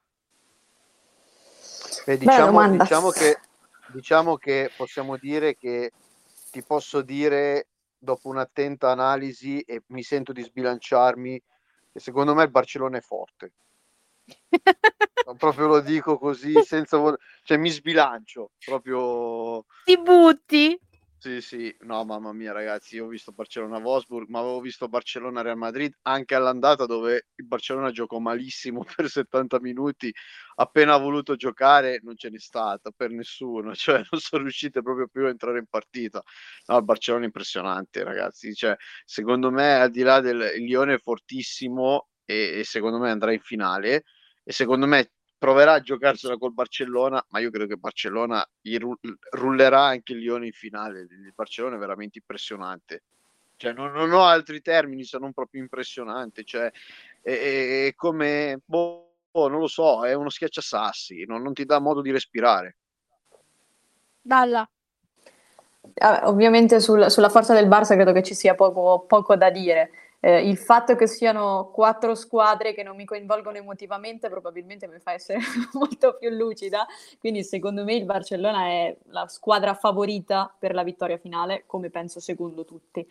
Beh, diciamo, diciamo, che, diciamo che possiamo dire che ti posso dire dopo un'attenta analisi e mi sento di sbilanciarmi che secondo me il Barcellona è forte. Proprio lo dico così senza vol- cioè mi sbilancio proprio, ti butti. Sì, sì, no, mamma mia, ragazzi, io ho visto Barcellona-Wolfsburg, ma avevo visto Barcellona-Real Madrid anche all'andata, dove il Barcellona giocò malissimo per settanta minuti, appena ha voluto giocare non ce n'è stata per nessuno, cioè non sono riuscite proprio più a entrare in partita. No, il Barcellona è impressionante, ragazzi, cioè, secondo me al di là del il Lione è fortissimo e, e secondo me andrà in finale e secondo me proverà a giocarsela col Barcellona, ma io credo che Barcellona gli rullerà anche il Lione in finale. Il Barcellona è veramente impressionante, cioè non, non ho altri termini se non proprio impressionante, cioè è, è come boh, non lo so, è uno schiacciasassi, non, non ti dà modo di respirare. Dalla. Eh, ovviamente sul- sulla forza del Barça credo che ci sia poco, poco da dire. Eh, il fatto che siano quattro squadre che non mi coinvolgono emotivamente probabilmente mi fa essere molto più lucida, quindi secondo me il Barcellona è la squadra favorita per la vittoria finale, come penso secondo tutti.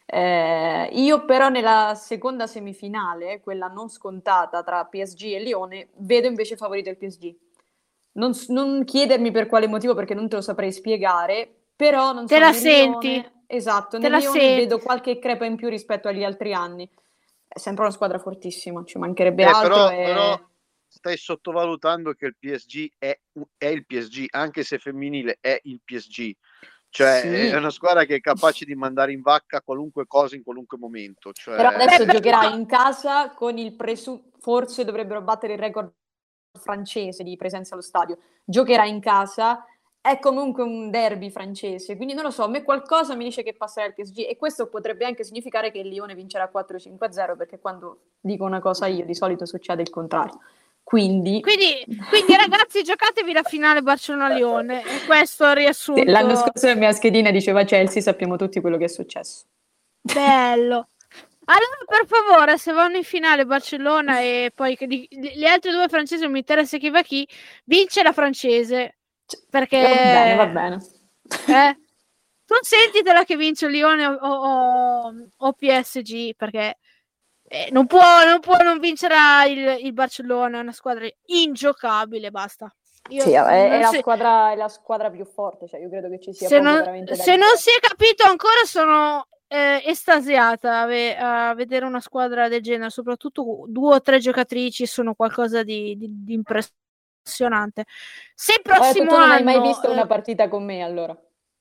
Eh, io però nella seconda semifinale, quella non scontata tra P S G e Lione, vedo invece favorito il P S G. Non, non chiedermi per quale motivo, perché non te lo saprei spiegare, però non Te so, la nel senti? Lione, esatto, Te nel la Lione senti? vedo qualche crepa in più rispetto agli altri anni. È sempre una squadra fortissima, ci mancherebbe Eh, altro. però, E... però stai sottovalutando che il P S G è, è il P S G, anche se femminile è il P S G. Cioè, è Sì, una squadra che è capace di mandare in vacca qualunque cosa in qualunque momento. però Cioè, adesso Beh, giocherà però, in casa con il presu... forse dovrebbero battere il record francese di presenza allo stadio. Giocherà in casa, è comunque un derby francese, quindi non lo so, a me qualcosa mi dice che passerà il P S G e questo potrebbe anche significare che il Lione vincerà quattro cinque a zero, perché quando dico una cosa io di solito succede il contrario. Quindi, quindi, quindi ragazzi, giocatevi la finale Barcellona-Lione e questo è il riassunto. l'anno scorso la mia schedina diceva Chelsea, sappiamo tutti quello che è successo. Bello. Allora, per favore, se vanno in finale Barcellona e poi che di, le altre due francesi non mi interessa chi va chi, vince la francese. Perché Va bene, va bene. eh, consentitela che vince Lione o, o, o P S G, perché eh, non, può, non può non vincerà il, il Barcellona, è una squadra ingiocabile, basta. Io Sì, è, è, la si, squadra, è la squadra più forte, cioè io credo che ci sia se poco non, veramente da se dire. non si è capito ancora, sono eh, estasiata a, ve- a vedere una squadra del genere, soprattutto due o tre giocatrici sono qualcosa di, di, di impressionante. Se il Ho detto, prossimo tu non hai mai anno visto una eh, partita con me, allora.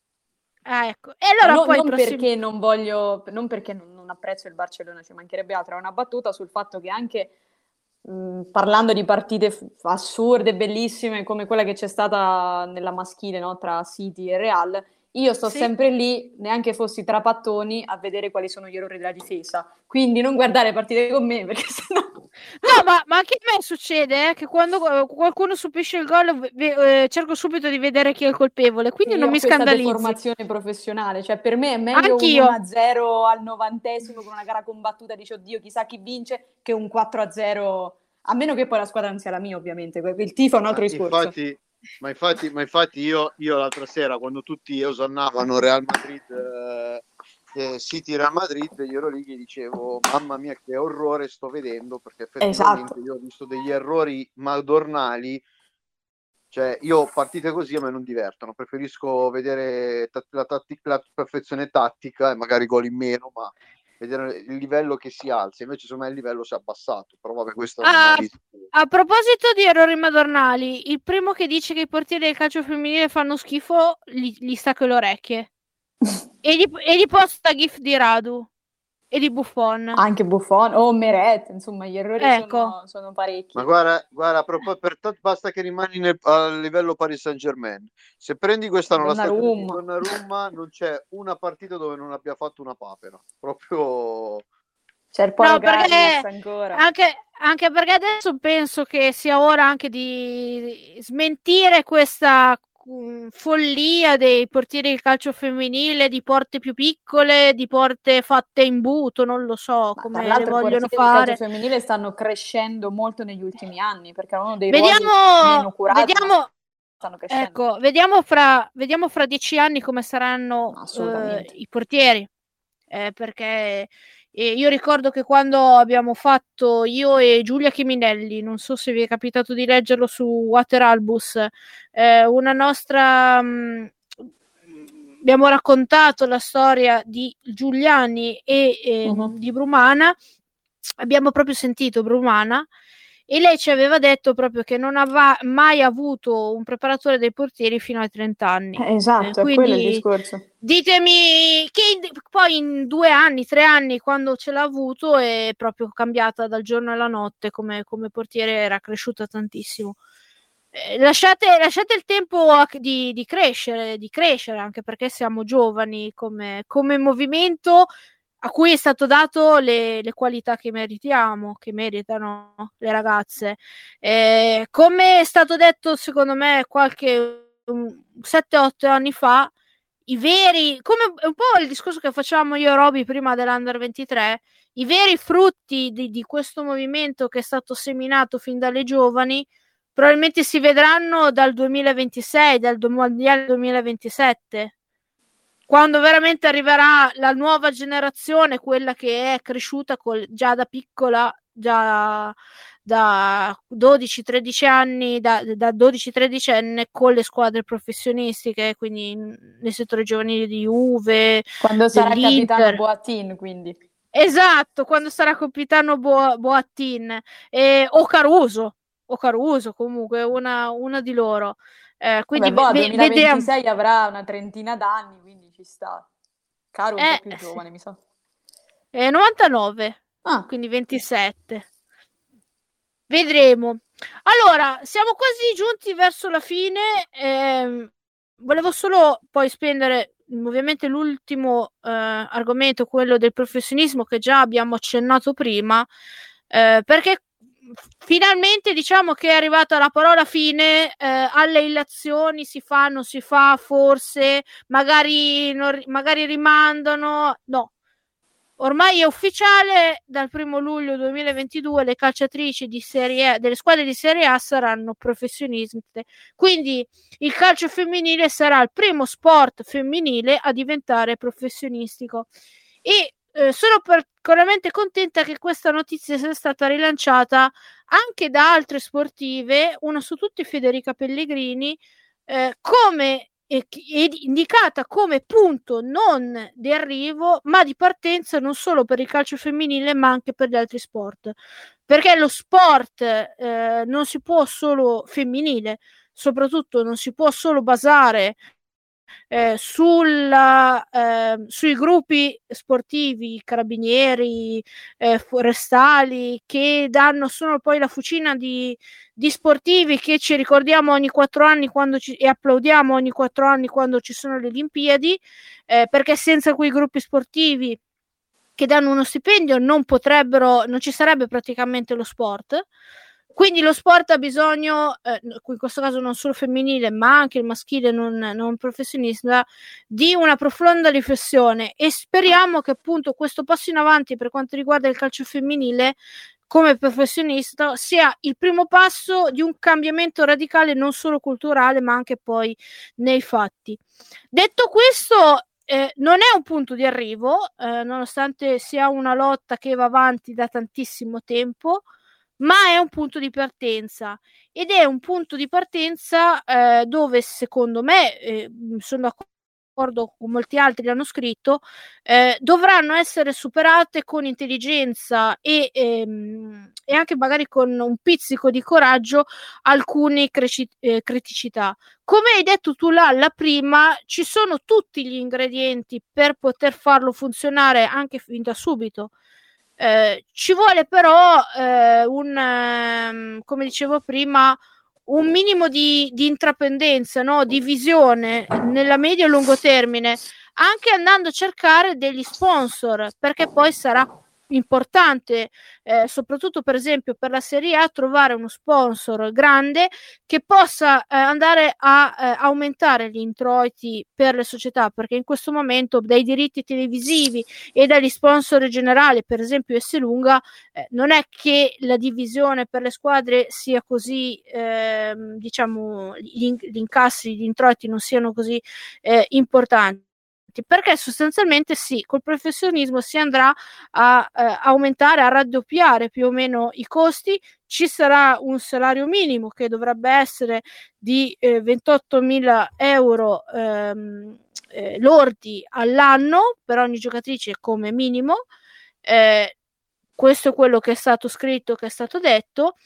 ah, ecco. E Ma allora no- poi il non prossimo perché non voglio, non perché non, non apprezzo il Barcellona, ci mancherebbe altro, è una battuta sul fatto che anche mh, parlando di partite f- assurde, bellissime, come quella che c'è stata nella maschile, no, tra City e Real, io sto sì. sempre lì, neanche fossi tra pattoni, a vedere quali sono gli errori della difesa. Quindi non guardare partite con me, perché sennò... No, ma, ma anche a me succede eh, che quando eh, qualcuno subisce il gol ve- eh, cerco subito di vedere chi è il colpevole, quindi Sì, non io ho mi questa scandalizzi. deformazione professionale, cioè per me è meglio un Anch'io. uno a zero al novantesimo con una gara combattuta, dice oddio chissà chi vince, che un quattro a zero, a meno che poi la squadra non sia la mia ovviamente, il tifo è un altro ma discorso. infatti, ma infatti, ma infatti io, io l'altra sera, quando tutti osannavano Real Madrid, eh, eh, City Real Madrid, io ero lì che dicevo mamma mia che orrore sto vedendo, perché effettivamente Esatto. io ho visto degli errori madornali. Cioè, io partite così a me non divertono, preferisco vedere ta- la, tatti- la perfezione tattica e magari gol in meno, ma vedere il livello che si alza. Invece, secondo me il livello si è abbassato. Però vabbè, questa è Ah, un'analisi. a proposito di errori madornali, il primo che dice che i portieri del calcio femminile fanno schifo gli, gli stacco le orecchie e gli, e gli posta gif di Radu e di Buffon. Anche Buffon o Meret, insomma gli errori Ecco. sono, sono parecchi. Ma guarda, guarda, proprio per te basta che rimani nel, a livello Paris Saint-Germain. Se prendi quest'anno la stagione di Donnarumma. Donnarumma, non c'è una partita dove non abbia fatto una papera. Proprio... C'è il Polo No, Carles perché ancora. anche, anche perché adesso penso che sia ora anche di smentire questa mm, follia dei portieri di calcio femminile, di porte più piccole, di porte fatte in buto, non lo so Ma tra come le l'altro i vogliono portieri del calcio fare. femminile stanno crescendo molto negli ultimi anni, perché erano uno dei ruoli Vediamo, meno curati, ma vediamo, stanno crescendo. ecco, vediamo fra, vediamo fra dieci anni come saranno eh, Assolutamente. i portieri. Eh, perché eh, io ricordo che quando abbiamo fatto io e Giulia Chiminelli, non so se vi è capitato di leggerlo su Water Albus, eh, una nostra mh, abbiamo raccontato la storia di Giuliani e eh, Uh-huh. di Brumana, abbiamo proprio sentito Brumana e lei ci aveva detto proprio che non aveva mai avuto un preparatore dei portieri fino ai trenta anni. Eh, esatto, Eh, è quello il quindi discorso. ditemi che in, poi in due anni, tre anni, quando ce l'ha avuto, è proprio cambiata dal giorno alla notte come, come portiere, era cresciuta tantissimo. Eh, lasciate, lasciate il tempo a, di, di crescere, di crescere, anche perché siamo giovani come, come movimento a cui è stato dato le, le qualità che meritiamo, che meritano le ragazze. Eh, come è stato detto, secondo me, qualche sette otto anni fa, i veri, come un po' il discorso che facevamo io e Roby prima dell'Under ventitré, i veri frutti di, di questo movimento che è stato seminato fin dalle giovani probabilmente si vedranno dal duemilaventisei, dal mondiale duemilaventisette. quando veramente arriverà la nuova generazione, quella che è cresciuta col, già da piccola, già da dodici tredici anni, da, da dodici tredicenne con le squadre professionistiche, quindi nel settore giovanile di Juve, quando sarà dell'Inter. capitano Boattin, quindi. Esatto, quando sarà capitano Bo- Boattin eh, o Caruso, o Caruso comunque, una, una di loro. Eh, quindi Vabbè, boh, ve- duemilaventisei vediamo. avrà una trentina d'anni, quindi ci sta. Caro è un Eh, po' più sì. giovane, mi sa. Eh, novantanove, Ah. quindi ventisette. Vedremo. Allora, siamo quasi giunti verso la fine. ehm, volevo solo poi spendere ovviamente l'ultimo eh, argomento, quello del professionismo che già abbiamo accennato prima, eh, perché finalmente diciamo che è arrivata la parola fine, eh, alle illazioni si fa, non si fa, forse, magari, non, magari rimandano, no. Ormai è ufficiale, dal primo luglio duemilaventidue le calciatrici di Serie A, delle squadre di Serie A saranno professioniste, quindi il calcio femminile sarà il primo sport femminile a diventare professionistico e eh, sono particolarmente contenta che questa notizia sia stata rilanciata anche da altre sportive, una su tutte Federica Pellegrini, eh, come è indicata come punto non di arrivo ma di partenza non solo per il calcio femminile ma anche per gli altri sport, perché lo sport eh, non si può solo femminile, soprattutto non si può solo basare eh, sulla, eh, sui gruppi sportivi, carabinieri, eh, forestali, che danno sono poi la fucina di, di sportivi che ci ricordiamo ogni quattro anni quando ci, e applaudiamo ogni quattro anni quando ci sono le Olimpiadi, eh, perché senza quei gruppi sportivi che danno uno stipendio non potrebbero, non ci sarebbe praticamente lo sport. Quindi lo sport ha bisogno, eh, in questo caso non solo femminile, ma anche il maschile non, non professionista, di una profonda riflessione e speriamo che appunto questo passo in avanti per quanto riguarda il calcio femminile come professionista sia il primo passo di un cambiamento radicale non solo culturale ma anche poi nei fatti. Detto questo, eh, non è un punto di arrivo, eh, nonostante sia una lotta che va avanti da tantissimo tempo, ma è un punto di partenza ed è un punto di partenza eh, dove secondo me, eh, sono d'accordo con molti altri l'hanno scritto, eh, dovranno essere superate con intelligenza e, ehm, e anche magari con un pizzico di coraggio alcune creci- eh, criticità. Come hai detto tu Lalla prima, ci sono tutti gli ingredienti per poter farlo funzionare anche fin da subito. Eh, ci vuole però eh, un, ehm, come dicevo prima, un minimo di, di intraprendenza, no? Di visione nella medio e lungo termine, anche andando a cercare degli sponsor, perché poi sarà importante, eh, soprattutto per esempio per la Serie A, trovare uno sponsor grande che possa eh, andare a eh, aumentare gli introiti per le società, perché in questo momento dai diritti televisivi e dagli sponsor generali, per esempio Esselunga, eh, non è che la divisione per le squadre sia così, eh, diciamo, gli, gli incassi, gli introiti non siano così eh, importanti, perché sostanzialmente sì, col professionismo si andrà a eh, aumentare, a raddoppiare più o meno i costi, ci sarà un salario minimo che dovrebbe essere di eh, ventottomila euro ehm, eh, lordi all'anno per ogni giocatrice come minimo, eh, questo è quello che è stato scritto, che è stato detto.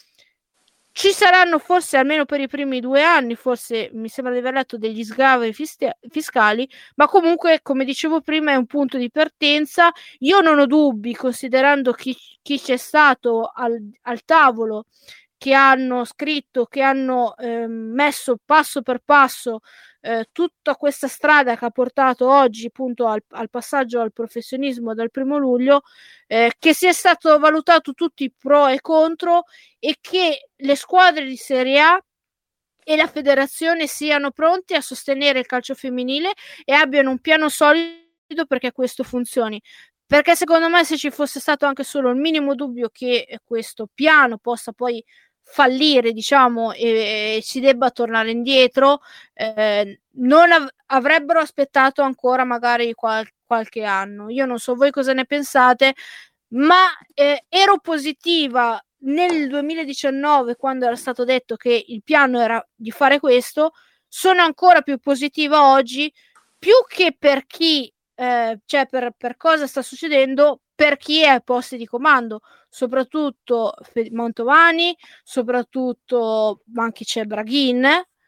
Ci saranno forse almeno per i primi due anni, forse mi sembra di aver letto degli sgravi fistia- fiscali, ma comunque come dicevo prima è un punto di partenza. Io non ho dubbi, considerando chi, chi c'è stato al, al tavolo, che hanno scritto, che hanno eh, messo passo per passo eh, tutta questa strada che ha portato oggi appunto al, al passaggio al professionismo dal primo luglio, eh, che sia stato valutato tutti i pro e contro e che le squadre di Serie A e la federazione siano pronti a sostenere il calcio femminile e abbiano un piano solido perché questo funzioni. Perché secondo me se ci fosse stato anche solo il minimo dubbio che questo piano possa poi fallire, diciamo, e, e si debba tornare indietro, eh, non av- avrebbero aspettato ancora magari qual- qualche anno. Io non so voi cosa ne pensate, ma eh, ero positiva nel duemiladiciannove quando era stato detto che il piano era di fare questo, sono ancora più positiva oggi, più che per chi, eh, cioè per, per cosa sta succedendo, per chi è ai posti di comando, soprattutto Mantovani, soprattutto anche c'è Braghin,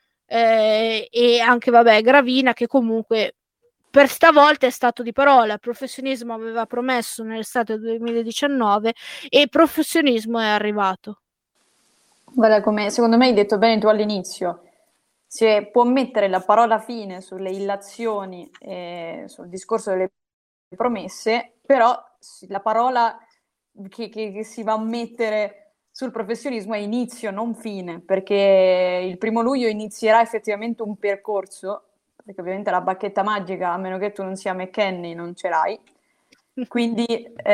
eh, e anche vabbè Gravina, che comunque per stavolta è stato di parola. Il professionismo aveva promesso nell'estate duemiladiciannove e il professionismo è arrivato. Guarda, come secondo me hai detto bene tu all'inizio, si può mettere la parola fine sulle illazioni e sul discorso delle promesse, però la parola che, che, che si va a mettere sul professionismo è inizio, non fine, perché il primo luglio inizierà effettivamente un percorso, perché ovviamente la bacchetta magica, a meno che tu non sia McKenny, non ce l'hai. Quindi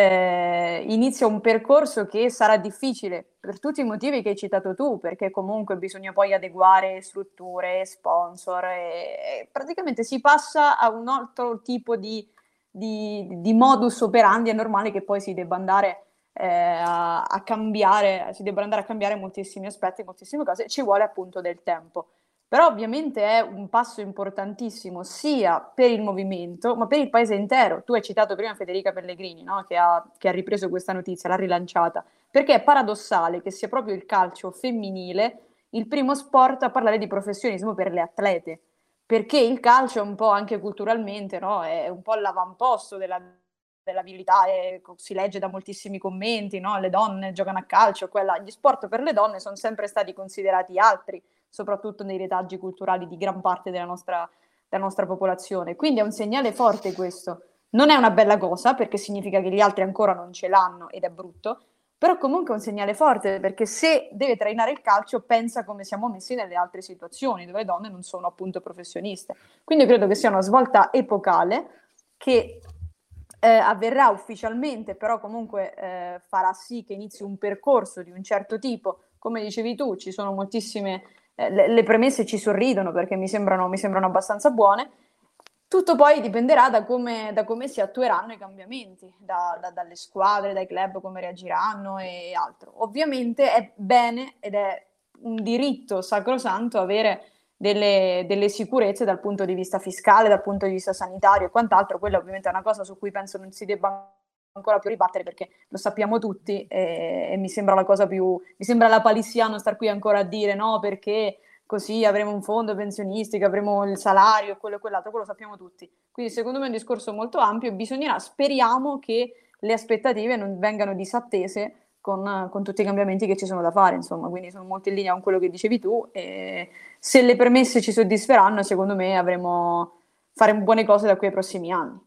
eh, inizia un percorso che sarà difficile per tutti i motivi che hai citato tu, perché comunque bisogna poi adeguare strutture, sponsor e, e praticamente si passa a un altro tipo di, di, di modus operandi. È normale che poi si debba andare eh, a, a cambiare, si debbano andare a cambiare moltissimi aspetti, moltissime cose, ci vuole appunto del tempo. Però ovviamente è un passo importantissimo sia per il movimento, ma per il paese intero. Tu hai citato prima Federica Pellegrini, no? che, ha, che ha ripreso questa notizia, l'ha rilanciata, perché è paradossale che sia proprio il calcio femminile il primo sport a parlare di professionismo per le atlete, perché il calcio un po' anche culturalmente, no? È un po' l'avamposto della, della virilità, è, si legge da moltissimi commenti, no? Le donne giocano a calcio, quella, gli sport per le donne sono sempre stati considerati altri, soprattutto nei retaggi culturali di gran parte della nostra, della nostra popolazione. Quindi è un segnale forte questo. Non è una bella cosa, perché significa che gli altri ancora non ce l'hanno ed è brutto, però comunque è un segnale forte, perché se deve trainare il calcio pensa come siamo messi nelle altre situazioni, dove le donne non sono appunto professioniste. Quindi credo che sia una svolta epocale che eh, avverrà ufficialmente, però comunque eh, farà sì che inizi un percorso di un certo tipo. Come dicevi tu, ci sono moltissime... Le, le premesse ci sorridono perché mi sembrano, mi sembrano abbastanza buone. Tutto poi dipenderà da come, da come si attueranno i cambiamenti, da, da, dalle squadre, dai club, come reagiranno e altro. Ovviamente è bene ed è un diritto sacrosanto avere delle, delle sicurezze dal punto di vista fiscale, dal punto di vista sanitario e quant'altro. Quella ovviamente è una cosa su cui penso non si debba ancora più ribattere, perché lo sappiamo tutti e, e mi sembra la cosa più, mi sembra la palissiano star qui ancora a dire no, perché così avremo un fondo pensionistico, avremo il salario e quello e quell'altro, quello lo sappiamo tutti. Quindi secondo me è un discorso molto ampio e bisognerà, speriamo che le aspettative non vengano disattese con, con tutti i cambiamenti che ci sono da fare, insomma, quindi sono molto in linea con quello che dicevi tu e se le premesse ci soddisferanno, secondo me avremo fare buone cose da qui ai prossimi anni.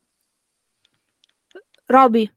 Roby.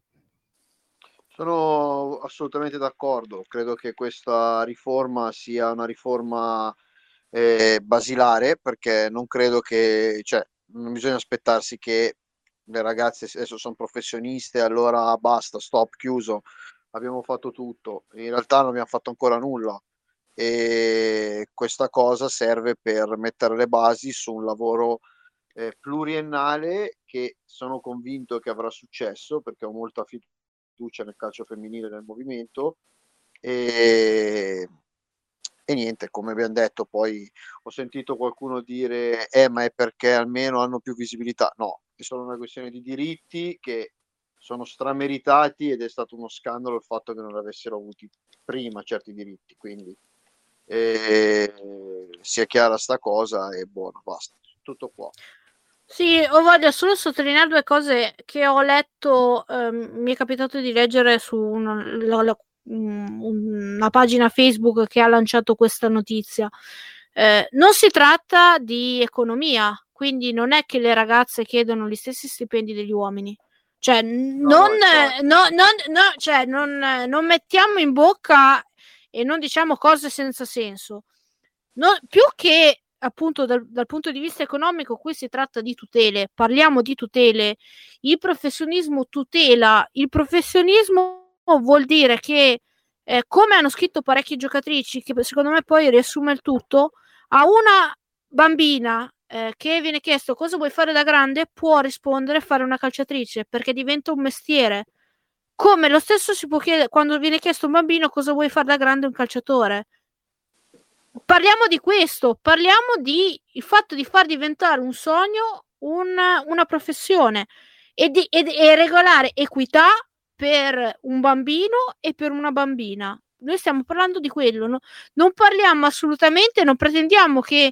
Sono assolutamente d'accordo, credo che questa riforma sia una riforma eh, basilare, perché non credo che, cioè, non bisogna aspettarsi che le ragazze adesso sono professioniste, allora basta, stop, chiuso, abbiamo fatto tutto, in realtà non abbiamo fatto ancora nulla e questa cosa serve per mettere le basi su un lavoro eh, pluriennale che sono convinto che avrà successo, perché ho molta fiducia fiducia nel calcio femminile, nel movimento e, e niente, come abbiamo detto, poi ho sentito qualcuno dire eh ma è perché almeno hanno più visibilità. No, è solo una questione di diritti che sono strameritati ed è stato uno scandalo il fatto che non avessero avuti prima certi diritti, quindi eh, sia chiara sta cosa e buono, basta, tutto qua. Sì, ho voglio solo sottolineare due cose che ho letto, ehm, mi è capitato di leggere su una, la, la, una pagina Facebook che ha lanciato questa notizia. Eh, non si tratta di economia, quindi non è che le ragazze chiedono gli stessi stipendi degli uomini. Cioè, No, non, no, no, non, no, cioè non, non mettiamo in bocca e non diciamo cose senza senso. No, più che appunto dal, dal punto di vista economico, qui si tratta di tutele, parliamo di tutele, il professionismo tutela, il professionismo vuol dire che eh, come hanno scritto parecchie giocatrici, che secondo me poi riassume il tutto, a una bambina eh, che viene chiesto cosa vuoi fare da grande, può rispondere fare una calciatrice, perché diventa un mestiere. Come lo stesso si può chiedere quando viene chiesto a un bambino cosa vuoi fare da grande, un calciatore. Parliamo di questo, parliamo di il fatto di far diventare un sogno una, una professione e, di, e, e regolare equità per un bambino e per una bambina. Noi stiamo parlando di quello, no? Non parliamo assolutamente, non pretendiamo che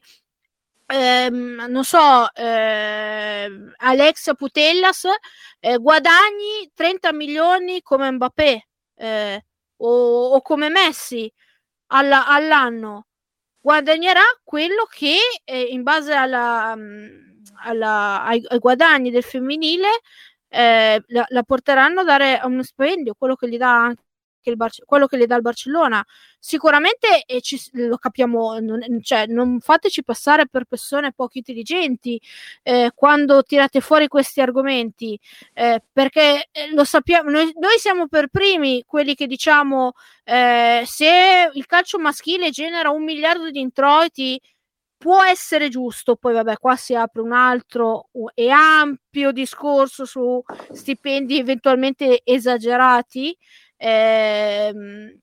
ehm, non so, eh, Alexa Putellas eh, guadagni trenta milioni come Mbappé eh, o, o come Messi alla, all'anno. Guadagnerà quello che eh, in base alla, alla, ai, ai guadagni del femminile eh, la, la porteranno a dare uno stipendio, quello che gli dà anche il Bar- quello che le dà il Barcellona. Sicuramente e ci, lo capiamo, non, cioè, non fateci passare per persone poco intelligenti eh, quando tirate fuori questi argomenti, eh, perché lo sappiamo, noi, noi siamo per primi quelli che diciamo eh, se il calcio maschile genera un miliardo di introiti può essere giusto. Poi vabbè, qua si apre un altro e ampio discorso su stipendi eventualmente esagerati. Ehm,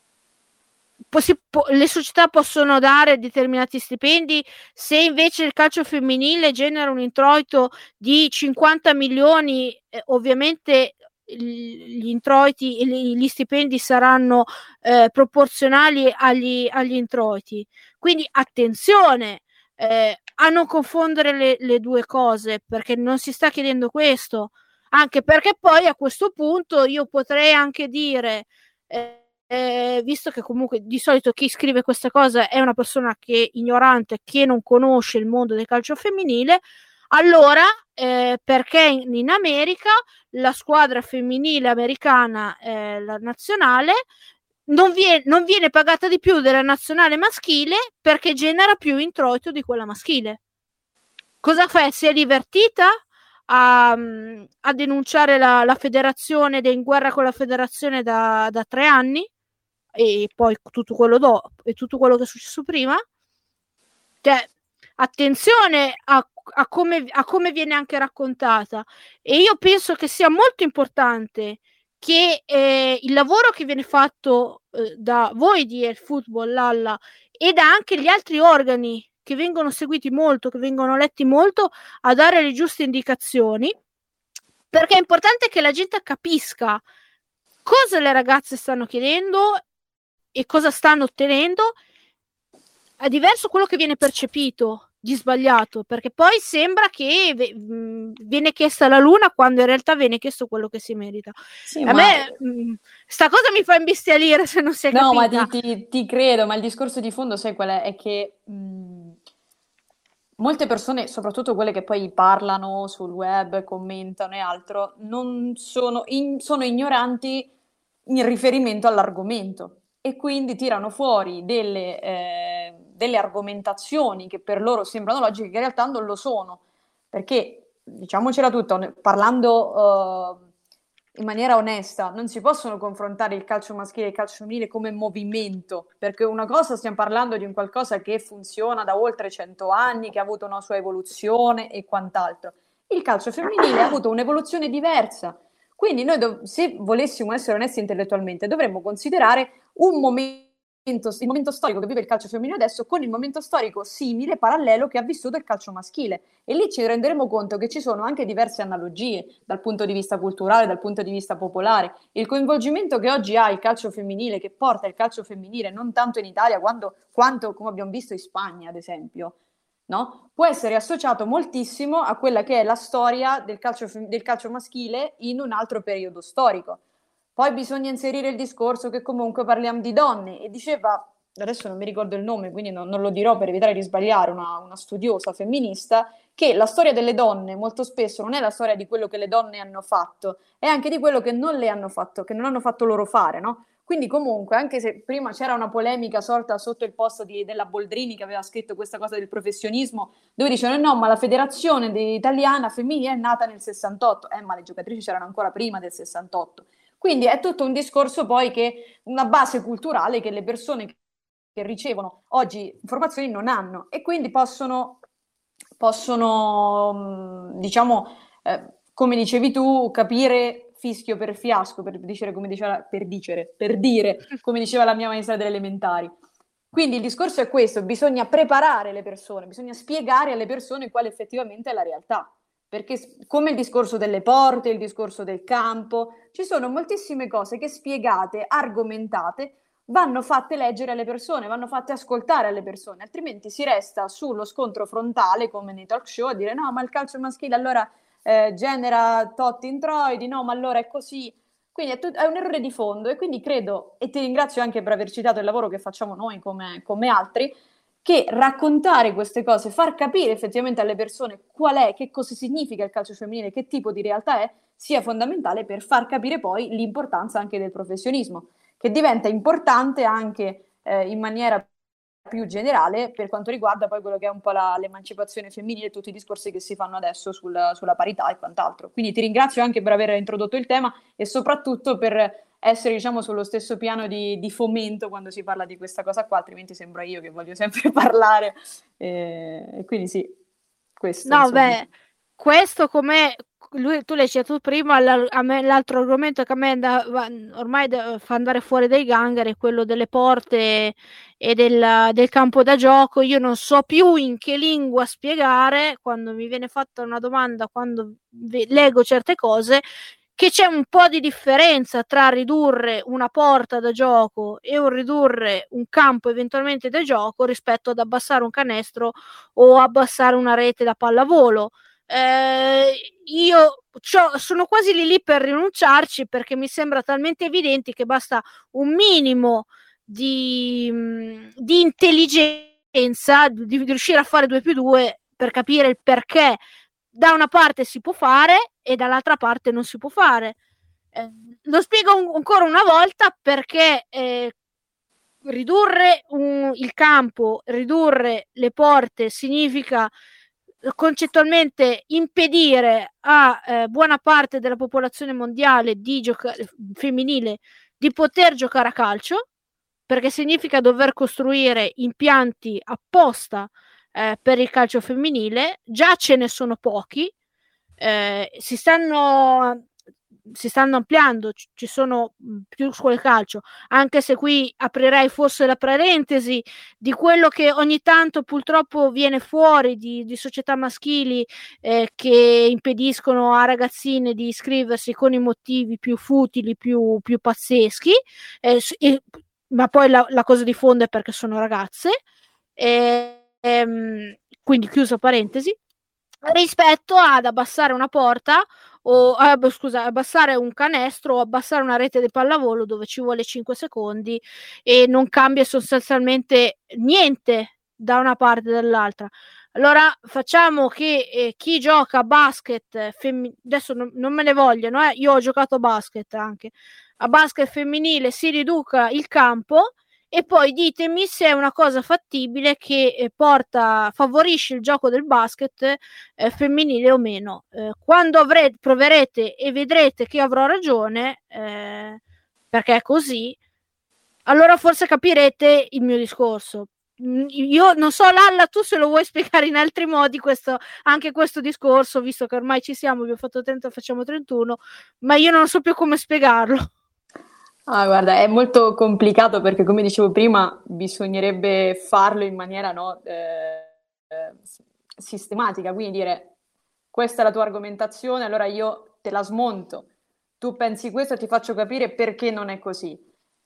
possi- po- le società possono dare determinati stipendi. Se invece il calcio femminile genera un introito di cinquanta milioni, eh, ovviamente gli introiti, gli stipendi saranno eh, proporzionali agli, agli introiti. Quindi attenzione eh, a non confondere le, le due cose, perché non si sta chiedendo questo. Anche perché poi a questo punto io potrei anche dire, eh, eh, visto che comunque di solito chi scrive questa cosa è una persona che è ignorante, che non conosce il mondo del calcio femminile, allora eh, perché in, in America la squadra femminile americana, eh, la nazionale, non viene, non viene pagata di più della nazionale maschile perché genera più introito di quella maschile. Cosa fa? Si è divertita a, a denunciare la, la federazione ed è in guerra con la federazione da, da tre anni e poi tutto quello dopo e tutto quello che è successo prima. Cioè, attenzione a, a, come, a come viene anche raccontata, e io penso che sia molto importante che eh, il lavoro che viene fatto eh, da voi di El Football, Lalla, e da anche gli altri organi che vengono seguiti molto, che vengono letti molto, a dare le giuste indicazioni, perché è importante che la gente capisca cosa le ragazze stanno chiedendo e cosa stanno ottenendo. È diverso quello che viene percepito di sbagliato, perché poi sembra che v- viene chiesta la luna quando in realtà viene chiesto quello che si merita. Sì, a ma... me mh, sta cosa mi fa imbestialire, se non si è No, capita. ma ti, ti- ti credo, ma il discorso di fondo, sai qual è? È che mh, molte persone, soprattutto quelle che poi parlano sul web, commentano e altro, non sono, in- sono ignoranti in riferimento all'argomento e quindi tirano fuori delle, eh, delle argomentazioni che per loro sembrano logiche, che in realtà non lo sono. Perché, diciamocela tutta, on- parlando eh, in maniera onesta, non si possono confrontare il calcio maschile e il calcio femminile come movimento, perché una cosa, stiamo parlando di un qualcosa che funziona da oltre cento anni, che ha avuto una sua evoluzione e quant'altro. Il calcio femminile ha avuto un'evoluzione diversa. Quindi noi, dov- se volessimo essere onesti intellettualmente, dovremmo considerare un momento, il momento storico che vive il calcio femminile adesso con il momento storico simile, parallelo, che ha vissuto il calcio maschile. E lì ci renderemo conto che ci sono anche diverse analogie dal punto di vista culturale, dal punto di vista popolare. Il coinvolgimento che oggi ha il calcio femminile, che porta il calcio femminile non tanto in Italia quando, quanto, come abbiamo visto, in Spagna, ad esempio, no? Può essere associato moltissimo a quella che è la storia del calcio, del calcio maschile in un altro periodo storico. Poi bisogna inserire il discorso che comunque parliamo di donne, e diceva, adesso non mi ricordo il nome, quindi non, non lo dirò per evitare di sbagliare, una, una studiosa femminista, che la storia delle donne molto spesso non è la storia di quello che le donne hanno fatto, è anche di quello che non le hanno fatto, che non hanno fatto loro fare, no? Quindi comunque, anche se prima c'era una polemica sorta sotto il post di, della Boldrini che aveva scritto questa cosa del professionismo, dove dicevano no, ma la federazione italiana femminile è nata nel sessantotto, eh ma le giocatrici c'erano ancora prima del sessantotto. Quindi è tutto un discorso poi che una base culturale che le persone che ricevono oggi informazioni non hanno, e quindi possono possono, diciamo, eh, come dicevi tu, capire fischio per fiasco, per dicere come diceva, per dicere, per dire, come diceva la mia maestra delle elementari. Quindi il discorso è questo, bisogna preparare le persone, bisogna spiegare alle persone quale effettivamente è la realtà, perché come il discorso delle porte, il discorso del campo, ci sono moltissime cose che spiegate, argomentate, vanno fatte leggere alle persone, vanno fatte ascoltare alle persone, altrimenti si resta sullo scontro frontale, come nei talk show, a dire no, ma il calcio maschile allora eh, genera tot introiti, no, ma allora è così. Quindi è, tut- è un errore di fondo e quindi credo, e ti ringrazio anche per aver citato il lavoro che facciamo noi come, come altri, che raccontare queste cose, far capire effettivamente alle persone qual è, che cosa significa il calcio femminile, che tipo di realtà è, sia fondamentale per far capire poi l'importanza anche del professionismo, che diventa importante anche eh, in maniera più generale per quanto riguarda poi quello che è un po' la, l'emancipazione femminile e tutti i discorsi che si fanno adesso sul, sulla parità e quant'altro. Quindi ti ringrazio anche per aver introdotto il tema e soprattutto per essere, diciamo, sullo stesso piano di, di fomento quando si parla di questa cosa qua, altrimenti sembra io che voglio sempre parlare. E, e quindi sì, questo. No, insomma. beh, questo come lui, tu l'hai citato prima, la- a me, l'altro argomento che a me da- va- ormai da- fa andare fuori dai gangheri è quello delle porte e del, del campo da gioco. Io non so più in che lingua spiegare quando mi viene fatta una domanda, quando ve- leggo certe cose, che c'è un po' di differenza tra ridurre una porta da gioco e un ridurre un campo eventualmente da gioco rispetto ad abbassare un canestro o abbassare una rete da pallavolo. Eh, io sono quasi lì lì per rinunciarci perché mi sembra talmente evidente che basta un minimo di, di intelligenza, di, di riuscire a fare due più due per capire il perché da una parte si può fare e dall'altra parte non si può fare. Eh, lo spiego un, ancora una volta perché eh, ridurre un, il campo, ridurre le porte significa concettualmente impedire a eh, buona parte della popolazione mondiale di gioca- femminile di poter giocare a calcio, perché significa dover costruire impianti apposta eh, per il calcio femminile. Già ce ne sono pochi, eh, si stanno si stanno ampliando, ci, ci sono più scuole calcio, anche se qui aprirei forse la parentesi di quello che ogni tanto purtroppo viene fuori di, di società maschili eh, che impediscono a ragazzine di iscriversi con i motivi più futili, più, più pazzeschi, eh, e, ma poi la, la cosa di fondo è perché sono ragazze, e, ehm, quindi chiusa parentesi, rispetto ad abbassare una porta o eh, scusa, abbassare un canestro o abbassare una rete di pallavolo dove ci vuole cinque secondi e non cambia sostanzialmente niente da una parte o dall'altra. Allora facciamo che eh, chi gioca a basket femmi- adesso non, non me ne vogliono, eh, io ho giocato a basket anche, a basket femminile si riduca il campo e poi ditemi se è una cosa fattibile che eh, porta, favorisce il gioco del basket eh, femminile o meno. Eh, quando avre- proverete e vedrete che avrò ragione, eh, perché è così, allora forse capirete il mio discorso. Io non so, Lalla, tu se lo vuoi spiegare in altri modi questo, anche questo discorso, visto che ormai ci siamo, abbiamo fatto trenta, facciamo trentuno, ma io non so più come spiegarlo. Ah, guarda, è molto complicato perché, come dicevo prima, bisognerebbe farlo in maniera no, eh, eh, sistematica, quindi dire questa è la tua argomentazione, allora io te la smonto, tu pensi questo e ti faccio capire perché non è così.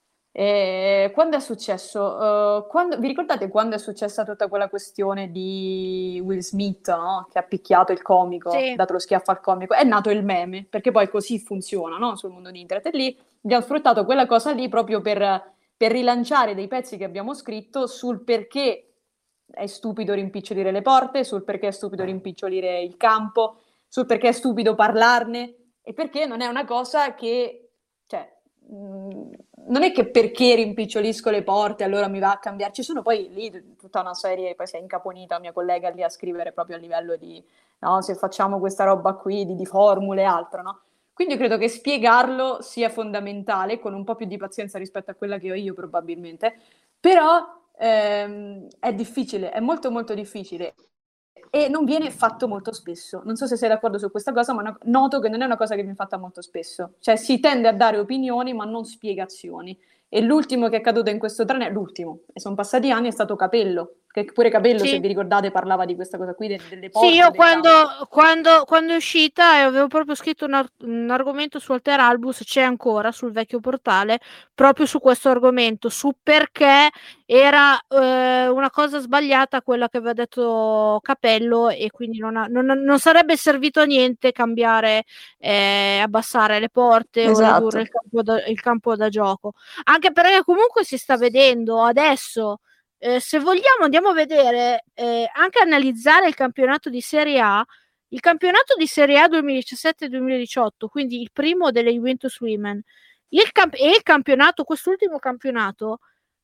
E quando è successo? Uh, quando, vi ricordate quando è successa tutta quella questione di Will Smith, no? Che ha picchiato il comico, Sì. dato lo schiaffo al comico? È nato il meme, perché poi così funziona, no? Sul mondo di internet. E lì abbiamo sfruttato quella cosa lì proprio per, per rilanciare dei pezzi che abbiamo scritto sul perché è stupido rimpicciolire le porte, sul perché è stupido rimpicciolire il campo, sul perché è stupido parlarne e perché non è una cosa che, cioè, mh, non è che perché rimpicciolisco le porte allora mi va a cambiare, ci sono poi lì tutta una serie, poi si è incaponita mia collega lì a scrivere proprio a livello di, no, se facciamo questa roba qui, di, di formule e altro, no? Quindi io credo che spiegarlo sia fondamentale, con un po' più di pazienza rispetto a quella che ho io probabilmente, però ehm, è difficile, è molto molto difficile e non viene fatto molto spesso. Non so se sei d'accordo su questa cosa, ma no- noto che non è una cosa che viene fatta molto spesso. Cioè si tende a dare opinioni, ma non spiegazioni. E l'ultimo che è caduto in questo treno, l'ultimo, e sono passati anni, è stato Capello, che pure Capello, se Sì. vi ricordate, parlava di questa cosa qui, de- delle Sì, porte, io dei quando, campi. quando, quando è uscita e avevo proprio scritto un, ar- un argomento su Alter Albus, c'è ancora sul vecchio portale, proprio su questo argomento, su perché era eh, una cosa sbagliata quella che aveva detto Capello e quindi non, ha- non- non sarebbe servito a niente cambiare, eh, abbassare le porte o ridurre il Esatto. campo da, il campo da gioco. Anche perché comunque si sta vedendo adesso. Eh, se vogliamo andiamo a vedere, eh, anche analizzare il campionato di Serie A, il campionato di Serie A duemiladiciassette duemiladiciotto, quindi il primo delle Juventus Women, il camp- e il campionato, quest'ultimo campionato,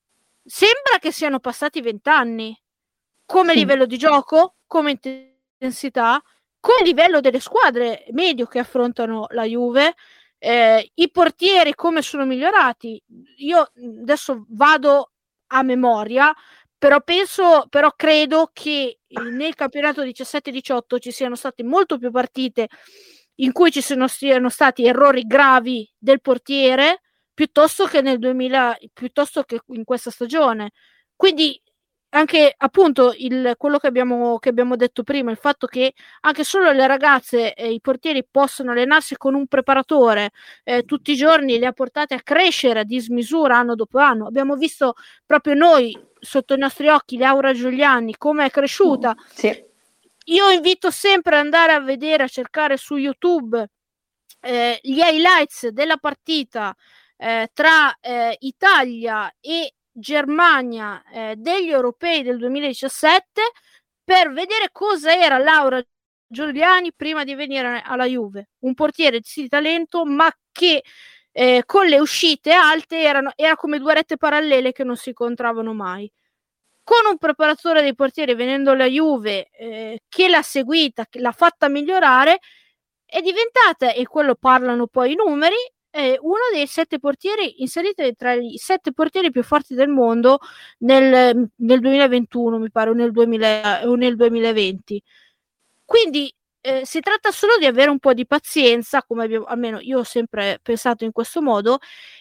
sembra che siano passati vent'anni, come livello di gioco, come intensità, come livello delle squadre medio che affrontano la Juve, eh, i portieri come sono migliorati. Io adesso vado a memoria, però penso, però credo che nel campionato diciassette diciotto ci siano state molto più partite in cui ci sono, siano stati errori gravi del portiere piuttosto che nel duemila, piuttosto che in questa stagione. Quindi anche appunto il, quello che abbiamo, che abbiamo detto prima, il fatto che anche solo le ragazze e i portieri possono allenarsi con un preparatore eh, tutti i giorni, le ha portate a crescere a dismisura anno dopo anno. Abbiamo visto proprio noi sotto i nostri occhi Laura Giuliani come è cresciuta. Sì. Io invito sempre ad andare a vedere, a cercare su YouTube eh, gli highlights della partita eh, tra eh, Italia e Germania eh, degli europei del duemiladiciassette per vedere cosa era Laura Giuliani prima di venire alla Juve. Un portiere sì, di talento, ma che eh, con le uscite alte erano, era come due rette parallele che non si incontravano mai. Con un preparatore dei portieri venendo alla Juve eh, che l'ha seguita, che l'ha fatta migliorare, è diventata, e quello parlano poi i numeri, eh, uno dei sette portieri inseriti tra i sette portieri più forti del mondo nel, nel duemilaventuno, mi pare, o nel, duemila, o nel duemilaventi. Quindi eh, si tratta solo di avere un po' di pazienza, come abbiamo, almeno io ho sempre pensato in questo modo,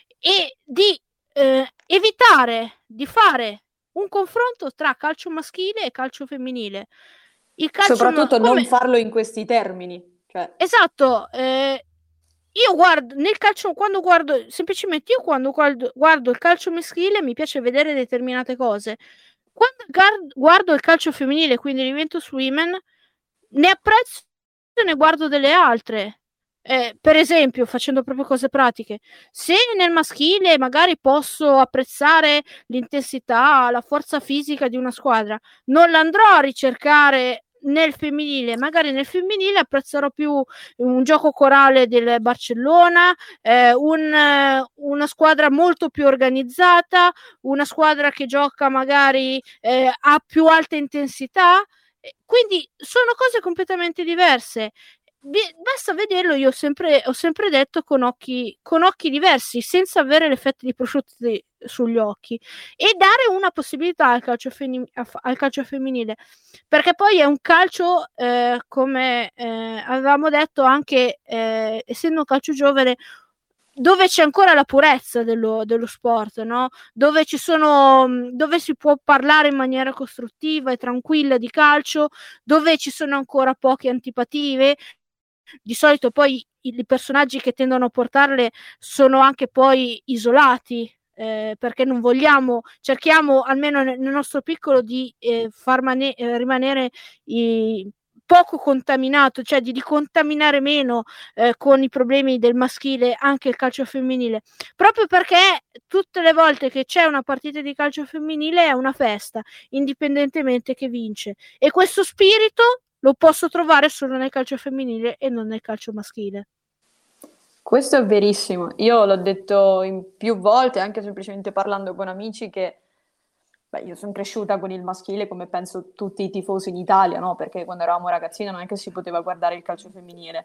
e di eh, evitare di fare un confronto tra calcio maschile e calcio femminile. Il calcio Soprattutto non come farlo in questi termini. Cioè, esatto, eh, io guardo nel calcio quando guardo semplicemente io quando guardo, guardo il calcio maschile mi piace vedere determinate cose. Quando gar- guardo il calcio femminile, quindi Juventus Women, ne apprezzo e ne guardo delle altre. Eh, per esempio, facendo proprio cose pratiche, se nel maschile magari posso apprezzare l'intensità, la forza fisica di una squadra, non l'andrò a ricercare nel femminile, magari nel femminile apprezzerò più un gioco corale del Barcellona, eh, un, una squadra molto più organizzata, una squadra che gioca magari eh, a più alta intensità. Quindi sono cose completamente diverse. Basta vederlo, io ho sempre, ho sempre detto con occhi, con occhi diversi, senza avere l'effetto di prosciutto di, sugli occhi, e dare una possibilità al calcio, feni, al calcio femminile, perché poi è un calcio, eh, come eh, avevamo detto, anche eh, essendo un calcio giovane, dove c'è ancora la purezza dello, dello sport, no? Dove ci sono, dove si può parlare in maniera costruttiva e tranquilla di calcio, dove ci sono ancora poche antipatie. Di solito poi i personaggi che tendono a portarle sono anche poi isolati, eh, perché non vogliamo, cerchiamo almeno nel, nel nostro piccolo di eh, far mane- eh, rimanere i, poco contaminato, cioè di, di contaminare meno eh, con i problemi del maschile anche il calcio femminile, proprio perché tutte le volte che c'è una partita di calcio femminile è una festa, indipendentemente che vince, e questo spirito lo posso trovare solo nel calcio femminile e non nel calcio maschile. questo è verissimo. Io l'ho detto in più volte, anche semplicemente parlando con amici, che beh, io sono cresciuta con il maschile come penso tutti i tifosi in Italia, no? Perché quando eravamo ragazzine non è che si poteva guardare il calcio femminile.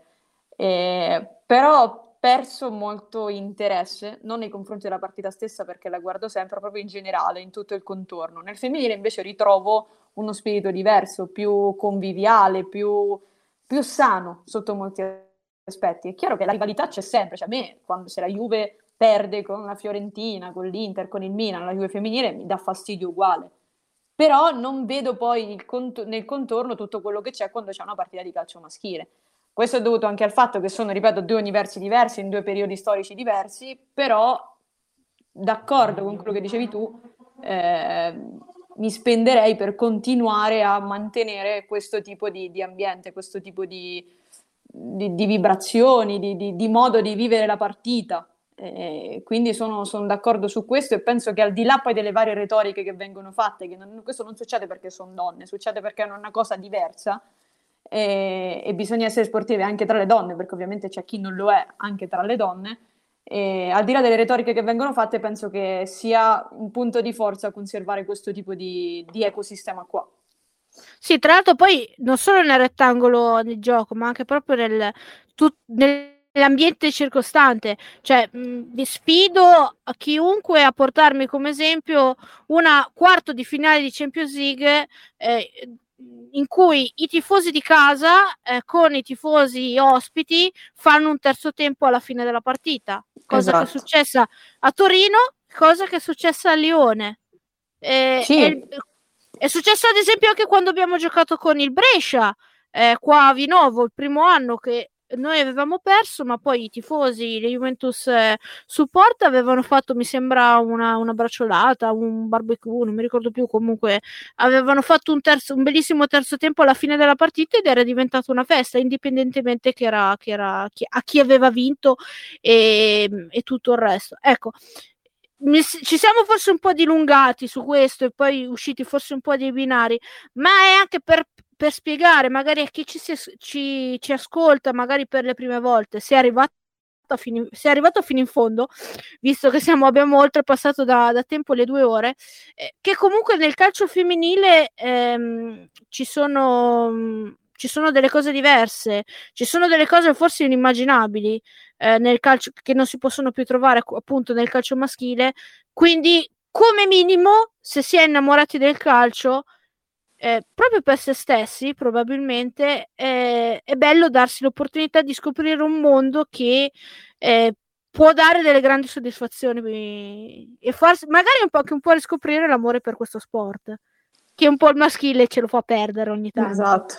E, però ho perso molto interesse, non nei confronti della partita stessa perché la guardo sempre, proprio in generale, in tutto il contorno. Nel femminile invece ritrovo uno spirito diverso, più conviviale, più, più sano sotto molti aspetti. È chiaro che la rivalità c'è sempre, cioè a me quando se la Juve perde con la Fiorentina, con l'Inter, con il Milan, la Juve femminile mi dà fastidio uguale, però non vedo poi il cont- nel contorno tutto quello che c'è quando c'è una partita di calcio maschile. Questo è dovuto anche al fatto che sono, ripeto, due universi diversi, in due periodi storici diversi, però d'accordo con quello che dicevi tu, eh, mi spenderei per continuare a mantenere questo tipo di, di ambiente, questo tipo di, di, di vibrazioni, di, di, di modo di vivere la partita. Eh, quindi sono, sono d'accordo su questo e penso che al di là poi delle varie retoriche che vengono fatte, che non, questo non succede perché sono donne, succede perché è una cosa diversa e, e bisogna essere sportive anche tra le donne, perché ovviamente c'è chi non lo è anche tra le donne. E al di là delle retoriche che vengono fatte, penso che sia un punto di forza conservare questo tipo di, di ecosistema qua. Sì, tra l'altro poi non solo nel rettangolo del gioco, ma anche proprio nel, tu, nell'ambiente circostante. Cioè, mh, vi sfido a chiunque a portarmi come esempio una quarto di finale di Champions League eh, in cui i tifosi di casa eh, con i tifosi ospiti fanno un terzo tempo alla fine della partita. Cosa esatto. che è successa a Torino, cosa che è successa a Lione. Eh, sì. è, è successo ad esempio anche quando abbiamo giocato con il Brescia eh, qua a Vinovo il primo anno, che noi avevamo perso, ma poi i tifosi, le Juventus eh, Support avevano fatto, mi sembra, una, una bracciolata, un barbecue, non mi ricordo più, comunque avevano fatto un, terzo, un bellissimo terzo tempo alla fine della partita ed era diventata una festa, indipendentemente che era, che era chi, a chi aveva vinto e, e tutto il resto. Ecco, mi, ci siamo forse un po' dilungati su questo e poi usciti forse un po' dei binari, ma è anche per per spiegare magari a chi ci, si, ci, ci ascolta magari per le prime volte, se è arrivato a fini, se è arrivato fino in fondo, visto che siamo, abbiamo oltrepassato da, da tempo le due ore, eh, che comunque nel calcio femminile ehm, ci sono mh, ci sono delle cose diverse, ci sono delle cose forse inimmaginabili eh, nel calcio che non si possono più trovare appunto nel calcio maschile, quindi come minimo se si è innamorati del calcio Eh, proprio per se stessi probabilmente eh, è bello darsi l'opportunità di scoprire un mondo che eh, può dare delle grandi soddisfazioni e farsi magari un po' anche un po' riscoprire l'amore per questo sport che un po' il maschile ce lo fa perdere ogni tanto. Esatto.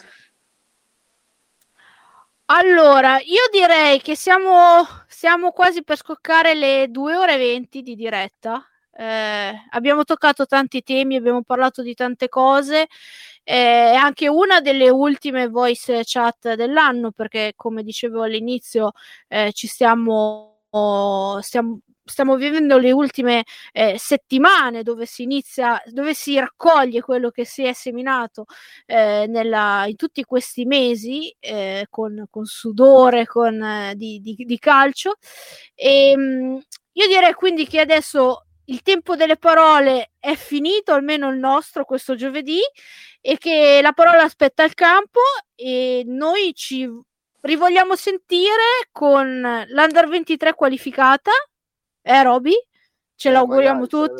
Allora, io direi che siamo, siamo quasi per scoccare le due ore e venti di diretta. Eh, abbiamo toccato tanti temi, abbiamo parlato di tante cose, eh, anche una delle ultime voice chat dell'anno, perché come dicevo all'inizio eh, ci stiamo, stiamo stiamo vivendo le ultime eh, settimane dove si inizia, dove si raccoglie quello che si è seminato eh, nella, in tutti questi mesi eh, con, con sudore con, eh, di, di, di calcio e mh, io direi quindi che adesso il tempo delle parole è finito, almeno il nostro questo giovedì, e che la parola aspetta il campo e noi ci rivogliamo sentire con l'Under ventitré qualificata. Eh, Roby? Ce eh, l'auguriamo magari, tutti.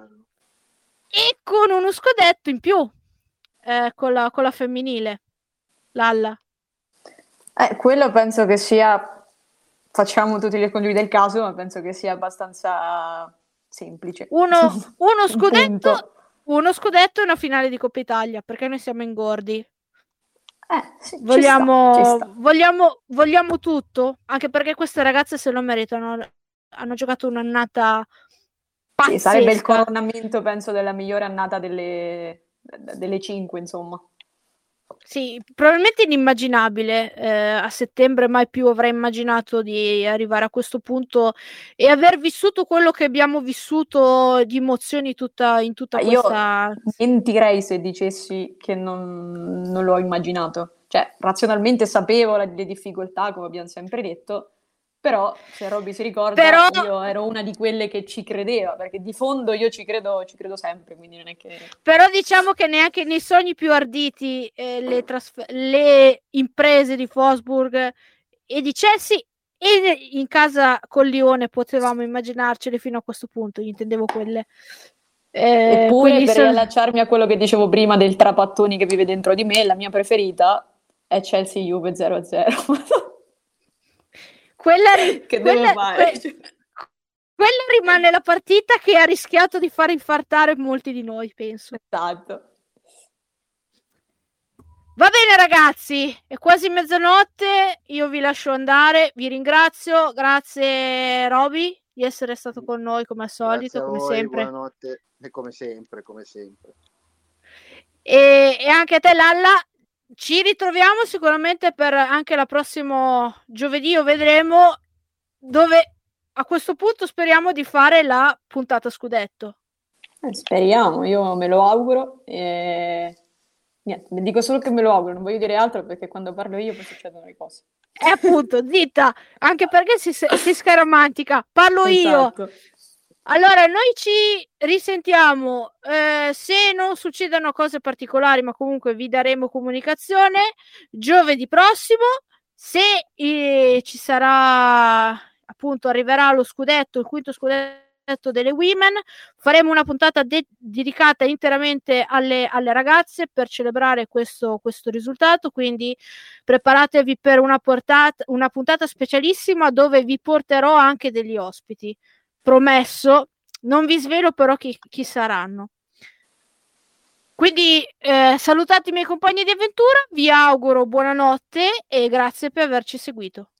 E con uno scudetto in più eh, con, la, con la femminile. Lalla. Eh, quello penso che sia, facciamo tutti gli scongiuri del caso, ma penso che sia abbastanza semplice. Uno, uno scudetto, uno scudetto e una finale di Coppa Italia, perché noi siamo ingordi. Eh, sì, vogliamo, ci sta, ci sta. Vogliamo, vogliamo tutto, anche perché queste ragazze se lo meritano. Hanno giocato un'annata pazzesca. Sì, sarebbe il coronamento, penso, della migliore annata delle, delle cinque, insomma. Sì, probabilmente inimmaginabile. Eh, a settembre mai più avrei immaginato di arrivare a questo punto e aver vissuto quello che abbiamo vissuto di emozioni tutta, in tutta Io questa... Io mentirei se dicessi che non, non l'ho immaginato. Cioè, razionalmente sapevo le difficoltà, come abbiamo sempre detto, però se Roby si ricorda, però... io ero una di quelle che ci credeva, perché di fondo io ci credo, ci credo sempre, quindi non è che... Però diciamo che neanche nei sogni più arditi eh, le, trasfer- le imprese di Wolfsburg e di Chelsea e in casa con Lione potevamo immaginarcele fino a questo punto, intendevo quelle. Eh, Eppure, quindi per sono- riallacciarmi a quello che dicevo prima del trapattoni che vive dentro di me, la mia preferita è Chelsea-Juve zero a zero. quella, ri- Che quella- devo fare? que- quella rimane la partita che ha rischiato di far infartare molti di noi, penso. Esatto. Va bene ragazzi, è quasi mezzanotte, io vi lascio andare, vi ringrazio, grazie Roby di essere stato con noi come al solito, Grazie a come voi, sempre. buonanotte e come sempre, come sempre. E, e anche a te Lalla, ci ritroviamo sicuramente per anche la prossimo giovedì, o vedremo, dove a questo punto speriamo di fare la puntata scudetto. Eh, speriamo, io me lo auguro. E... Niente, dico solo che me lo auguro, non voglio dire altro perché quando parlo io poi succedono le cose. E appunto, zitta, anche perché si, si scaramantica, parlo io. Esatto. Allora, noi ci risentiamo, eh, se non succedono cose particolari, ma comunque vi daremo comunicazione giovedì prossimo. Se eh, ci sarà, appunto, arriverà lo scudetto, il quinto scudetto delle Women, faremo una puntata de- dedicata interamente alle, alle ragazze per celebrare questo, questo risultato, quindi preparatevi per una, portata, una puntata specialissima dove vi porterò anche degli ospiti. Promesso, non vi svelo però chi, chi saranno. Quindi eh, salutate i miei compagni di avventura, vi auguro buonanotte e grazie per averci seguito.